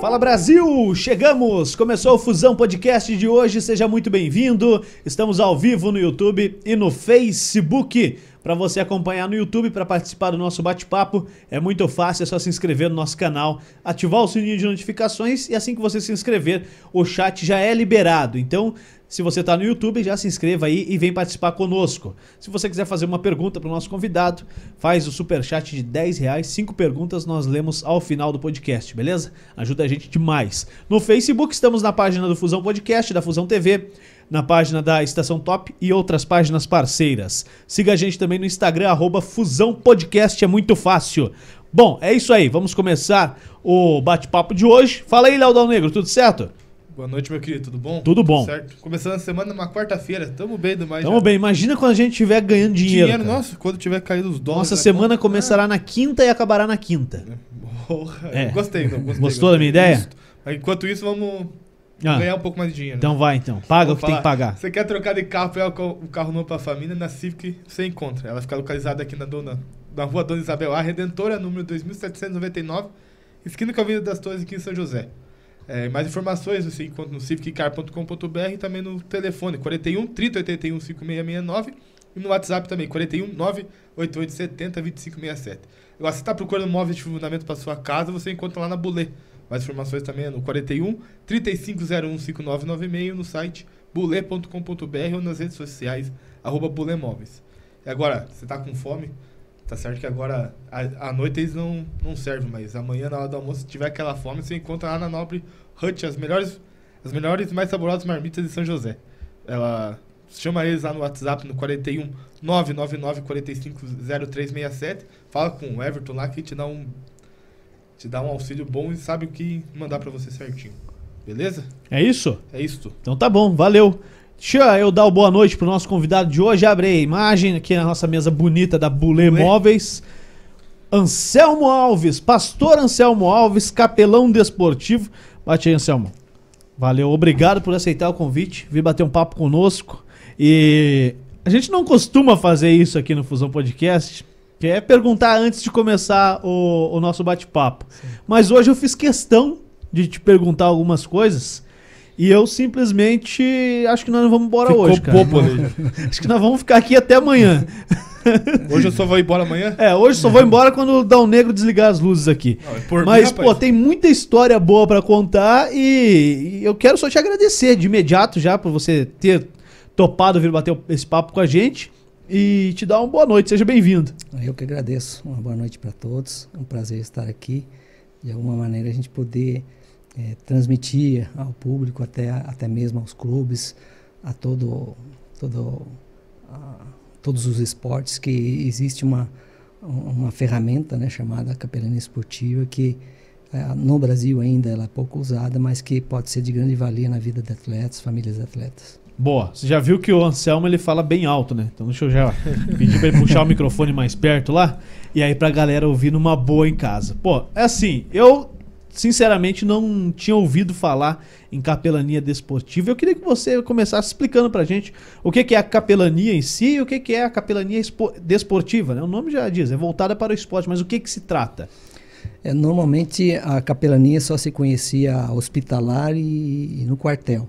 Fala Brasil, chegamos! Começou o Fusão Podcast de hoje, seja muito bem-vindo. Estamos ao vivo no YouTube e no Facebook. Para você acompanhar no YouTube, para participar do nosso bate-papo, é muito fácil, é só se inscrever no nosso canal, ativar o sininho de notificações e assim que você se inscrever, o chat já é liberado. Então, se você está no YouTube, já se inscreva aí e vem participar conosco. Se você quiser fazer uma pergunta para o nosso convidado, faz o superchat de R$10, 5 perguntas nós lemos ao final do podcast, beleza? Ajuda a gente demais. No Facebook estamos na página do Fusão Podcast, da Fusão TV, na página da Estação Top e outras páginas parceiras. Siga a gente também no Instagram, @Fusão Podcast, é muito fácil. Bom, é isso aí, vamos começar o bate-papo de hoje. Fala aí, Léo Dal Negro, tudo certo? Boa noite, meu querido, tudo bom? Tudo bom. Certo. Começando a semana numa quarta-feira, tamo bem demais. Tamo bem, imagina quando a gente estiver ganhando dinheiro. Nossa, quando tiver caído os dólares. Nossa semana começará na quinta e acabará na quinta. Porra, É. Gostei. Gostou da minha ideia? Isso. Enquanto isso, vamos ganhar um pouco mais de dinheiro. Então vai, então. Paga o que tem que pagar. Você quer trocar de carro, pegar o carro novo pra família, na Civic você encontra. Ela fica localizada aqui na rua Dona Isabel A, Redentora, número 2799, esquina com a Avenida das Torres, aqui em São José. Mais informações você encontra no civiccar.com.br e também no telefone 41 30 81 5669 e no WhatsApp também 41 98870 2567. Agora, se você está procurando móveis de fundamento para sua casa, você encontra lá na Bulê. Mais informações também no 41 3501 5996 no site bulê.com.br ou nas redes sociais @bulemóveis. E agora, você está com fome? Tá certo que agora, à noite eles não servem, mas amanhã na hora do almoço, se tiver aquela fome, você encontra lá na Nobre Hut as melhores e mais saborosas marmitas de São José. Ela chama eles lá no WhatsApp no 41 999 45 0367. Fala com o Everton lá que te dá um auxílio bom e sabe o que mandar pra você certinho. Beleza? É isso? É isso. Então tá bom, valeu. Deixa eu dar uma boa noite pro nosso convidado de hoje. Abre a imagem aqui na nossa mesa bonita da Bulê Móveis. Anselmo Alves, pastor Anselmo Alves, capelão desportivo. Bate aí, Anselmo. Valeu, obrigado por aceitar o convite, vir bater um papo conosco. E a gente não costuma fazer isso aqui no Fusão Podcast, que é perguntar antes de começar o nosso bate-papo. Mas hoje eu fiz questão de te perguntar algumas coisas. E eu simplesmente acho que nós não vamos embora hoje, cara. Acho que nós vamos ficar aqui até amanhã. Hoje eu só vou embora amanhã? Hoje só vou embora quando o Dal Negro desligar as luzes aqui. Mas, pô, tem muita história boa pra contar e eu quero só te agradecer de imediato já por você ter topado vir bater esse papo com a gente e te dar uma boa noite. Seja bem-vindo. Eu que agradeço. Uma boa noite para todos. É um prazer estar aqui. De alguma maneira a gente poder transmitir ao público, até mesmo aos clubes, a todos os esportes, que existe uma ferramenta, né, chamada capelania esportiva, que no Brasil ainda ela é pouco usada, mas que pode ser de grande valia na vida de atletas, famílias de atletas. Boa, você já viu que o Anselmo ele fala bem alto, né? Então deixa eu já pedir pra ele puxar o microfone mais perto lá, e aí pra galera ouvir numa boa em casa. Pô, é assim, eu sinceramente não tinha ouvido falar em capelania desportiva. Eu queria que você começasse explicando pra gente o que é a capelania em si e o que é a capelania desportiva, né? O nome já diz, é voltada para o esporte, mas o que se trata? Normalmente a capelania só se conhecia hospitalar e no quartel.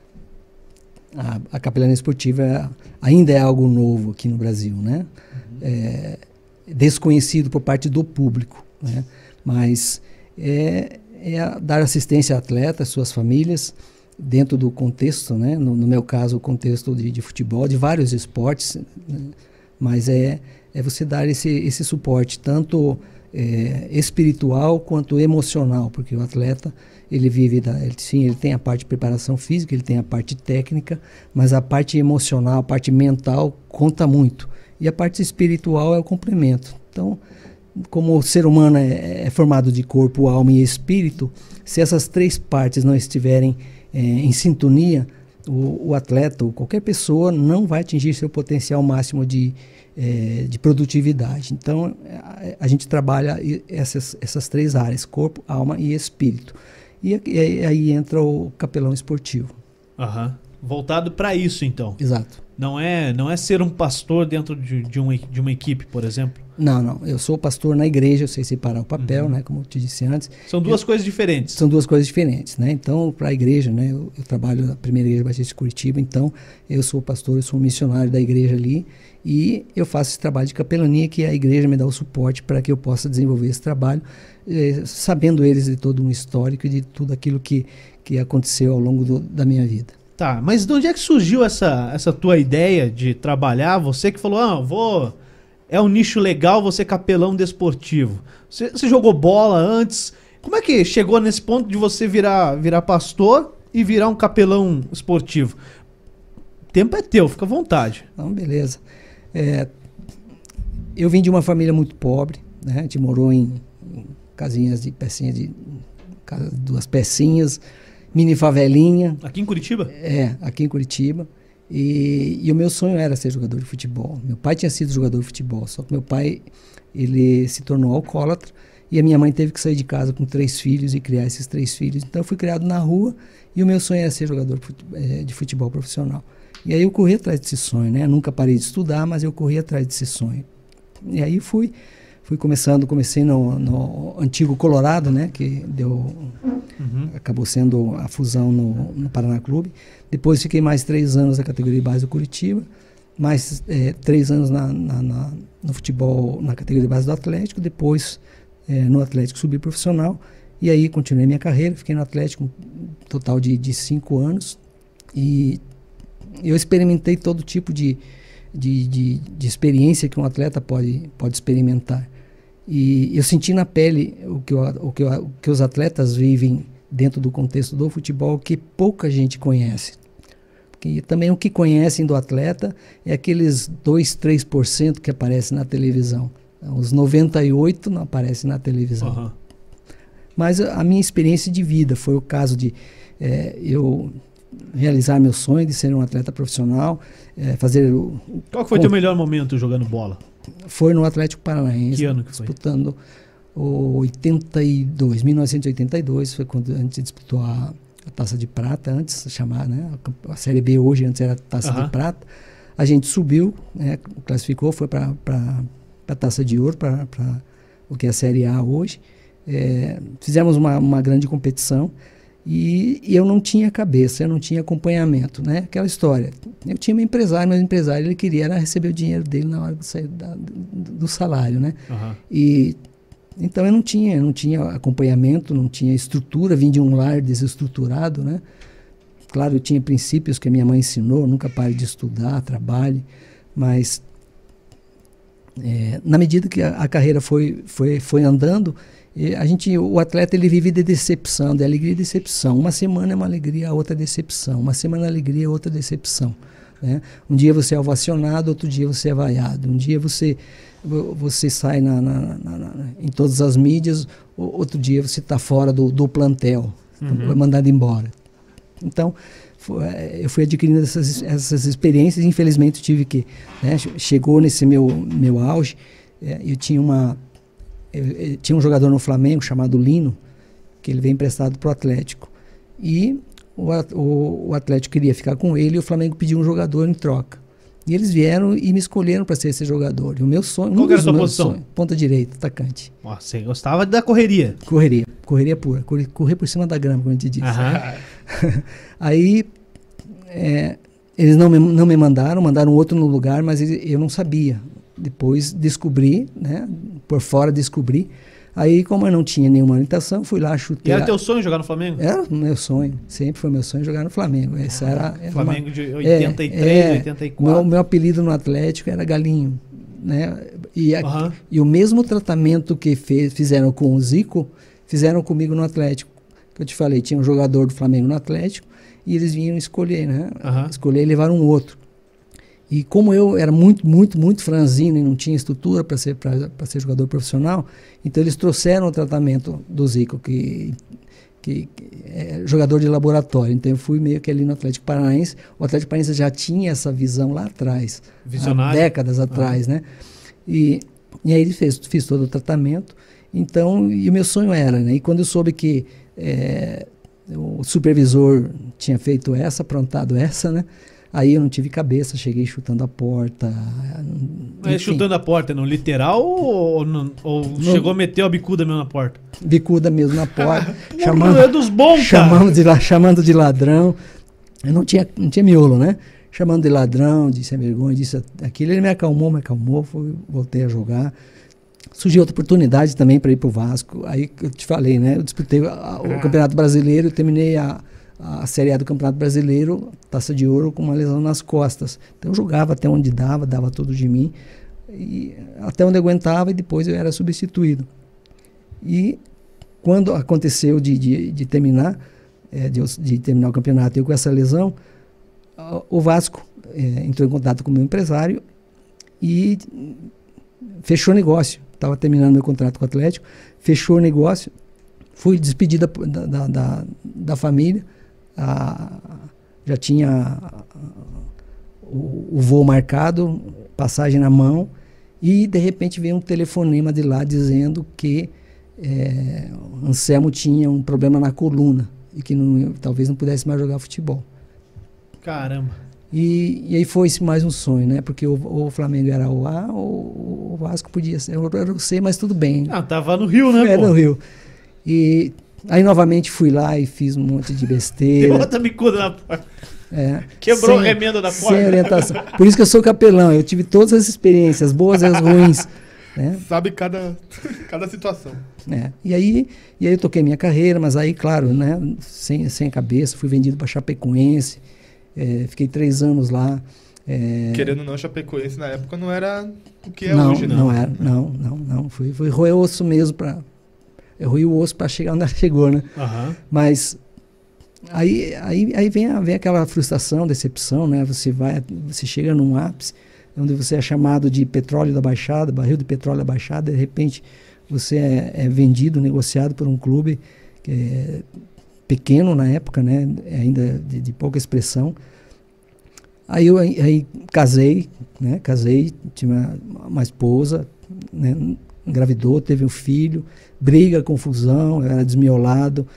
A capelania esportiva ainda é algo novo aqui no Brasil, né? Desconhecido por parte do público, né? Mas é dar assistência a atletas, suas famílias, dentro do contexto, né? No meu caso, o contexto de futebol, de vários esportes, né? Mas é você dar esse suporte, tanto espiritual quanto emocional, porque o atleta, ele vive, ele tem a parte de preparação física, ele tem a parte técnica, mas a parte emocional, a parte mental conta muito. E a parte espiritual é o complemento. Então, como o ser humano é formado de corpo, alma e espírito, se essas três partes não estiverem em sintonia, o atleta ou qualquer pessoa não vai atingir seu potencial máximo de produtividade. Então, a gente trabalha essas três áreas, corpo, alma e espírito. E aí entra o capelão esportivo. Voltado para isso, então. Exato. Não é ser um pastor dentro de uma equipe, por exemplo? Não. Eu sou pastor na igreja, eu sei separar o papel, né? Como eu te disse antes. São duas coisas diferentes. São duas coisas diferentes, né? Então, para a igreja, né? Eu trabalho na primeira igreja batista de Curitiba, então eu sou pastor, eu sou um missionário da igreja ali e eu faço esse trabalho de capelania que a igreja me dá o suporte para que eu possa desenvolver esse trabalho, sabendo eles de todo um histórico e de tudo aquilo que aconteceu ao longo da minha vida. Tá, mas de onde é que surgiu essa tua ideia de trabalhar? Você que falou, é um nicho legal você capelão desportivo. Você jogou bola antes? Como é que chegou nesse ponto de você virar pastor e virar um capelão esportivo? O tempo é teu, fica à vontade. Então, beleza. Eu vim de uma família muito pobre, né? A gente morou em casinhas de pecinhas, duas pecinhas, mini favelinha. Aqui em Curitiba? Aqui em Curitiba. E o meu sonho era ser jogador de futebol. Meu pai tinha sido jogador de futebol, só que meu pai ele se tornou alcoólatra e a minha mãe teve que sair de casa com 3 filhos e criar esses 3 filhos. Então eu fui criado na rua e o meu sonho era ser jogador de futebol profissional. E aí eu corri atrás desse sonho, né? Eu nunca parei de estudar, mas eu corri atrás desse sonho. E aí comecei no antigo Colorado, né? Que acabou sendo a fusão no Paraná Clube. Depois fiquei mais 3 anos na categoria de base do Curitiba, mais 3 anos no futebol na categoria de base do Atlético, depois no Atlético subi profissional, e aí continuei minha carreira, fiquei no Atlético um total de 5 anos, e eu experimentei todo tipo de experiência que um atleta pode experimentar. E eu senti na pele o que os atletas vivem dentro do contexto do futebol, que pouca gente conhece. Porque também o que conhecem do atleta é aqueles 2-3% que aparecem na televisão. Os 98% não aparecem na televisão. Uhum. Mas a minha experiência de vida foi o caso de eu realizar meu sonho de ser um atleta profissional, fazer Qual foi o teu melhor momento jogando bola? Foi no Atlético Paranaense. Que ano que foi? Disputando o 1982, foi quando a gente disputou a Taça de Prata, antes de chamar, né? A Série B hoje, antes era a Taça de Prata. A gente subiu, né? Classificou, foi para a Taça de Ouro, para o que é a Série A hoje. Fizemos uma grande competição e eu não tinha cabeça, eu não tinha acompanhamento, né? Aquela história. Eu tinha um empresário, mas o empresário ele queria receber o dinheiro dele na hora de sair do salário, né? E então eu não tinha acompanhamento, não tinha estrutura, vim de um lar desestruturado, né? Claro, eu tinha princípios que a minha mãe ensinou, nunca pare de estudar, trabalhe, mas na medida que a carreira foi andando, o atleta ele vive de decepção, de alegria e decepção. Uma semana é uma alegria, a outra é decepção. Uma semana é alegria, a outra é decepção. Né? Um dia você é ovacionado, outro dia você é vaiado. Um dia você sai em todas as mídias, outro dia você está fora do plantel, é mandado embora. Então, eu fui adquirindo essas experiências e infelizmente eu tive que... Né, chegou nesse meu auge, eu tinha um jogador no Flamengo chamado Lino, que ele veio emprestado para o Atlético. E o Atlético queria ficar com ele e o Flamengo pediu um jogador em troca. E eles vieram e me escolheram para ser esse jogador. E o meu sonho... Qual era a sua posição? Ponta direita, atacante. Você gostava da correria? Correria pura. Correr por cima da grama, como a gente diz. Aí, eles não me mandaram outro no lugar, mas eu não sabia. Depois descobri, né? Por fora descobri. Aí, como eu não tinha nenhuma orientação, fui lá, chutei. E era teu sonho jogar no Flamengo? Era o meu sonho. Sempre foi meu sonho jogar no Flamengo. Essa era Flamengo de 83, 84. Meu apelido no Atlético era Galinho. Né? E o mesmo tratamento que fizeram com o Zico, fizeram comigo no Atlético. Que eu te falei, tinha um jogador do Flamengo no Atlético e eles vinham escolher, né? Escolher e levar um outro. E como eu era muito, muito, muito franzino e não tinha estrutura para ser jogador profissional, então eles trouxeram o tratamento do Zico, que é jogador de laboratório. Então eu fui meio que ali no Atlético Paranaense. O Atlético Paranaense já tinha essa visão lá atrás, há décadas atrás, né? E aí fiz todo o tratamento. Então, e o meu sonho era, né? E quando eu soube que o supervisor tinha feito aprontado essa, né? Aí eu não tive cabeça, cheguei chutando a porta. Mas chutando a porta, no literal ou chegou a meter a bicuda mesmo na porta? Bicuda mesmo na porta. Chamando, é dos bons, chamando de ladrão. Eu não tinha miolo, né? Chamando de ladrão, de sem vergonha, disse aquilo. Ele me acalmou, voltei a jogar. Surgiu outra oportunidade também para ir para o Vasco. Aí eu te falei, né? Eu disputei o Campeonato Brasileiro, eu terminei a Série A do Campeonato Brasileiro, Taça de Ouro, com uma lesão nas costas. Então eu jogava até onde dava tudo de mim, e até onde eu aguentava, e depois eu era substituído. E quando aconteceu de terminar, de terminar o campeonato, eu com essa lesão, o Vasco entrou em contato com o meu empresário e fechou o negócio. Estava terminando meu contrato com o Atlético, fechou o negócio, fui despedida da família, já tinha o voo marcado, passagem na mão, e de repente veio um telefonema de lá dizendo que Anselmo tinha um problema na coluna e que talvez não pudesse mais jogar futebol. Caramba. E aí foi-se mais um sonho, né? Porque o Flamengo era o A, ou o Vasco podia ser. Eu não sei, mas tudo bem. Tava no Rio, né? No Rio. E aí novamente fui lá e fiz um monte de besteira. Deu outra bicuda na porta. Quebrou a remenda da porta. Sem orientação. Por isso que eu sou capelão. Eu tive todas as experiências, boas e as ruins. Né? Sabe cada situação. E aí eu toquei minha carreira, mas aí, claro, né? Sem cabeça, fui vendido para Chapecoense. Fiquei 3 anos lá. Querendo ou não, Chapecoense na época não era o que é hoje, não. Não era, não. Foi roer osso mesmo para... Eu roí o osso para chegar onde ela chegou, né? Uhum. Mas aí vem aquela frustração, decepção, né? Você chega num ápice onde você é chamado de petróleo da Baixada, barril de petróleo da Baixada, de repente você é vendido, negociado por um clube pequeno na época, né? Ainda de pouca expressão. Aí casei, né? Tive uma esposa, né? Engravidou, teve um filho, briga, confusão, eu era desmiolado,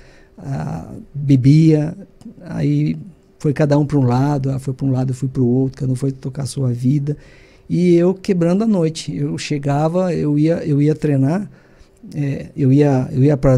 bebia, aí foi cada um para um lado, foi para um lado, eu fui para o outro, cada um foi tocar a sua vida, e eu quebrando a noite. Eu chegava, eu ia treinar, eu ia para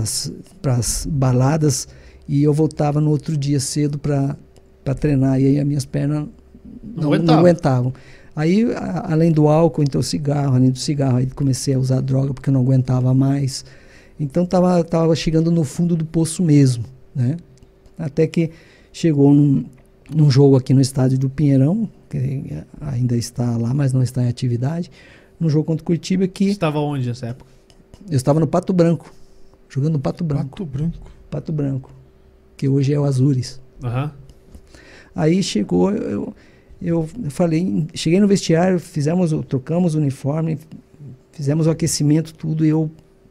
as baladas, e eu voltava no outro dia cedo para treinar, e aí as minhas pernas não aguentavam. Aí, além do álcool, então cigarro, além do cigarro, aí comecei a usar droga porque eu não aguentava mais. Então tava chegando no fundo do poço mesmo, né? Até que chegou num jogo aqui no estádio do Pinheirão, que ainda está lá, mas não está em atividade, num jogo contra o Curitiba que... Você estava onde nessa época? Eu estava no Pato Branco, jogando no Pato Branco. Pato Branco, que hoje é o Azures. Uhum. Aí chegou... Eu falei, cheguei no vestiário, trocamos o uniforme, fizemos o aquecimento, tudo, e eu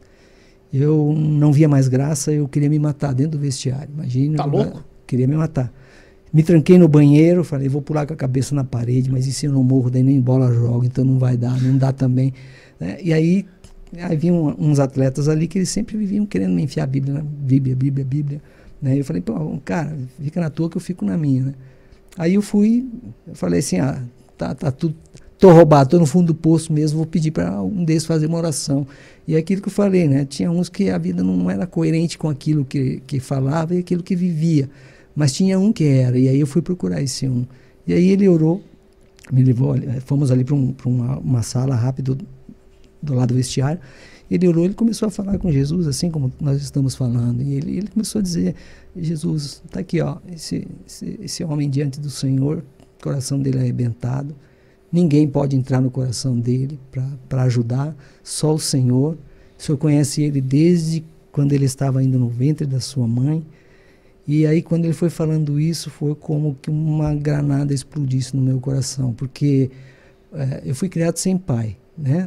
não via mais graça, eu queria me matar dentro do vestiário. Imagina. Tá louco? Queria me matar. Me tranquei no banheiro, falei, vou pular com a cabeça na parede, mas e se eu não morro, daí nem bola jogo, então não vai dar, não dá também. Né? E aí vinham uns atletas ali que eles sempre viviam querendo me enfiar a Bíblia, né? Bíblia. Né? Eu falei, pô, cara, fica na tua que eu fico na minha, né? Aí eu falei assim, tá tudo, tô roubado, tô no fundo do poço mesmo, vou pedir para um deles fazer uma oração. E é aquilo que eu falei, né? Tinha uns que a vida não era coerente com aquilo que falava e aquilo que vivia, mas tinha um que era, e aí eu fui procurar esse um. E aí ele orou, me levou, fomos ali para uma sala rápido do lado do vestiário. Ele orou, ele começou a falar com Jesus, assim como nós estamos falando. E ele começou a dizer, Jesus, está aqui, ó, esse homem diante do Senhor, o coração dele é arrebentado. Ninguém pode entrar no coração dele para ajudar, só o Senhor. O Senhor conhece ele desde quando ele estava ainda no ventre da sua mãe. E aí, quando ele foi falando isso, foi como que uma granada explodisse no meu coração, porque eu fui criado sem pai, né?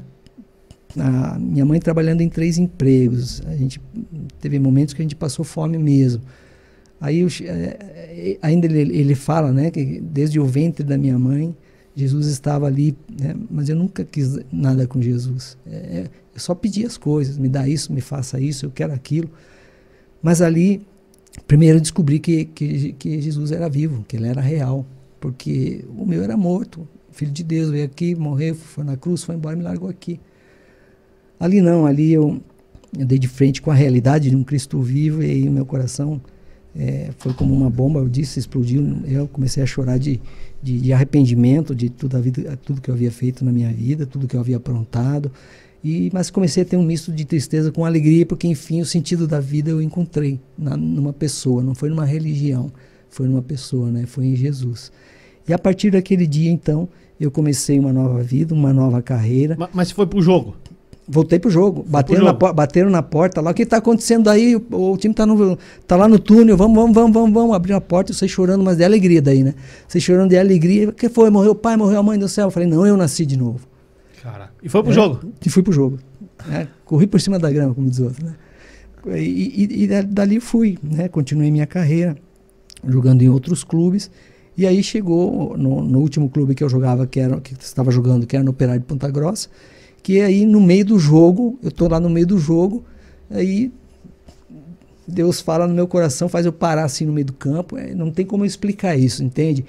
A minha mãe trabalhando em 3 empregos, a gente teve momentos que a gente passou fome mesmo. Aí ainda ele fala, né, que desde o ventre da minha mãe Jesus estava ali, né, mas eu nunca quis nada com Jesus. Eu só pedi as coisas, me dá isso, me faça isso, eu quero aquilo. Mas ali primeiro eu descobri que Jesus era vivo, que ele era real, porque o meu era morto. Filho de Deus, veio aqui, morreu, foi na cruz, foi embora e me largou aqui. Ali não, ali eu dei de frente com a realidade de um Cristo vivo e aí o meu coração foi como uma bomba, eu disse, explodiu. Eu comecei a chorar de arrependimento de tudo que eu havia feito na minha vida, tudo que eu havia aprontado. Mas comecei a ter um misto de tristeza com alegria, porque enfim o sentido da vida eu encontrei numa pessoa, não foi numa religião, foi numa pessoa, né? Foi em Jesus. E a partir daquele dia, então, eu comecei uma nova vida, uma nova carreira. Mas você foi pro jogo? Voltei pro jogo. Bateram na porta lá. O que está acontecendo aí? O time tá lá no túnel. Vamos abrir a porta. Eu saí chorando, mas de alegria daí, né? Saí chorando de alegria. O que foi? Morreu o pai, morreu a mãe do céu. Eu falei, não, eu nasci de novo. Caraca. E foi pro jogo? E fui pro jogo. Corri por cima da grama, como diz o outro, né? E dali fui, né? Continuei minha carreira, jogando em outros clubes. E aí chegou no último clube que eu jogava, que estava jogando, que era no Operário de Ponta Grossa, que aí no meio do jogo, eu tô lá no meio do jogo, aí Deus fala no meu coração, faz eu parar assim no meio do campo, não tem como eu explicar isso, entende?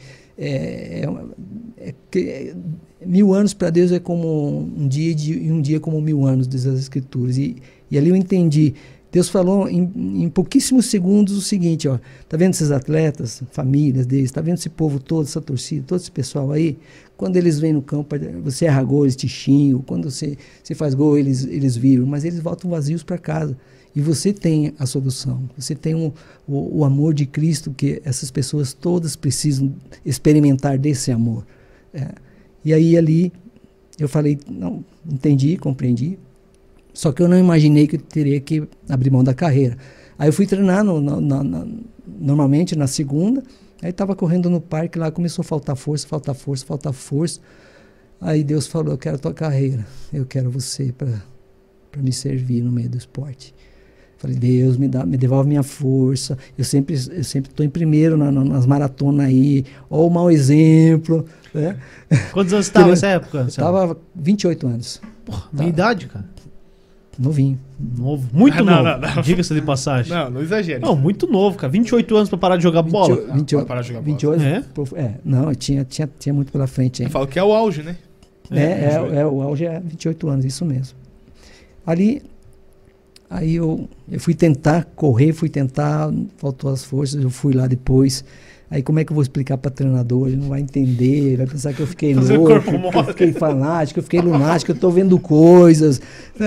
1000 anos para Deus é como um dia e um dia como 1000 anos, diz as Escrituras. E ali eu entendi. Deus falou em pouquíssimos segundos o seguinte, ó, tá vendo esses atletas, famílias deles, tá vendo esse povo todo, essa torcida, todo esse pessoal aí? Quando eles vêm no campo, você erra gol, eles te xingam, quando você faz gol, eles viram, mas eles voltam vazios para casa. E você tem a solução, você tem o amor de Cristo, que essas pessoas todas precisam experimentar desse amor. E aí ali eu falei, não, entendi, compreendi. Só que eu não imaginei que eu teria que abrir mão da carreira. Aí eu fui treinar normalmente na segunda, aí estava correndo no parque lá, começou a faltar força. Aí Deus falou, eu quero a tua carreira, eu quero você para me servir no meio do esporte. Falei, Deus, me devolve minha força, eu sempre estou em primeiro nas maratonas aí, ó o mau exemplo. Né? Quantos anos você estava nessa época? Eu estava 28 anos. Porra, minha idade, cara. Novinho. Novo. Muito novo. Não. Diga-se de passagem. Não exagere. Não, muito novo, cara. 28 anos pra parar de jogar bola. 28, parar de jogar 28, bola. Não, tinha muito pela frente. Eu falo que é o auge, né? O auge é 28 anos, isso mesmo. Ali, aí eu fui tentar correr, faltou as forças, eu fui lá depois. Aí como é que eu vou explicar para treinador? Ele não vai entender, vai pensar que eu fiquei louco, que eu fiquei fanático, eu fiquei lunático, eu estou vendo coisas.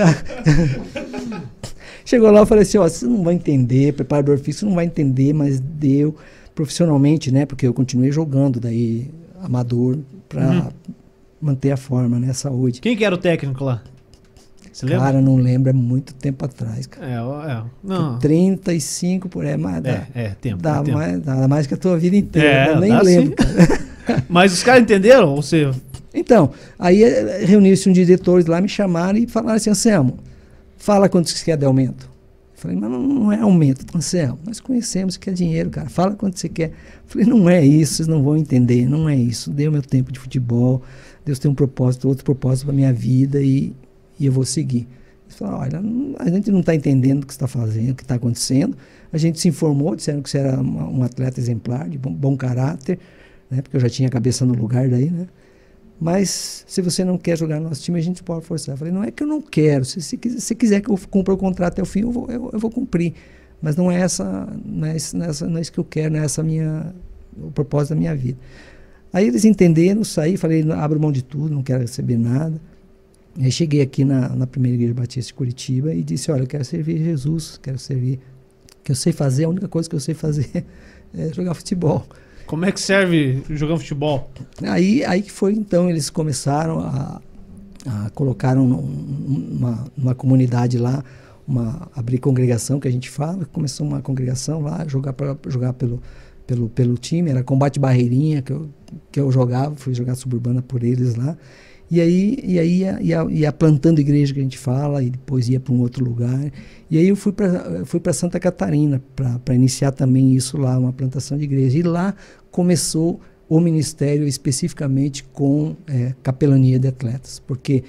Chegou lá, eu falei assim, ó, você não vai entender, preparador físico, você não vai entender, mas deu profissionalmente, né? Porque eu continuei jogando daí amador para manter a forma, né? A saúde. Quem que era o técnico lá? Você lembra? Cara, não lembro, é muito tempo atrás, cara. Não. 35 por aí, mas tempo. Dá tempo. mais que a tua vida inteira, eu nem lembro, cara. Mas os caras entenderam? Ou você... Então, aí reuniu-se um diretores lá, me chamaram e falaram assim, Anselmo, fala quanto você quer de aumento. Eu falei, mas não é aumento, Anselmo, nós conhecemos que é dinheiro, cara, fala quanto você quer. Eu falei, não é isso, vocês não vão entender, não é isso, deu meu tempo de futebol, Deus tem um propósito, outro propósito para minha vida e eu vou seguir. Eles falaram, olha, a gente não está entendendo o que está fazendo, o que está acontecendo. A gente se informou, disseram que você era um atleta exemplar, de bom caráter, né? Porque eu já tinha a cabeça no lugar daí, né? Mas se você não quer jogar no nosso time, a gente pode forçar. Eu falei, não é que eu não quero. Se quiser que eu cumpra o contrato até o fim, eu vou cumprir. Mas não é isso que eu quero, não é o propósito da minha vida. Aí eles entenderam, saí, falei, abro mão de tudo, não quero receber nada. Aí cheguei aqui na primeira igreja batista de Curitiba e disse, olha, eu quero servir Jesus, quero servir, o que eu sei fazer, a única coisa que eu sei fazer é jogar futebol. Como é que serve jogando futebol? Aí que foi, então, eles começaram colocaram numa comunidade lá, abrir congregação, que a gente fala, começou uma congregação lá, jogar pelo time, era combate barreirinha que eu jogava, fui jogar suburbana por eles lá. E aí ia plantando igreja, que a gente fala, e depois ia para um outro lugar. E aí eu fui para Santa Catarina para iniciar também isso lá, uma plantação de igreja. E lá começou o ministério especificamente com capelania de atletas. Porque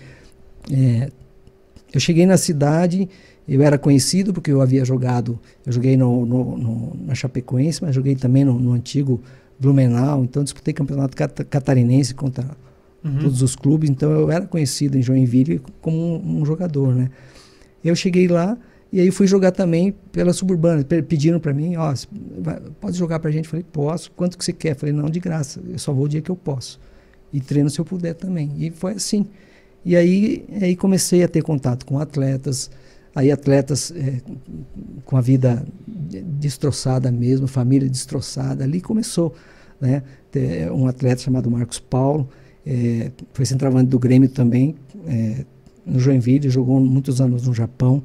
eu cheguei na cidade, eu era conhecido porque eu havia jogado, eu joguei na Chapecoense, mas joguei também no antigo Blumenau, então disputei campeonato catarinense contra todos os clubes, então eu era conhecido em Joinville como um jogador, né? Eu cheguei lá e aí fui jogar também pela Suburbana, pediram para mim, pode jogar pra gente? Falei, posso, quanto que você quer? Falei, não, de graça, eu só vou o dia que eu posso. E treino se eu puder também. E foi assim. E aí comecei a ter contato com atletas, aí atletas com a vida destroçada mesmo, família destroçada, ali começou, né? Um atleta chamado Marcos Paulo, foi centroavante do Grêmio também, no Joinville, jogou muitos anos no Japão,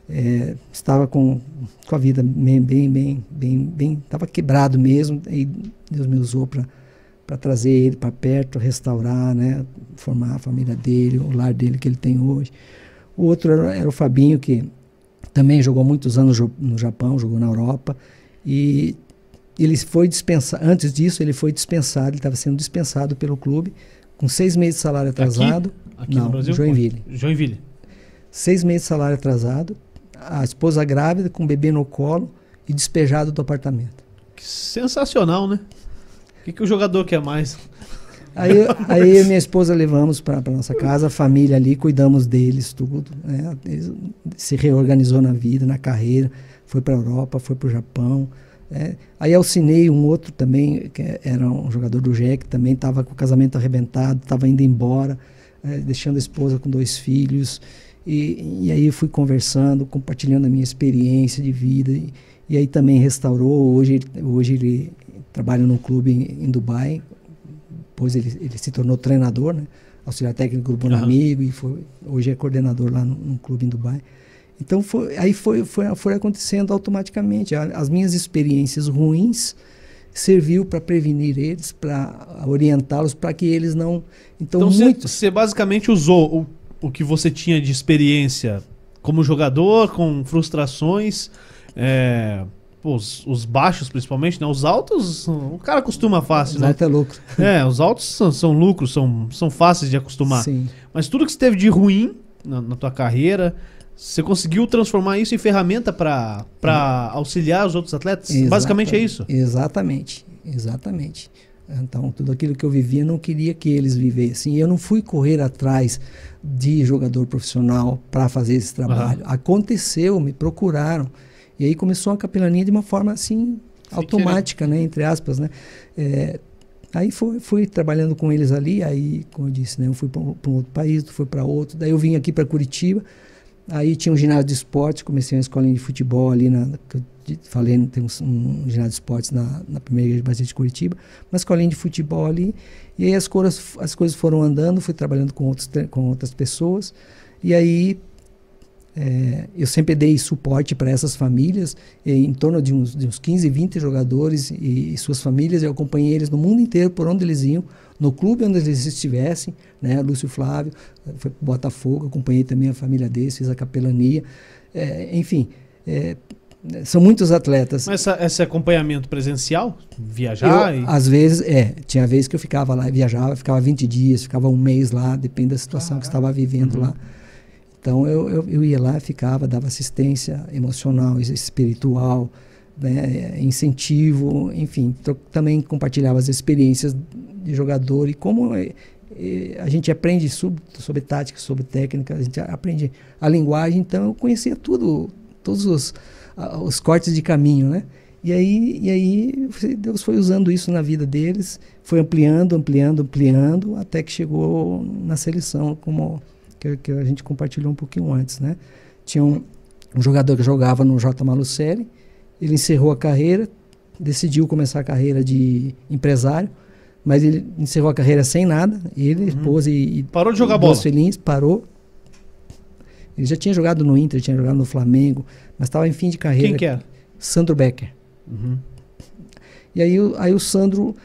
estava com a vida bem, estava quebrado mesmo, e Deus me usou para trazer ele para perto, restaurar, né? Formar a família dele, o lar dele que ele tem hoje. O outro era o Fabinho, que também jogou muitos anos no Japão, jogou na Europa, e ele foi dispensado. Antes disso, ele foi dispensado, ele estava sendo dispensado pelo clube, com 6 meses de salário atrasado. Aqui não, no Brasil? Joinville. 6 meses de salário atrasado, a esposa grávida, com o bebê no colo e despejado do apartamento. Que sensacional, né? O que o jogador quer mais? Aí eu e minha esposa levamos para nossa casa, a família ali, cuidamos deles, tudo, né? Ele se reorganizou na vida, na carreira, foi para a Europa, foi para o Japão. Aí auxiliei um outro também, que era um jogador do GEC, também estava com o casamento arrebentado, estava indo embora, deixando a esposa com 2 filhos. E aí eu fui conversando, compartilhando a minha experiência de vida. E aí também restaurou. Hoje ele trabalha num clube em Dubai. Depois ele se tornou treinador, né? Auxiliar técnico do Bonamigo, e hoje é coordenador lá num clube em Dubai. Então foi acontecendo automaticamente. As minhas experiências ruins serviu para prevenir eles, para orientá-los, para que eles não... Então você basicamente usou o que você tinha de experiência como jogador, com frustrações, os baixos principalmente, né? Os altos, o cara acostuma fácil, né? Os altos é lucro. Os altos são lucros, são fáceis de acostumar. Sim. Mas tudo que você teve de ruim na tua carreira, você conseguiu transformar isso em ferramenta para auxiliar os outros atletas? Basicamente é isso? Exatamente. Então, tudo aquilo que eu vivia, eu não queria que eles vivessem. Eu não fui correr atrás de jogador profissional para fazer esse trabalho. Aconteceu, me procuraram. E aí começou a capelania de uma forma assim, automática, né? Entre aspas, né? Aí fui trabalhando com eles ali, aí, como eu disse, né? Eu fui para um outro país, tu foi para outro. Daí eu vim aqui para Curitiba. Aí tinha um ginásio de esportes, comecei uma escolinha de futebol ali, que eu falei, tem um ginásio de esportes na primeira igreja de Batista de Curitiba, uma escolinha de futebol ali, e aí as coisas foram andando, fui trabalhando com outras pessoas, e aí eu sempre dei suporte para essas famílias, em torno de uns 15, 20 jogadores e suas famílias. Eu acompanhei eles no mundo inteiro, por onde eles iam, no clube onde eles estivessem, né? Lúcio Flávio foi para o Botafogo, acompanhei também a família deles, fiz a capelania, enfim, são muitos atletas. Mas esse acompanhamento presencial? Viajar? Às vezes, tinha vezes que eu ficava lá, viajava, ficava 20 dias, ficava um mês lá, depende da situação que estava vivendo lá. Então eu ia lá, ficava, dava assistência emocional, espiritual, né, incentivo, enfim, também compartilhava as experiências de jogador e como a gente aprende sobre tática, sobre técnica, a gente aprende a linguagem. Então eu conhecia todos os cortes de caminho, né? E aí Deus foi usando isso na vida deles, foi ampliando, até que chegou na seleção, como que a gente compartilhou um pouquinho antes, né? Tinha um jogador que jogava no J. Malucelli, ele encerrou a carreira, decidiu começar a carreira de empresário, mas ele encerrou a carreira sem nada, ele, esposa e parou de jogar bola. 2 filhinhos, parou. Ele já tinha jogado no Inter, tinha jogado no Flamengo, mas estava em fim de carreira. Quem que era? Sandro Becker. E aí o Sandro...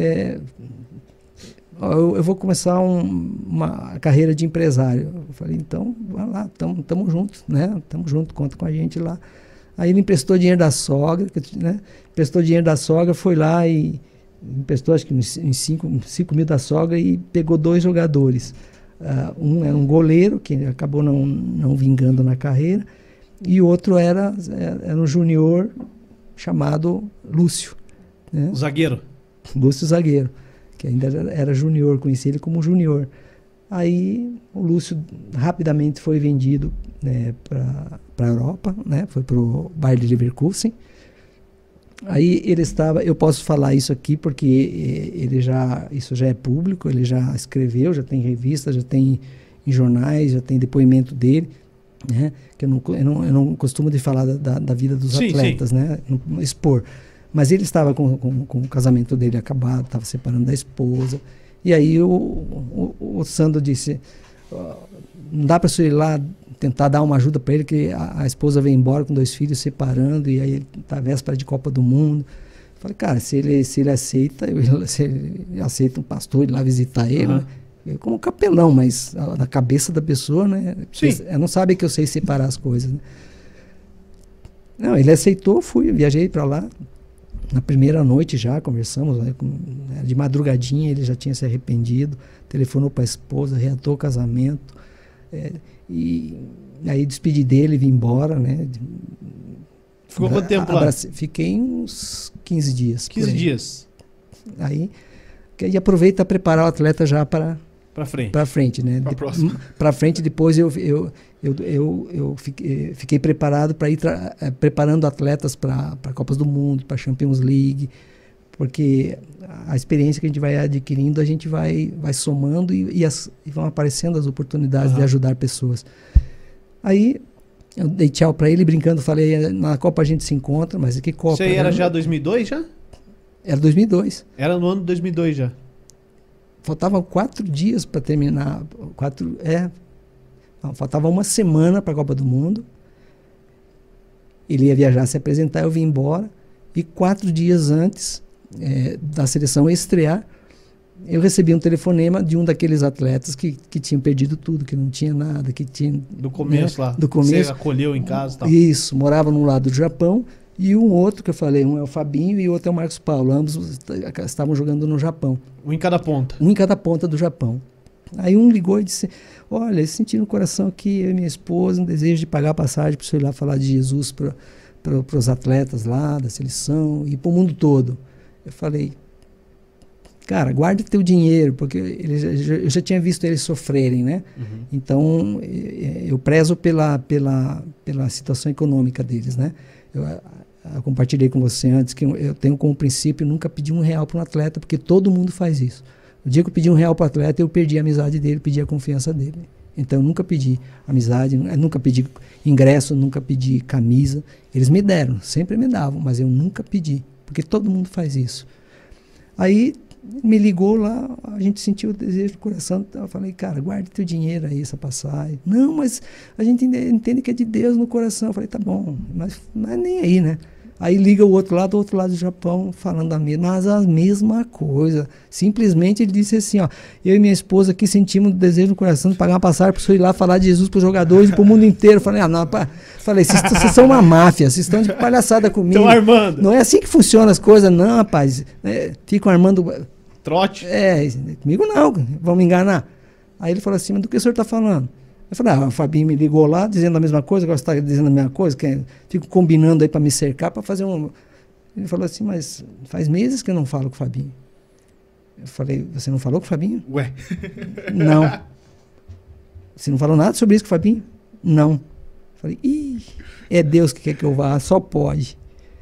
eu vou começar uma carreira de empresário. Eu falei, então, vai lá, tamo junto, né? Tamo junto, conta com a gente lá. Aí ele emprestou dinheiro da sogra, né? Foi lá e emprestou acho que uns 5 mil da sogra e pegou 2 jogadores. Um era um goleiro, que acabou não vingando na carreira, e outro era um junior chamado Lúcio. Né? O zagueiro. Lúcio zagueiro, que ainda era júnior, conheci ele como júnior. Aí o Lúcio rapidamente foi vendido, né, para a Europa, né, foi para o Bayer Leverkusen. Aí ele estava, eu posso falar isso aqui porque isso já é público, ele já escreveu, já tem revista, já tem em jornais, já tem depoimento dele, né, que eu não costumo de falar da vida dos atletas, sim. Né, não expor. Mas ele estava com o casamento dele acabado, estava separando da esposa. E aí o Sandro disse, não dá para você ir lá tentar dar uma ajuda para ele, que a esposa veio embora com 2 filhos separando, e aí ele está véspera de Copa do Mundo. Eu falei, cara, se ele aceita, se ele aceita um pastor ir lá visitar ele, né? Eu como capelão, mas na cabeça da pessoa, né? Ela não sabe que eu sei separar as coisas, né? Não, ele aceitou, viajei para lá. Na primeira noite já conversamos, né, de madrugadinha ele já tinha se arrependido, telefonou para a esposa, reatou o casamento, e aí despedi dele, vim embora, né. Ficou quanto tempo lá? Fiquei uns 15 dias. 15 dias. Aí aproveita a preparar o atleta já para frente, né. Para frente, depois eu fiquei preparado para ir preparando atletas para Copas do Mundo, para Champions League, porque a experiência que a gente vai adquirindo, a gente vai somando e vão aparecendo as oportunidades de ajudar pessoas. Aí eu dei tchau para ele, brincando, falei, na Copa a gente se encontra, mas que Copa? Isso aí era já 2002 já? Era 2002. Era no ano de 2002 já. Faltavam 4 dias para terminar, faltava uma semana para a Copa do Mundo. Ele ia viajar, se apresentar, eu vim embora. E 4 dias antes da seleção estrear, eu recebi um telefonema de um daqueles atletas que tinham perdido tudo, que não tinha nada, que tinha... Do começo, né, lá. Do começo. Você acolheu em casa e tal. Isso, morava num lado do Japão. E um outro que eu falei, um é o Fabinho e o outro é o Marcos Paulo. Ambos estavam jogando no Japão. Um em cada ponta. Um em cada ponta do Japão. Aí um ligou e disse, olha, eu senti no coração aqui, eu e minha esposa, um desejo de pagar a passagem para você ir lá falar de Jesus para os atletas lá da seleção e para o mundo todo. Eu falei, cara, guarda teu dinheiro, porque eu já tinha visto eles sofrerem, né? Então, eu prezo pela situação econômica deles, né? Eu compartilhei com você antes que eu tenho como princípio nunca pedir R$1 para um atleta, porque todo mundo faz isso. O dia que eu pedi R$1 para o atleta, eu perdi a amizade dele, perdi a confiança dele. Então, eu nunca pedi amizade, nunca pedi ingresso, nunca pedi camisa. Eles me deram, sempre me davam, mas eu nunca pedi, porque todo mundo faz isso. Aí, me ligou lá, a gente sentiu o desejo do coração, eu falei, cara, guarda teu dinheiro aí, essa passagem. Não, mas a gente entende que é de Deus no coração. Eu falei, tá bom, mas nem aí, né? Aí liga o outro lado, do outro lado do Japão, falando a mesma coisa. Simplesmente ele disse assim, ó, eu e minha esposa aqui sentimos o desejo no coração de pagar uma passagem para você ir lá falar de Jesus para os jogadores e para o mundo inteiro. Eu falei, vocês são uma máfia, vocês estão de palhaçada comigo. Estão armando. Não é assim que funcionam as coisas, não, rapaz. Ficam armando... Trote? Comigo não, vão me enganar. Aí ele falou assim, mas do que o senhor está falando? Eu falei, o Fabinho me ligou lá dizendo a mesma coisa, agora você está dizendo a mesma coisa, fico combinando aí para me cercar, para fazer um... Ele falou assim, mas faz meses que eu não falo com o Fabinho. Eu falei, você não falou com o Fabinho? Ué? Não. Você não falou nada sobre isso com o Fabinho? Não. Eu falei, é Deus que quer que eu vá, só pode.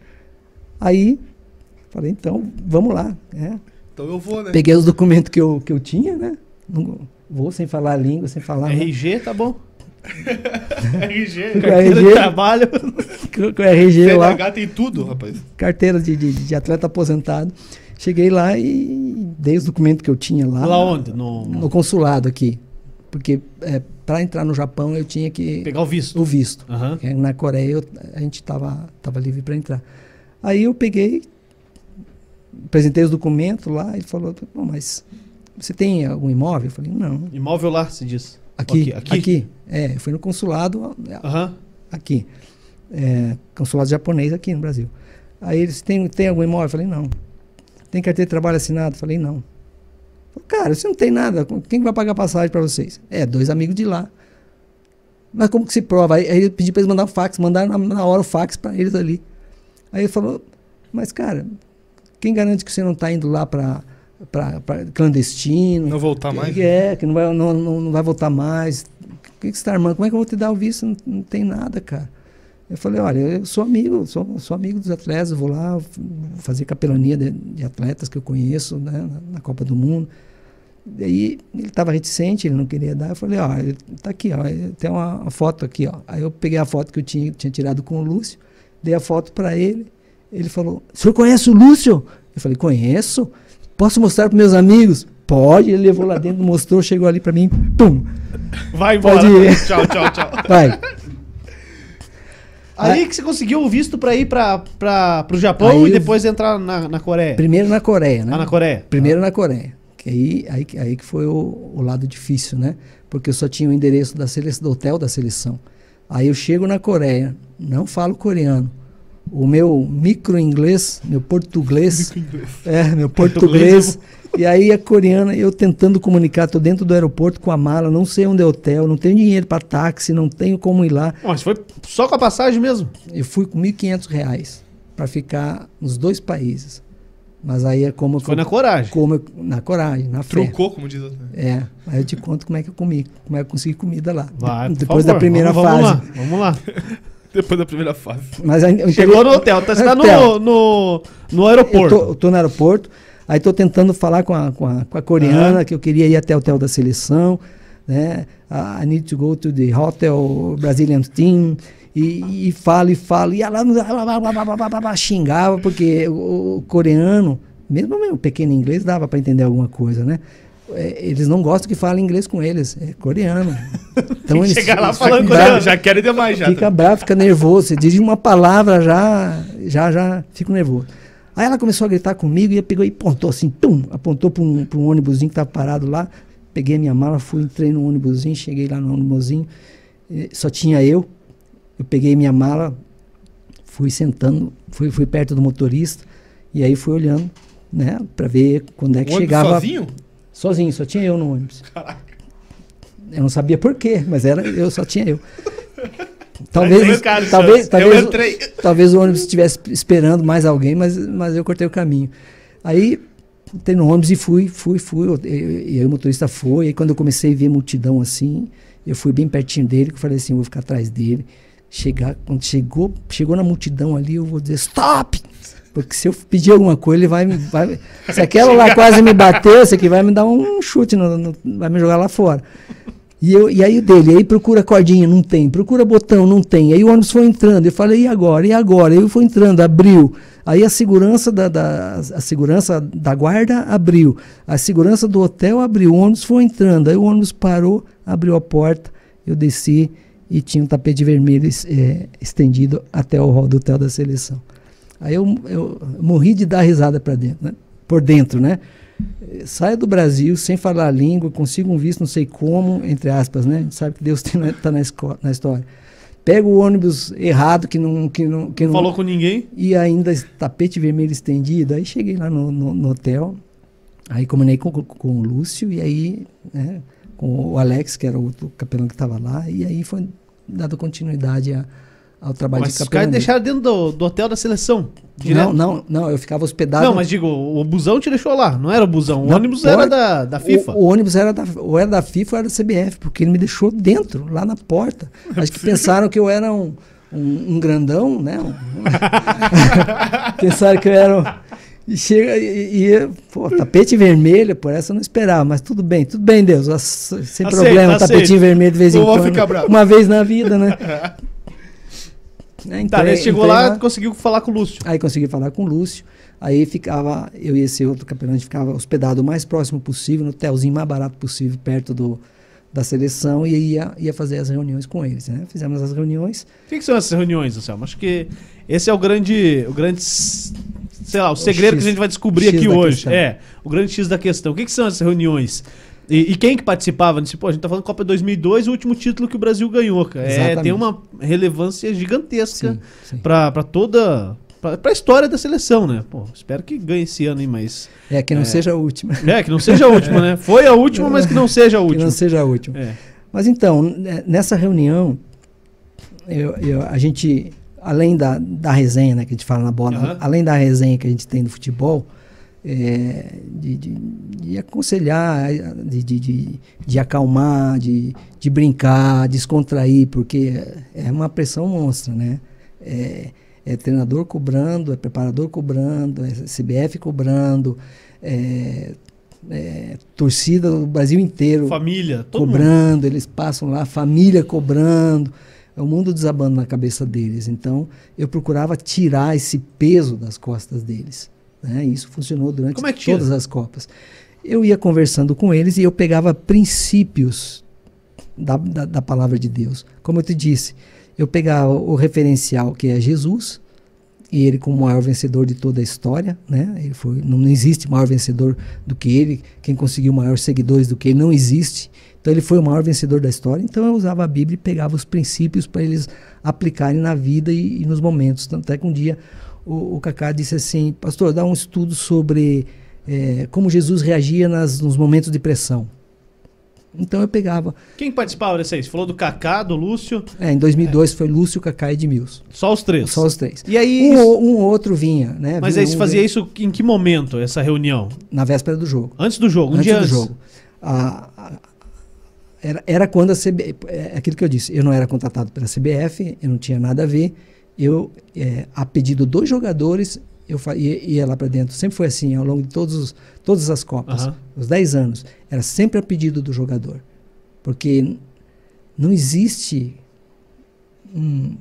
Aí, falei, então, vamos lá, né? Então eu vou, né? Peguei os documentos que eu tinha, né? Não, vou sem falar a língua, sem falar... RG, tá bom? RG, carteira de trabalho. Com RG CNH lá. tem tudo, rapaz. Carteira de atleta aposentado. Cheguei lá e dei os documentos que eu tinha lá. Lá onde? No consulado aqui. Porque para entrar no Japão eu tinha que... Pegar o visto. O visto. Uhum. Na Coreia a gente tava livre para entrar. Aí eu peguei, apresentei os documentos lá, ele falou, bom, mas você tem algum imóvel? Eu falei, não. Imóvel lá, se diz? Aqui. Eu fui no consulado aqui. Consulado japonês aqui no Brasil. Aí eles tem algum imóvel? Eu falei, não. Tem carteira de trabalho assinado? Eu falei, não. Falei, cara, você não tem nada, quem vai pagar passagem para vocês? 2 amigos de lá. Mas como que se prova? Aí eu pedi para eles mandar um fax, mandaram na hora o fax para eles ali. Aí ele falou, mas cara, Quem garante que você não está indo lá para clandestino? Não voltar mais? Que não vai voltar mais. O que você está armando? Como é que eu vou te dar o visto? Não tem nada, cara. Eu falei, olha, eu sou amigo dos atletas, eu vou lá fazer capelania de atletas que eu conheço, né, na Copa do Mundo. Daí ele estava reticente, ele não queria dar. Eu falei, ó, tá aqui, ó, tem uma foto aqui, ó. Aí eu peguei a foto que eu tinha tirado com o Lúcio, dei a foto para ele. Ele falou, o senhor conhece o Lúcio? Eu falei, conheço. Posso mostrar para meus amigos? Pode. Ele levou lá dentro, mostrou, chegou ali para mim, pum. Vai embora. Tchau. Vai. Aí que você conseguiu o visto para ir para o Japão aí e depois entrar na Coreia? Primeiro na Coreia, né? Na Coreia? Primeiro na Coreia. Aí que foi o lado difícil, né? Porque eu só tinha o endereço do hotel da seleção. Aí eu chego na Coreia, não falo coreano. O meu micro-inglês, meu português. Meu português. E aí a coreana, eu tentando comunicar, tô dentro do aeroporto com a mala, não sei onde é o hotel, não tenho dinheiro para táxi, não tenho como ir lá. Mas foi só com a passagem mesmo? Eu fui com R$1.500 para ficar nos 2 países. Mas aí é como... Foi na coragem. Na coragem, na fé. Trocou, como diz outro. Aí eu te conto como é que eu comi, como é que eu consegui comida lá. Vai, depois da primeira fase. Vamos lá. Depois da primeira fase. Mas chegou no hotel, você tá no aeroporto. Eu tô no aeroporto, aí tô tentando falar com a coreana, que eu queria ir até o hotel da seleção, né? I need to go to the hotel Brazilian team. E falo, e ela xingava, porque o coreano, mesmo o pequeno inglês, dava para entender alguma coisa, né? Eles não gostam que fale inglês com eles, é coreano. Então eles chegar lá falando coreano, já querem demais, já. Fica bravo, fica nervoso, você diz uma palavra, já fico nervoso. Aí ela começou a gritar comigo e pegou e apontou assim, apontou para um ônibusinho que estava parado lá, peguei a minha mala, entrei no ônibusinho, cheguei lá no ônibusinho, só tinha eu peguei minha mala, fui sentando, fui perto do motorista, e aí fui olhando, né, para ver quando é que chegava. Sozinho? Sozinho, só tinha eu no ônibus. Caraca. Eu não sabia por quê, mas só tinha eu. Talvez o ônibus estivesse esperando mais alguém, mas eu cortei o caminho. Aí entrei no ônibus e fui, e aí o motorista foi, e aí quando eu comecei a ver multidão assim, eu fui bem pertinho dele, que eu falei assim, eu vou ficar atrás dele. Quando chegou na multidão ali, eu vou dizer, stop! Porque se eu pedir alguma coisa, ele vai se aquela lá quase me bateu, esse aqui vai me dar um chute, vai me jogar lá fora. E aí o dele, aí procura cordinha, não tem, procura botão, não tem. Aí o ônibus foi entrando, eu falei, e agora? Aí eu fui entrando, abriu. Aí a segurança da guarda abriu, a segurança do hotel abriu, o ônibus foi entrando, aí o ônibus parou, abriu a porta, eu desci e tinha um tapete vermelho estendido até o hall do hotel da seleção. Aí eu morri de dar risada por dentro, né? Saio do Brasil sem falar a língua, consigo um visto, não sei como, entre aspas, né? A gente sabe que Deus está na história. Pego o ônibus errado, que não falou com ninguém. E ainda tapete vermelho estendido. Aí cheguei lá no hotel, aí combinei com o Lúcio, e aí, né, com o Alex, que era o outro capelão que estava lá, e aí foi dado continuidade ao trabalho de capelania. Mas os caras deixaram dentro do hotel da seleção? Não, eu ficava hospedado... Não, mas digo, o busão te deixou lá, não era o busão, o ônibus era da FIFA. O ônibus era da FIFA ou era da CBF, porque ele me deixou dentro, lá na porta. Acho que pensaram que eu era um grandão, né? Pensaram que eu era... E chega pô, tapete vermelho, por essa eu não esperava, mas tudo bem, Deus, sem problema, tapetinho vermelho de vez em quando, uma vez na vida, né? Daí chegou lá e conseguiu falar com o Lúcio. Aí consegui falar com o Lúcio, aí ficava, eu e esse outro capelão, a gente ficava hospedado o mais próximo possível, no hotelzinho mais barato possível, perto da seleção, e ia fazer as reuniões com eles, né? Fizemos as reuniões. O que são essas reuniões, Anselmo? Acho que esse é o grande sei lá, o segredo que a gente vai descobrir aqui hoje. O grande X da questão. O que são essas reuniões? E quem que participava? A gente tá falando Copa 2002, o último título que o Brasil ganhou, cara. Tem uma relevância gigantesca para toda... Para a história da seleção, né? Pô, espero que ganhe esse ano, hein, mas... que não seja a última. Que não seja a última, né? Foi a última, mas que não seja a última. Que não seja a última. Mas então, nessa reunião, além da resenha, né, que a gente fala na bola, além da resenha que a gente tem no futebol, de aconselhar, de acalmar, de brincar, descontrair, porque é uma pressão monstra, né? É treinador cobrando, é preparador cobrando, é CBF cobrando, torcida do Brasil inteiro, família, todo cobrando, mundo. Eles passam lá, família cobrando, é o mundo desabando na cabeça deles. Então eu procurava tirar esse peso das costas deles, né? E isso funcionou durante todas as Copas. Eu ia conversando com eles e eu pegava princípios da palavra de Deus. Como eu te disse, eu pegava o referencial que é Jesus, e ele como o maior vencedor de toda a história, né? Ele não existe maior vencedor do que ele, quem conseguiu maiores seguidores do que ele, não existe. Então ele foi o maior vencedor da história. Então eu usava a Bíblia e pegava os princípios para eles aplicarem na vida e nos momentos. Tanto é que um dia o Kaká disse assim: pastor, dá um estudo sobre como Jesus reagia nos momentos de pressão. Então eu pegava... Quem participava desse aí? Você falou do Kaká, do Lúcio? Em 2002 foi Lúcio, Kaká e Edmilson. Só os três? Só os três. E aí... Um outro vinha, né? Mas aí você fazia isso em que momento, essa reunião? Na véspera do jogo. Antes do jogo? Antes do jogo. Era quando a CBF... aquilo que eu disse, eu não era contratado pela CBF, eu não tinha nada a ver. A pedido dos jogadores... eu ia lá para dentro, sempre foi assim, ao longo de todas as Copas, os 10 anos, era sempre a pedido do jogador, porque não existe um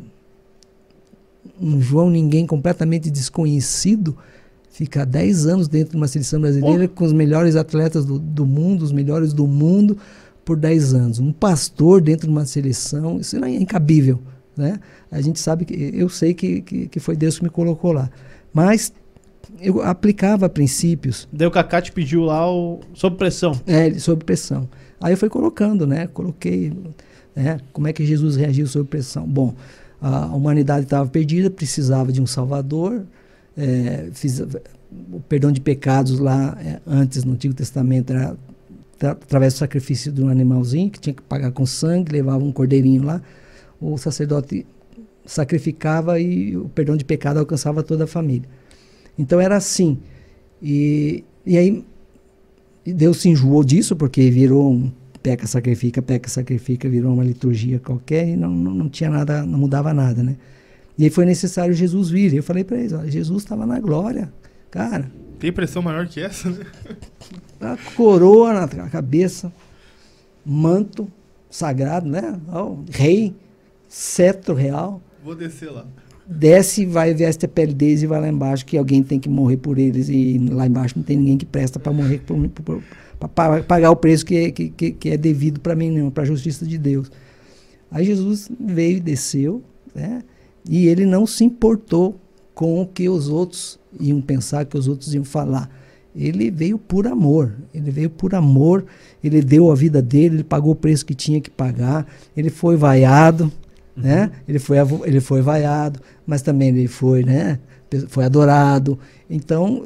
João Ninguém completamente desconhecido ficar 10 anos dentro de uma seleção brasileira com os melhores atletas do mundo, os melhores do mundo, por 10 anos. Um pastor dentro de uma seleção, isso não é incabível, né? A gente sabe, eu sei que foi Deus que me colocou lá. Mas eu aplicava princípios. Daí o Kaká te pediu lá sob pressão. Sob pressão. Aí eu fui colocando, né? Coloquei, né? Como é que Jesus reagiu sob pressão. Bom, a humanidade estava perdida, precisava de um Salvador. Fiz o perdão de pecados lá, antes no Antigo Testamento, era através do sacrifício de um animalzinho, que tinha que pagar com sangue, levava um cordeirinho lá. O sacerdote sacrificava e o perdão de pecado alcançava toda a família. Então era assim. E aí Deus se enjoou disso, porque virou um peca, sacrifica, virou uma liturgia qualquer e não tinha nada, não mudava nada, né? E aí foi necessário Jesus vir. Eu falei para eles, olha, Jesus estava na glória, cara. Tem pressão maior que essa, né? A coroa na cabeça, manto sagrado, né? Rei, cetro real. Vou descer lá. Desce, vai, veste a pele deles e vai lá embaixo, que alguém tem que morrer por eles, e lá embaixo não tem ninguém que presta para morrer, para pagar o preço que é devido para mim, não, para a justiça de Deus. Aí Jesus veio e desceu, né? E ele não se importou com o que os outros iam pensar, que os outros iam falar. Ele veio por amor, ele deu a vida dele, ele pagou o preço que tinha que pagar, ele foi vaiado, né? Ele foi vaiado, mas também ele foi, né? Foi adorado. Então,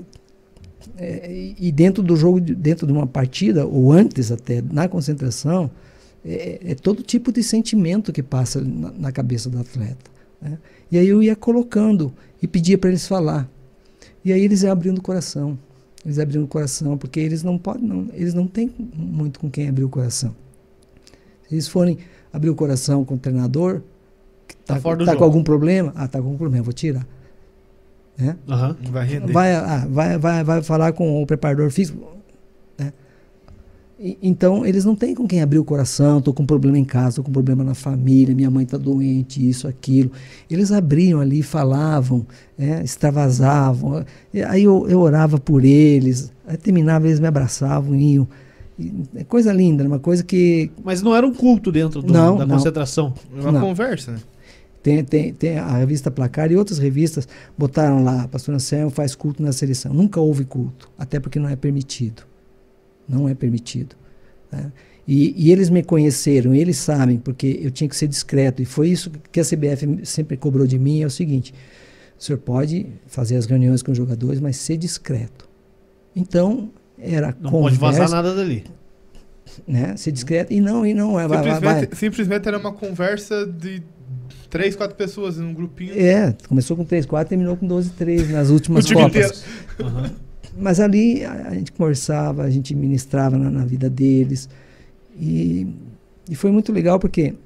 e dentro do jogo, dentro de uma partida, ou antes até, na concentração, é todo tipo de sentimento que passa na cabeça do atleta, né? E aí eu ia colocando e pedia para eles falar. E aí eles iam abrindo o coração. Porque eles não podem, eles não têm muito com quem abrir o coração. Se eles forem abrir o coração com o treinador, que tá com algum problema, tá com algum problema, vou tirar. Né? Vai render. Vai falar com o preparador físico. Né? Então, eles não têm com quem abrir o coração. Estou com um problema em casa, estou com um problema na família, minha mãe está doente, isso, aquilo. Eles abriam ali, falavam, extravasavam. Aí eu orava por eles, aí terminava, eles me abraçavam, iam. É coisa linda, uma coisa que... Mas não era um culto dentro da concentração. Era uma conversa, né? Tem a revista Placar e outras revistas botaram lá, pastor Anselmo faz culto na seleção. Nunca houve culto, até porque não é permitido. Não é permitido. Né? E eles me conheceram, eles sabem, porque eu tinha que ser discreto. E foi isso que a CBF sempre cobrou de mim, é o seguinte: o senhor pode fazer as reuniões com os jogadores, mas ser discreto. Então, era não conversa, pode vazar nada dali. Né? Ser discreto e não simplesmente era uma conversa de 3, 4 pessoas num grupinho. Começou com 3-4 e terminou com 12-3 nas últimas Copas. Mas ali a gente conversava, a gente ministrava na vida deles. E foi muito legal porque,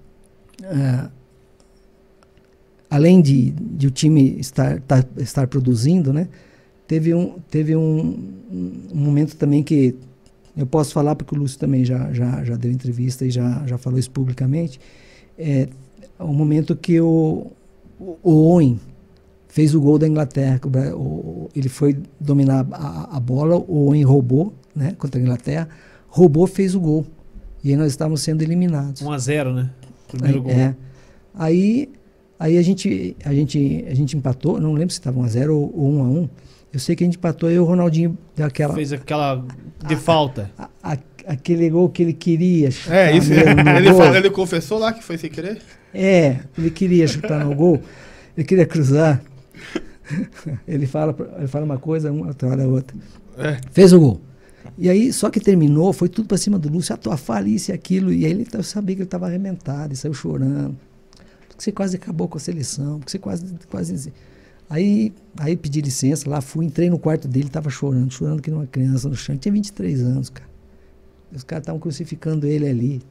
além de o time estar produzindo, né, teve um momento também que eu posso falar, porque o Lúcio também já deu entrevista e já falou isso publicamente. O momento que o Owen fez o gol da Inglaterra. Ele foi dominar a bola, o Owen roubou, né, contra a Inglaterra, fez o gol. E aí nós estávamos sendo eliminados. 1-0, né? Primeiro gol. Aí a gente empatou, não lembro se estava 1-0 ou 1-1. Eu sei que a gente empatou e o Ronaldinho deu aquela... Fez aquela de falta. Aquele gol que ele queria. Isso. Ele confessou lá que foi sem querer? Ele queria chutar no gol, ele queria cruzar. Ele fala uma coisa, outra hora outra. Fez o gol. E aí, só que terminou, foi tudo pra cima do Lúcio, a tua falha, isso e aquilo. E aí eu sabia que ele estava arrebentado, ele saiu chorando. Porque você quase acabou com a seleção, porque você quase... Aí pedi licença lá, entrei no quarto dele, estava chorando que nem uma criança no chão. Ele tinha 23 anos, cara. Os caras estavam crucificando ele ali.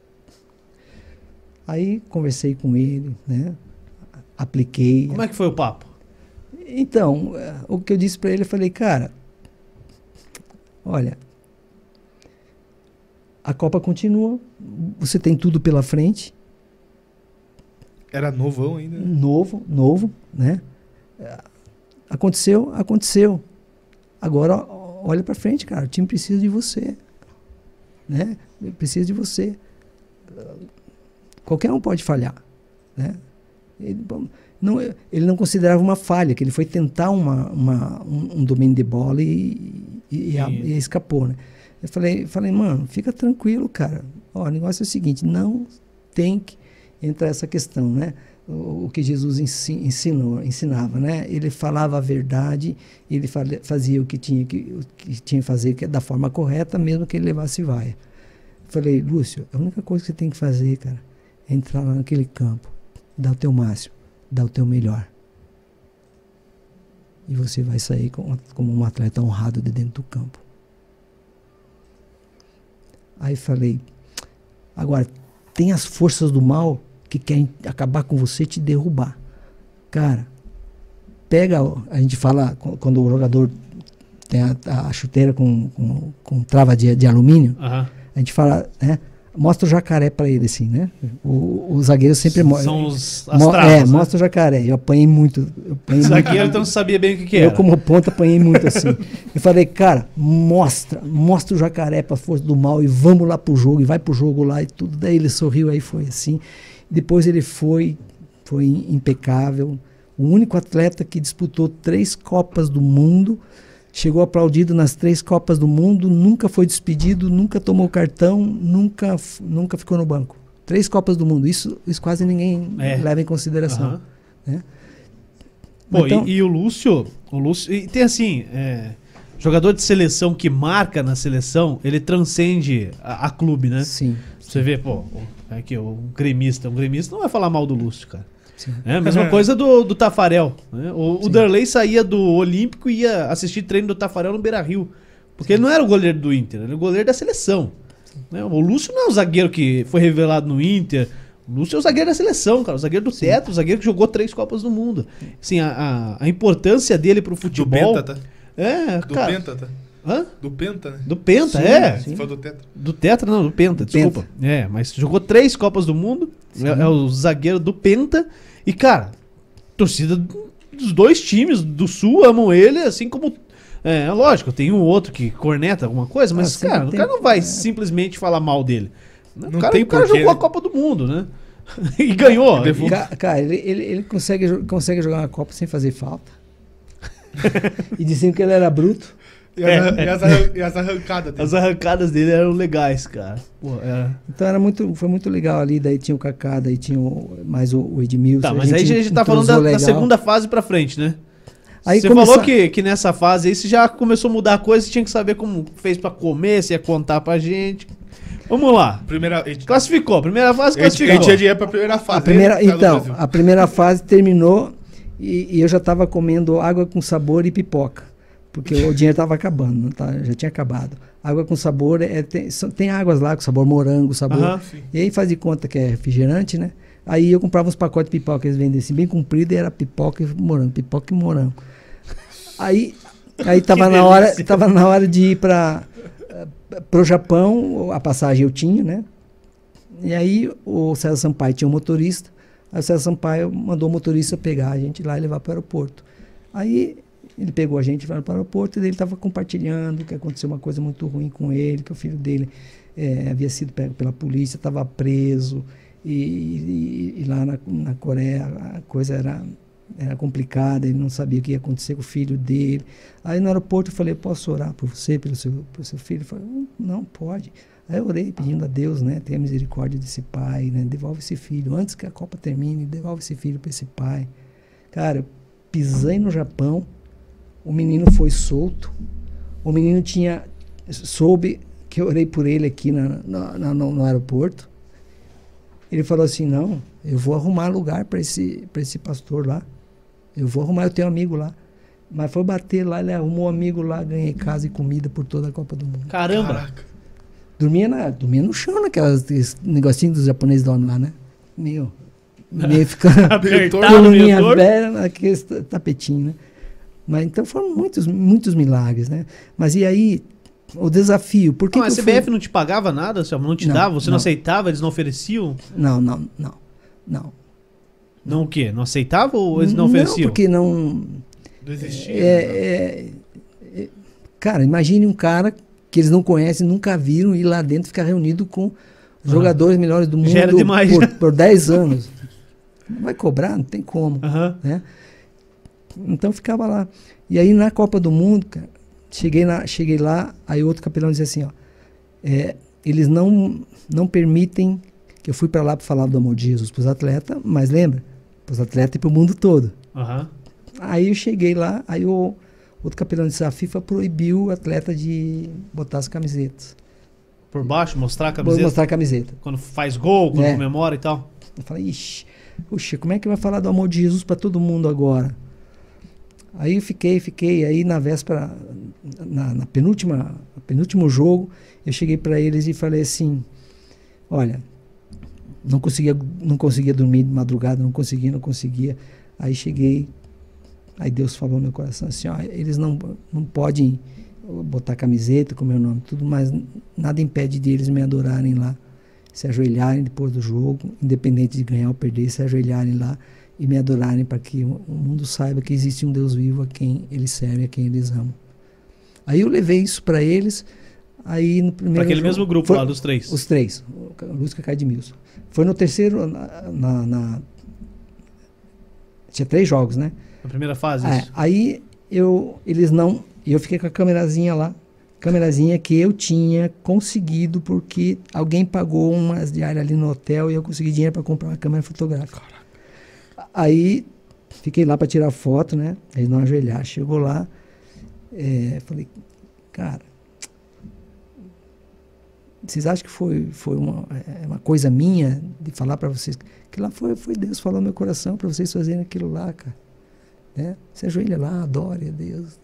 Aí conversei com ele, né? Apliquei. Como é que foi o papo? Então, o que eu disse para ele, eu falei, cara, olha, a Copa continua, você tem tudo pela frente. Era novão ainda. Novo, né? Aconteceu. Agora, olha para frente, cara, o time precisa de você, né? Precisa de você. Qualquer um pode falhar, né? Ele não considerava uma falha, que ele foi tentar um domínio de bola e escapou, né? Eu falei, mano, fica tranquilo, cara. Ó, o negócio é o seguinte, não tem que entrar essa questão, né? O que Jesus ensinava, né? Ele falava a verdade, ele fazia o que tinha que fazer da forma correta, mesmo que ele levasse vaia. Falei, Lúcio, a única coisa que você tem que fazer, cara, é entrar lá naquele campo, dar o teu máximo, dar o teu melhor. E você vai sair como um atleta honrado de dentro do campo. Aí falei, agora, tem as forças do mal que querem acabar com você e te derrubar. Cara, pega, a gente fala, quando o jogador tem a chuteira com trava de alumínio, a gente fala, né? Mostra o jacaré para ele, assim, né? O zagueiro sempre mostra. São as travas, né? Mostra o jacaré. Eu apanhei muito. O zagueiro então não sabia bem o que era. Eu, como ponta, apanhei muito, assim. Eu falei, cara, mostra o jacaré pra força do mal e vamos lá pro jogo, e vai pro jogo lá e tudo. Daí ele sorriu, aí foi assim. Depois ele foi impecável. O único atleta que disputou 3 Copas do Mundo, chegou aplaudido nas 3 Copas do Mundo, nunca foi despedido, nunca tomou cartão, nunca ficou no banco. 3 Copas do Mundo, isso quase ninguém leva em consideração. Né? Pô, então, e o Lúcio, e tem assim, jogador de seleção que marca na seleção, ele transcende a clube, né? Sim. Você vê, pô, aqui, um gremista não vai falar mal do Lúcio, cara. É a mesma coisa do Tafarel, né? O Darley saía do Olímpico e ia assistir treino do Tafarel no Beira-Rio, porque ele não era o goleiro do Inter, ele era o goleiro da seleção, né? O Lúcio não é o zagueiro que foi revelado no Inter, o Lúcio é o zagueiro da seleção, cara, o zagueiro do teto, o zagueiro que jogou 3 Copas do Mundo. Assim, a importância dele pro futebol... Do Penta, tá? Do Penta, tá? Hã? Do Penta, né? Do Penta, sim. Se for do Tetra. Do Tetra, não, do Penta, desculpa. Mas jogou 3 Copas do Mundo, é o zagueiro do Penta. E, cara, torcida dos 2 times do Sul amam ele, assim como... lógico, tem um outro que corneta alguma coisa, mas, cara, o cara não vai simplesmente falar mal dele. O cara jogou a Copa do Mundo, né? E ganhou. Cara, ele consegue jogar uma Copa sem fazer falta. E diziam que ele era bruto. E as arrancadas dele. As arrancadas dele eram legais, cara. Pô, Então foi muito legal ali. Daí tinha o Kaká, daí tinha mais o Edmilson. Tá, mas aí a gente tá falando da segunda fase pra frente, né? Aí você falou que nessa fase aí você já começou a mudar a coisa, você tinha que saber como fez pra comer, você ia contar pra gente. Vamos lá. Classificou, primeira fase classificou. A gente tinha dinheiro pra primeira fase. A primeira fase terminou e eu já estava comendo água com sabor e pipoca. Porque o dinheiro estava acabando, já tinha acabado. Água com sabor, tem águas lá com sabor morango, sabor. E aí faz de conta que é refrigerante, né? Aí eu comprava uns pacotes de pipoca que eles vendem assim, bem comprido, e era pipoca e morango. Aí tava na hora de ir para o Japão, a passagem eu tinha, né? E aí o César Sampaio tinha um motorista, aí o César Sampaio mandou o motorista pegar a gente lá e levar para o aeroporto. Aí ele pegou a gente para o aeroporto e ele estava compartilhando que aconteceu uma coisa muito ruim com ele, que o filho dele havia sido pego pela polícia, estava preso, e lá na Coreia a coisa era complicada, ele não sabia o que ia acontecer com o filho dele. Aí no aeroporto eu falei, posso orar por você, pelo seu filho? Ele falou, não, pode. Aí eu orei pedindo a Deus, né, tenha misericórdia desse pai, né, devolve esse filho, antes que a Copa termine, devolve esse filho para esse pai. Cara, eu pisei no Japão, o menino foi solto, o menino soube que eu orei por ele aqui no aeroporto. Ele falou assim, não, eu vou arrumar lugar para esse pastor lá. Eu tenho um amigo lá. Mas foi bater lá, ele arrumou um amigo lá, ganhei casa e comida por toda a Copa do Mundo. Caramba! Caraca. Dormia no chão, naqueles negocinhos dos japoneses lá, né? Meio ficando apertado, minha velha naquele tapetinho, né? Mas então foram muitos milagres, né? Mas e aí, o desafio, por que a CBF não te pagava nada, não te dava? Você não aceitava? Eles não ofereciam? Não. Não o quê? Não aceitava ou eles não ofereciam? Não, porque não existia. Cara, imagine um cara que eles não conhecem, nunca viram, ir lá dentro ficar reunido com jogadores melhores do mundo por 10 anos. Não vai cobrar? Não tem como. Né? Então ficava lá. E aí na Copa do Mundo, cara, cheguei lá, aí outro capelão dizia assim, ó, eles não permitem, que eu fui para lá para falar do amor de Jesus para os atletas, mas lembra, para os atletas e para o mundo todo. Aí eu cheguei lá, aí o outro capelão disse, a FIFA proibiu o atleta de botar as camisetas. Por baixo, mostrar a camiseta? Mostrar a camiseta. Quando faz gol, quando comemora e tal? Eu falei, puxa, como é que vai falar do amor de Jesus para todo mundo agora? Aí eu fiquei, aí na véspera, na penúltimo jogo, eu cheguei para eles e falei assim, olha, não conseguia dormir de madrugada, não conseguia. Aí cheguei, aí Deus falou no meu coração assim, ó, eles não podem botar camiseta com meu nome, tudo, mas nada impede de eles me adorarem lá, se ajoelharem depois do jogo, independente de ganhar ou perder, se ajoelharem lá e me adorarem, para que o mundo saiba que existe um Deus vivo a quem eles servem, a quem eles amam. Aí eu levei isso para eles, aí no primeiro pra aquele jogo, mesmo grupo lá dos três? Os três, o Lúcio, Cacá e Edmilson. Foi no terceiro, tinha 3 jogos, né? Na primeira fase? Aí eu fiquei com a câmerazinha lá, que eu tinha conseguido, porque alguém pagou umas diárias ali no hotel e eu consegui dinheiro para comprar uma câmera fotográfica. Caraca. Aí fiquei lá para tirar foto, né? Eles não ajoelharam. Chegou lá, falei, cara, vocês acham que foi uma coisa minha de falar para vocês? Que lá foi Deus falou no meu coração para vocês fazerem aquilo lá, cara. Né? Se ajoelha lá, adore a Deus.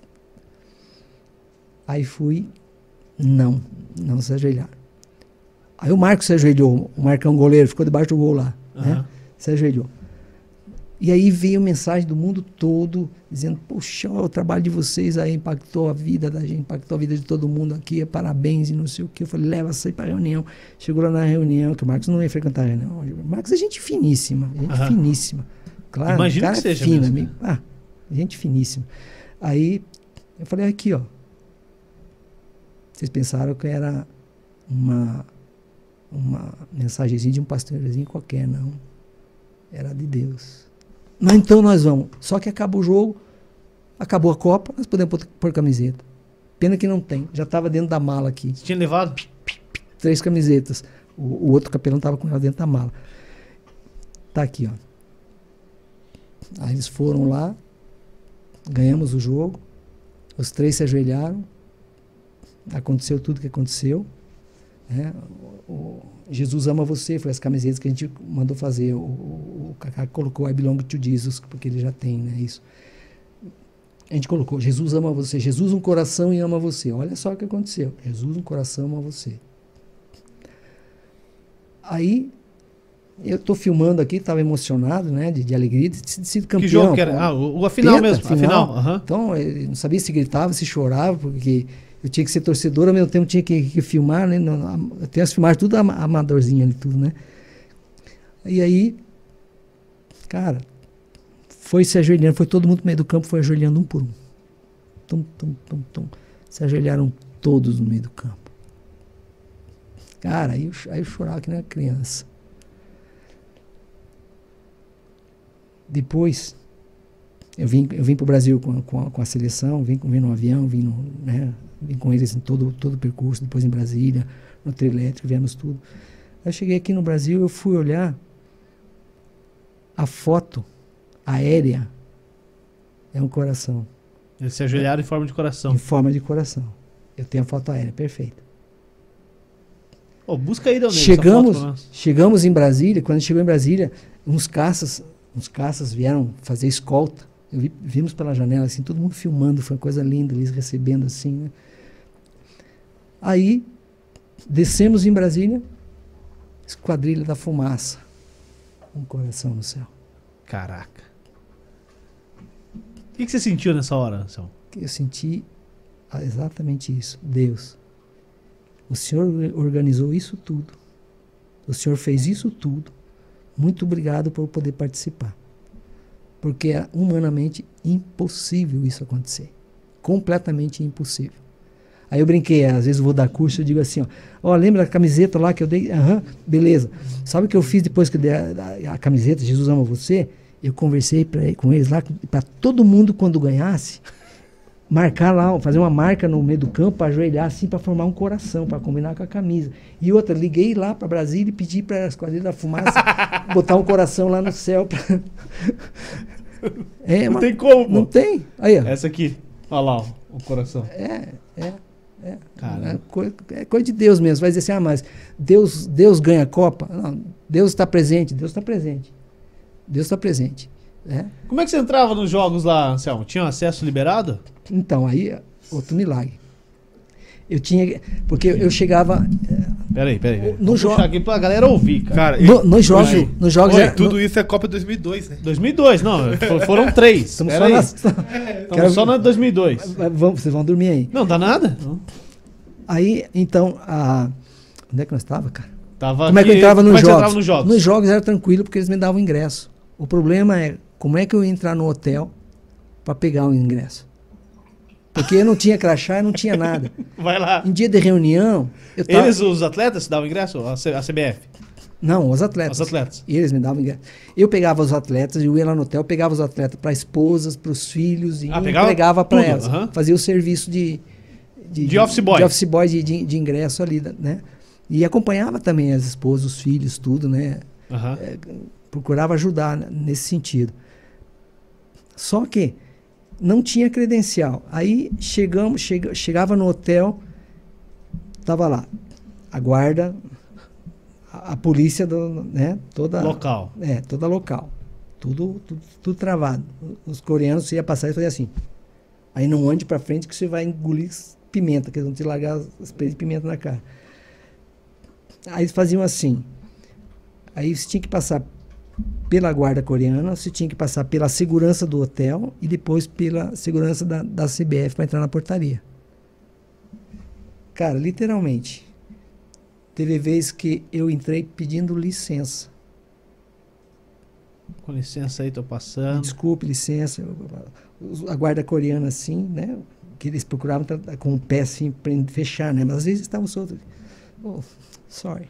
Aí fui, não se ajoelharam. Aí o Marcos se ajoelhou, o Marcão goleiro, ficou debaixo do gol lá, né? Se ajoelhou. E aí veio mensagem do mundo todo, dizendo, poxa, o trabalho de vocês aí impactou a vida da gente, impactou a vida de todo mundo aqui, parabéns e não sei o que. Eu falei, leva isso aí para reunião. Chegou lá na reunião, que o Marcos não ia frequentar a reunião. O Marcos é gente finíssima, finíssima. Claro, imagino cara que seja fina, mesmo. Gente finíssima. Aí eu falei, aqui, ó, vocês pensaram que era uma mensagenzinha de um pastorzinho qualquer, não. Era de Deus. Mas então nós vamos. Só que acaba o jogo, acabou a Copa, nós podemos pôr camiseta. Pena que não tem. Já estava dentro da mala aqui. Você tinha levado? 3 camisetas. O outro capelão estava com ela dentro da mala. Tá aqui, ó. Aí eles foram lá. ganhamos o jogo, os 3 se ajoelharam, aconteceu tudo o que aconteceu, né? Jesus ama você, foi as camisetas que a gente mandou fazer, o Kaká colocou I belong to Jesus, porque ele já tem, né, isso. A gente colocou, Jesus ama você, Jesus um coração e ama você. Olha só o que aconteceu, Jesus um coração ama você. Aí, eu estou filmando aqui, estava emocionado, né, de alegria, de sido campeão. Que jogo que era? A final mesmo, a final. Uhum. Então, eu não sabia se gritava, se chorava, porque eu tinha que ser torcedor, ao mesmo tempo tinha que filmar, né? Eu tenho as filmagens tudo amadorzinha ali, tudo, né? E aí, cara, foi se ajoelhando, foi todo mundo no meio do campo, foi ajoelhando um por um. Tum, tum, tum, tum. Se ajoelharam todos no meio do campo. Cara, aí eu chorava que nem uma criança. Depois, eu vim para o Brasil com a seleção, vim no avião, vim com eles em todo o percurso, depois em Brasília, no trio elétrico, viemos tudo. Aí eu cheguei aqui no Brasil, eu fui olhar a foto aérea, é um coração. Eles se ajoelharam em forma de coração. Em forma de coração. Eu tenho a foto aérea, perfeita. Oh, busca aí, Delnei, chegamos em Brasília, quando chegou em Brasília, uns caças vieram fazer escolta. Vimos pela janela, assim, todo mundo filmando, foi uma coisa linda, eles recebendo assim, né? Aí, descemos em Brasília, Esquadrilha da Fumaça. Um coração no céu. Caraca. O que você sentiu nessa hora, Anselmo? Eu senti exatamente isso. Deus, o Senhor organizou isso tudo. O Senhor fez isso tudo. Muito obrigado por poder participar. Porque é humanamente impossível isso acontecer. Completamente impossível. Aí eu brinquei, às vezes eu vou dar curso, eu digo assim, ó, lembra da camiseta lá que eu dei? Aham, beleza. Sabe o que eu fiz depois que eu dei a camiseta, Jesus ama você? Eu conversei com eles lá, para todo mundo quando ganhasse, marcar lá, fazer uma marca no meio do campo, para ajoelhar assim, para formar um coração, para combinar com a camisa. E outra, liguei lá para Brasília e pedi para a Esquadrilha da Fumaça botar um coração lá no céu. Não tem como, pô. Não tem. Aí, ó. Essa aqui, olha lá, o coração. É coisa de Deus mesmo. Vai dizer assim, mas Deus ganha a Copa? Não, Deus está presente, Deus está presente. Deus está presente. Como é que você entrava nos jogos lá, Anselmo? Tinha acesso liberado? Então, aí, outro milagre. Eu tinha... Porque eu chegava... Peraí. No jogo aqui pra galera ouvir, cara. Nos jogos... Tudo isso é Copa 2002, né? 2002, não. Foram 3. Estamos só na 2002. Vocês vão dormir aí. Não, dá nada. Aí, então, onde é que nós estávamos, cara? Como é que eu entrava nos jogos? Nos jogos era tranquilo, porque eles me davam ingresso. O problema é, como é que eu ia entrar no hotel para pegar o ingresso? Porque eu não tinha crachá, não tinha nada. Vai lá. Em dia de reunião... Os atletas davam ingresso? A CBF? Não, os atletas. Os atletas. E eles me davam ingresso. Eu pegava os atletas, eu ia lá no hotel, pegava os atletas para esposas, para os filhos, e entregava para elas. Fazia o serviço de office boy. De office boy de ingresso ali, né? E acompanhava também as esposas, os filhos, tudo, né? Procurava ajudar nesse sentido. Só que não tinha credencial. Aí chegava no hotel, tava lá a guarda, a polícia toda local. Toda local. Tudo travado. Os coreanos iam passar e fazer assim. Aí não ande para frente que você vai engolir pimenta, que eles vão te largar as spray de pimenta na cara. Aí eles faziam assim. Aí você tinha que passar pela guarda coreana, você tinha que passar pela segurança do hotel e depois pela segurança da CBF para entrar na portaria. Cara, literalmente, teve vez que eu entrei pedindo licença. Com licença aí, tô passando. Desculpe, licença. A guarda coreana assim, né? Que eles procuravam com o pé assim, para fechar, né? Mas às vezes estavam soltos. Oh, sorry.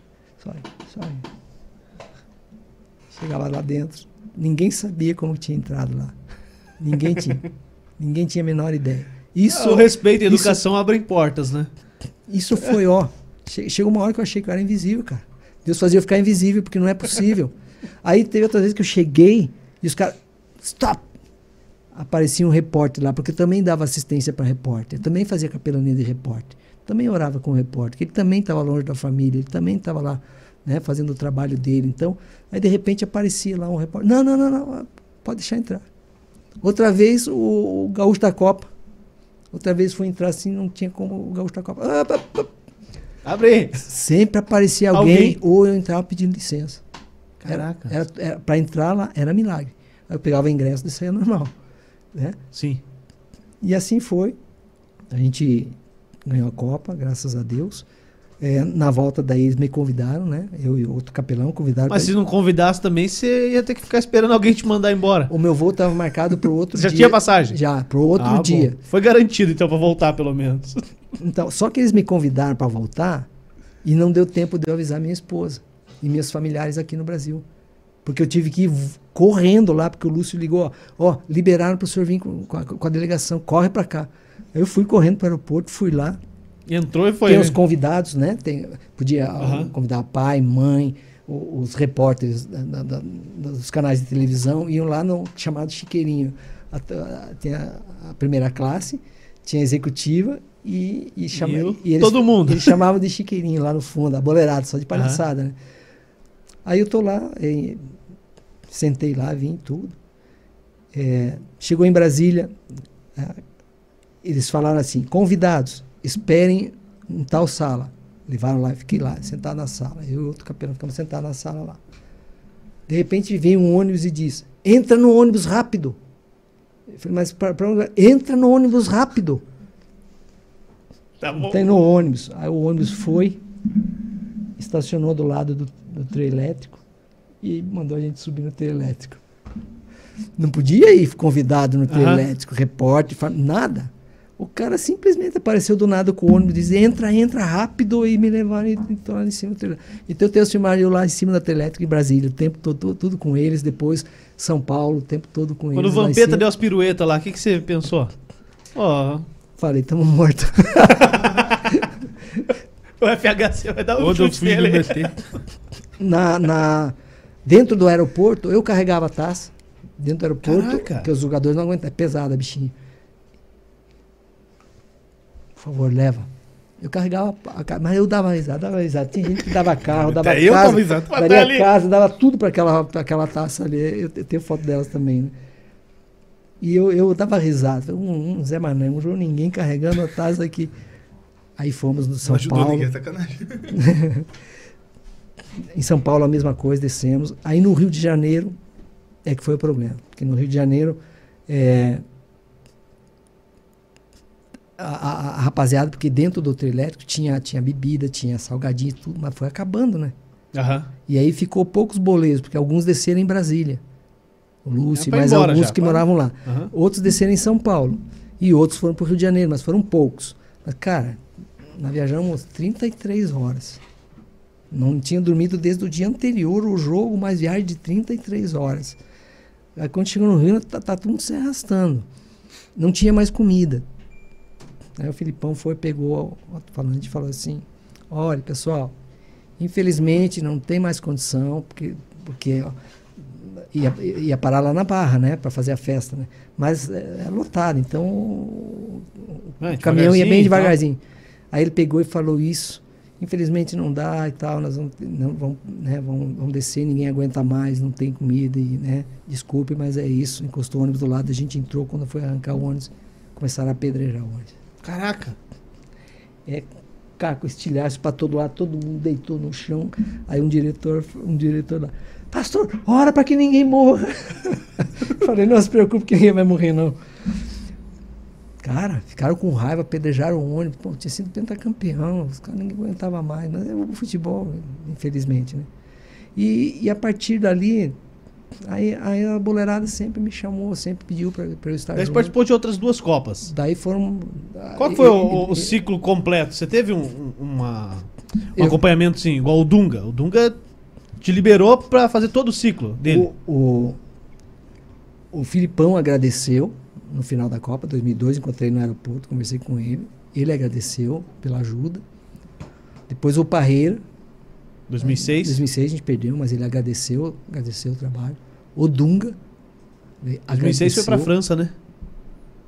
Chegava lá dentro, ninguém sabia como tinha entrado lá. Ninguém tinha a menor ideia. O respeito e a educação abrem portas, né? Isso foi, chegou uma hora que eu achei que eu era invisível, cara. Deus fazia eu ficar invisível, porque não é possível. Aí teve outras vezes que eu cheguei e os caras, stop! aparecia um repórter lá, porque eu também dava assistência para repórter, eu também fazia capelania de repórter, também orava com o repórter, que ele também estava longe da família, ele também estava lá, né, fazendo o trabalho dele. Então, aí de repente aparecia lá um repórter, não, pode deixar entrar. Outra vez o gaúcho da Copa, outra vez foi entrar assim, não tinha como o gaúcho da Copa. Abre! Sempre aparecia alguém ou eu entrava pedindo licença. Caraca. Para entrar lá era milagre. Aí eu pegava o ingresso e saía normal. Né? Sim. E assim foi. A gente ganhou a Copa, graças a Deus. Na volta daí eles me convidaram, né? Eu e outro capelão convidaram. Mas se não convidasse também, você ia ter que ficar esperando alguém te mandar embora. O meu voo estava marcado para o outro dia. Já tinha passagem? Já, para o outro dia. Bom. Foi garantido então para voltar pelo menos. Então, só que eles me convidaram para voltar e não deu tempo de eu avisar minha esposa e meus familiares aqui no Brasil. Porque eu tive que ir correndo lá, porque o Lúcio ligou, liberaram para o senhor vir com a delegação, corre para cá. Eu fui correndo para o aeroporto, fui lá. Entrou e foi. Tem os convidados, né? Podia convidar pai, mãe, os repórteres dos canais de televisão, iam lá no chamado chiqueirinho. Tem a primeira classe, tinha a executiva e eles, todo mundo. Eles chamavam de chiqueirinho lá no fundo, a boleirada, só de palhaçada, né? Aí eu tô lá, sentei lá, vim tudo. Chegou em Brasília, eles falaram assim, convidados, esperem em tal sala. Levaram lá, fiquei lá, sentado na sala. Eu e outro capelão ficamos sentados na sala lá. De repente vem um ônibus e diz, entra no ônibus rápido. Eu falei, mas para onde? Entra no ônibus rápido. Tá bom. Entrei no ônibus. Aí o ônibus foi, estacionou do lado do trem elétrico e mandou a gente subir no trem elétrico. Não podia ir convidado no trem elétrico, repórter, nada. O cara simplesmente apareceu do nada com o ônibus e disse, entra rápido, e me levaram e tô lá em cima do trem elétrico. Então eu tenho os filmagens lá em cima da trem elétrica em Brasília, o tempo todo, tudo com eles, depois São Paulo, o tempo todo com Quando eles. Quando o Vampeta deu as piruetas lá, o que você pensou? Falei, estamos mortos. O FHC vai dar um chute nele. Dentro do aeroporto, eu carregava a taça. Dentro do aeroporto, Caraca. porque os jogadores não aguentam. É pesada a bichinha. Por favor, leva. Eu carregava, mas eu dava risada. Tinha gente que dava carro, dava Até eu casa, dava risada. daria casa, dava tudo para aquela taça ali. Eu tenho foto delas também, né? E eu dava risada. Um Zé Mané, um João Ninguém carregando a taça aqui. Aí fomos no São Paulo. Ninguém, sacanagem. Em São Paulo a mesma coisa, descemos. Aí no Rio de Janeiro é que foi o problema. Porque no Rio de Janeiro a rapaziada, porque dentro do trem elétrico tinha bebida, tinha salgadinho e tudo, mas foi acabando, né? E aí ficou poucos boleiros, porque alguns desceram em Brasília. O Lúcio, mas alguns que moravam lá. Outros desceram em São Paulo. E outros foram para o Rio de Janeiro, mas foram poucos. Mas, cara, nós viajamos 33 horas. Não tinha dormido desde o dia anterior o jogo, mas viagem de 33 horas. Aí quando chegou no Rio, tá todo mundo se arrastando. Não tinha mais comida. Aí o Filipão pegou o alto-falante e falou assim, olha, pessoal, infelizmente não tem mais condição, porque ia parar lá na Barra, né, para fazer a festa, né? Mas é lotado, então o caminhão ia bem devagarzinho. Então. Aí ele pegou e falou isso, infelizmente não dá e tal, nós vamos descer, ninguém aguenta mais, não tem comida, e, né, desculpe, mas é isso. Encostou o ônibus do lado, a gente entrou, quando foi arrancar o ônibus, começaram a apedrejar o ônibus. Caraca! Cara, com estilhaço para todo lado, todo mundo deitou no chão. Aí um diretor lá, pastor, ora para que ninguém morra. Falei, não se preocupe que ninguém vai morrer, não. Cara, ficaram com raiva, apedrejaram o ônibus. Pô, tinha sido pentacampeão, os caras ninguém aguentava mais. Mas é o futebol, infelizmente, né? E a partir dali, aí a boleirada sempre me chamou, sempre pediu para eu estar Daí junto. você participou de outras 2 Copas. Daí foram... Qual foi o ciclo completo? Você teve um acompanhamento assim, igual o Dunga? O Dunga te liberou para fazer todo o ciclo dele. O Filipão agradeceu no final da Copa, 2002, encontrei no aeroporto, conversei com ele. Ele agradeceu pela ajuda. Depois o Parreira. 2006? 2006 a gente perdeu, mas ele agradeceu o trabalho. O Dunga. 2006 foi para a França, né?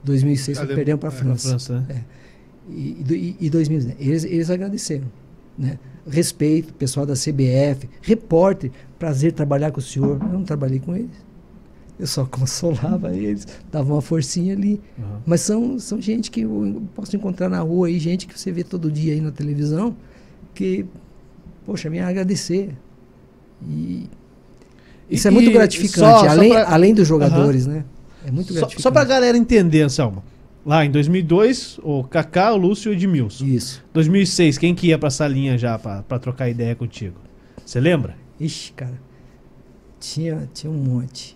2006 Ale- perdemos para a é, França. França, né? E 2010. Eles agradeceram. Né? Respeito, pessoal da CBF, repórter, prazer trabalhar com o senhor. Eu não trabalhei com eles. Eu só consolava eles, dava uma forcinha ali. Uhum. Mas são gente que eu posso encontrar na rua aí, gente que você vê todo dia aí na televisão, que, poxa, me agradecer. E isso é muito gratificante, além dos jogadores, né? É muito gratificante. Só pra galera entender, Anselmo. Lá em 2002, o Kaká, o Lúcio e o Edmilson. Isso. 2006, quem que ia pra salinha já pra trocar ideia contigo? Você lembra? Ixi, cara. Tinha um monte.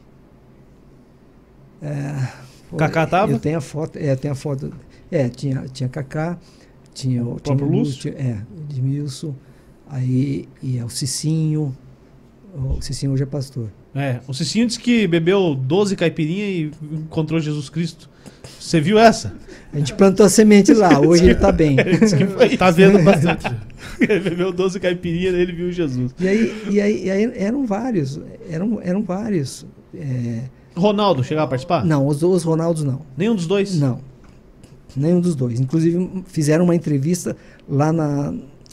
Kaká tava? Eu tenho a foto. Tenho a foto. Tinha Kaká, tinha o próprio Lúcio? o Edmilson, aí ia o Cicinho. O Cicinho hoje é pastor. O Cicinho disse que bebeu 12 caipirinha e encontrou Jesus Cristo. Você viu essa? A gente plantou a semente lá, hoje ele tá bem. Tá vendo bastante. Ele bebeu 12 caipirinha e ele viu Jesus. E aí eram vários. Eram vários. Ronaldo chegava a participar? Não, os Ronaldos não. Nenhum dos dois? Não. Nenhum dos dois. Inclusive, fizeram uma entrevista lá na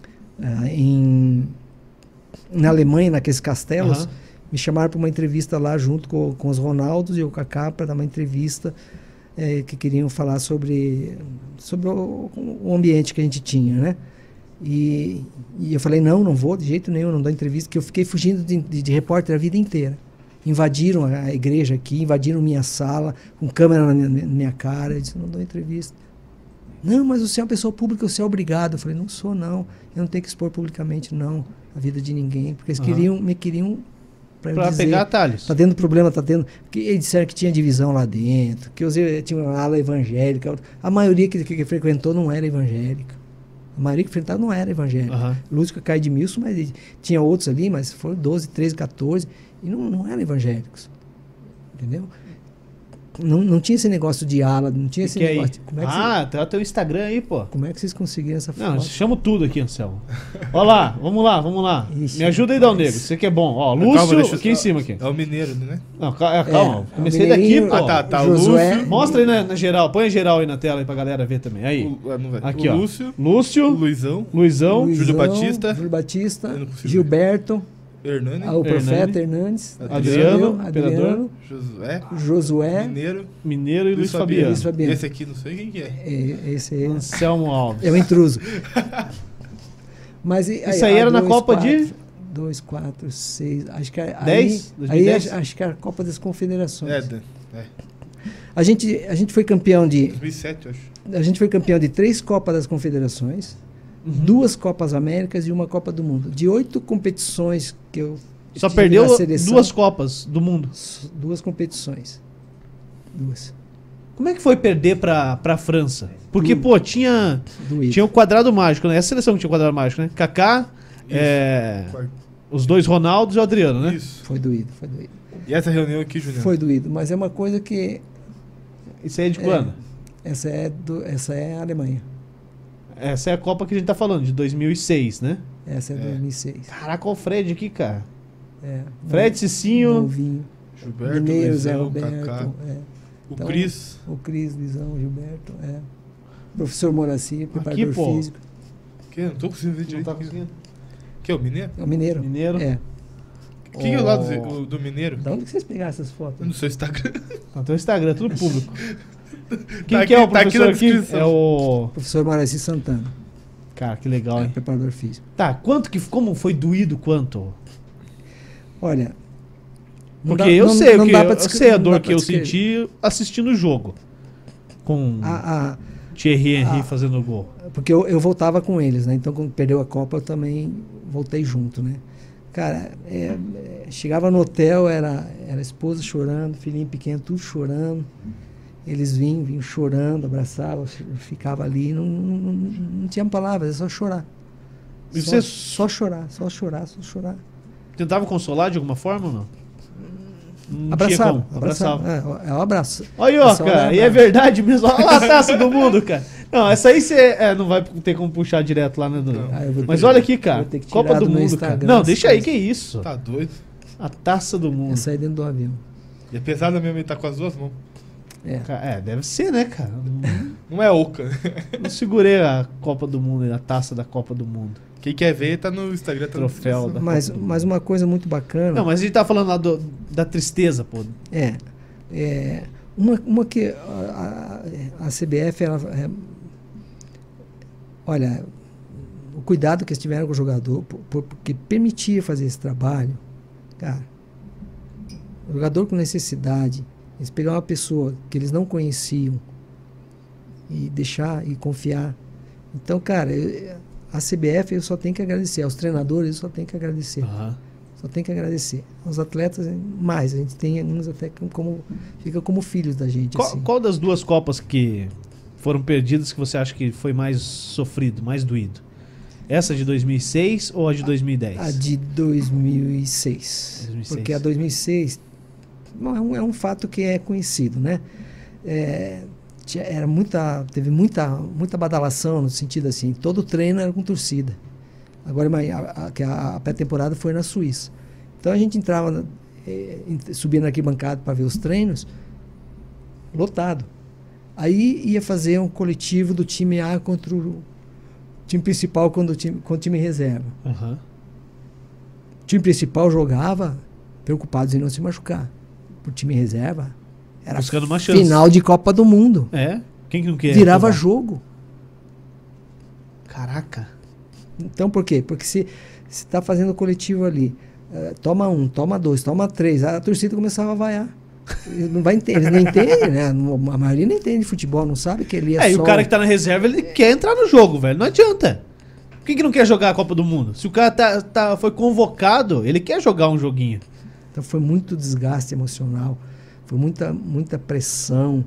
Alemanha, naqueles castelos. Me chamaram para uma entrevista lá junto com os Ronaldos e o Kaká para dar uma entrevista que queriam falar sobre o ambiente que a gente tinha, né? E eu falei, não vou de jeito nenhum, não dou entrevista, porque eu fiquei fugindo de repórter a vida inteira. Invadiram a igreja aqui, invadiram minha sala, com câmera na minha cara. Eu disse, não dou entrevista. Não, mas você é uma pessoa pública, você é obrigado. Eu falei, não sou, não. Eu não tenho que expor publicamente, não, a vida de ninguém. Porque eles me queriam pra pegar atalhos. Tá tendo problema, tá tendo... Porque eles disseram que tinha divisão lá dentro, que tinha uma ala evangélica. A maioria que frequentou não era evangélica. A maioria que frequentava não era evangélica. Lúcio, Kaká e Edmilson, mas tinha outros ali, mas foram 12, 13, 14... E não eram evangélicos. Entendeu? Não tinha esse negócio de ala, não tinha esse negócio. Tá teu Instagram aí, pô. Como é que vocês conseguiram essa foto? Não, chamo tudo aqui, Anselmo. Ó lá, vamos lá. Ixi, me ajuda aí, Dal Negro. Você que é bom. Ó, Lúcio, calma, aqui em cima. Aqui. É o Mineiro, né? Não, calma. Comecei daqui, pô. Tá. Josué, Lúcio. Mostra aí na geral. Põe a geral aí na tela aí pra galera ver também. Aí. Aqui, o ó. Lúcio. Luizão. Júlio Batista. Gilberto. Hernani. O profeta Hernandes. Adriano. Josué. Mineiro e Luiz Fabiano. Esse aqui, não sei quem que é. Esse aí. Anselmo Alves. É o intruso. Mas isso aí era na Copa de... 2, 4, 6... Acho que 10? Aí acho que era a Copa das Confederações. É. A gente foi campeão de... 2007, acho. A gente foi campeão de 3 Copas das Confederações, 2 Copas Américas e 1 Copa do Mundo. De 8 competições que eu só perdeu 2 Copas do Mundo. 2 competições. 2. Como é que foi perder pra França? Porque, pô, tinha o quadrado mágico, né? Essa seleção que tinha o quadrado mágico, né? Kaká, os 2 Ronaldos e o Adriano, né? Isso. Foi doído. E essa reunião aqui, Juliano? Foi doído, mas é uma coisa que... Isso aí é de quando? Essa é a Alemanha. Essa é a Copa que a gente tá falando, de 2006, né? Essa é 2006. Caraca, olha o Fred aqui, cara. Fred, Cicinho. Novinho. Gilberto, Mineiro, Zé Luizão, Roberto. Kaká. Então, o Cris. O Cris, Luizão, Gilberto. Professor Moraci, preparador aqui, pô. físico. Que? Não tô conseguindo ver direito. Não tá conseguindo. Que é o Mineiro? É o Mineiro. Quem é o lado do Mineiro? Da onde que vocês pegaram essas fotos? No seu Instagram. No teu Instagram, tudo público. Quem Tá que é o aqui, tá aqui professor na aqui? descrição. É o... Professor Moraci Santana. Cara, que legal, hein? Preparador físico. Tá, como foi doído quanto? Olha... Porque eu sei a dor que eu senti assistindo o jogo. Com Thierry Henry fazendo o gol. Porque eu voltava com eles, né? Então, quando perdeu a Copa, eu também voltei junto, né? Cara, chegava no hotel, era a esposa chorando, filhinho pequeno, tudo chorando. Eles vinham chorando, abraçavam, ficava ali, não tinha palavras, é só chorar. E só chorar. Tentava consolar de alguma forma ou não? Abraçava. É um abraço. Olha aí, cara, e é verdade mesmo. Olha lá a taça do mundo, cara. Não, essa aí você não vai ter como puxar direto lá, né? Mas olha aqui, cara. Copa do Mundo, cara. Não, deixa aí, que isso. Tá doido. A taça do mundo. Essa aí dentro do avião. E é pesada mesmo, ele tá com as 2 mãos. Deve ser, né, cara? Não é oca. Não segurei a Copa do Mundo, a taça da Copa do Mundo. Quem quer ver, tá no Instagram. Tá Troféu da Mas uma coisa muito bacana... Não, mas a gente tá falando lá da tristeza, pô. Uma que a CBF, olha, o cuidado que eles tiveram com o jogador, porque permitia fazer esse trabalho, cara, o jogador com necessidade, eles pegaram uma pessoa que eles não conheciam e deixar e confiar. Então, cara, a CBF eu só tenho que agradecer, aos treinadores eu só tenho que agradecer. Uhum. Só tem que agradecer. Aos atletas, mais. A gente tem uns até fica como filhos da gente. Qual das duas Copas que foram perdidas que você acha que foi mais sofrido, mais doído? Essa de 2006 ou a de 2010? A de 2006. Porque a 2006 não, é um fato que é conhecido, né? Teve muita badalação no sentido assim, todo treino era com torcida. Agora a pré-temporada foi na Suíça. Então a gente entrava, subia na arquibancada para ver os treinos, lotado. Aí ia fazer um coletivo do time A contra o time principal contra o time reserva. Uhum. O time principal jogava preocupados em não se machucar. O time reserva era buscando uma chance. Final de Copa do Mundo. Quem que não quer? Virava jogo. Caraca. Então, por quê? Porque se está fazendo coletivo ali, toma 1, toma 2, toma 3, a torcida começava a vaiar. Eles não entendem, né? A maioria não entende de futebol, não sabe que ele e o cara que tá na reserva, ele quer entrar no jogo, velho. Não adianta. Quem que não quer jogar a Copa do Mundo? Se o cara foi convocado, ele quer jogar um joguinho. Então foi muito desgaste emocional, foi muita pressão,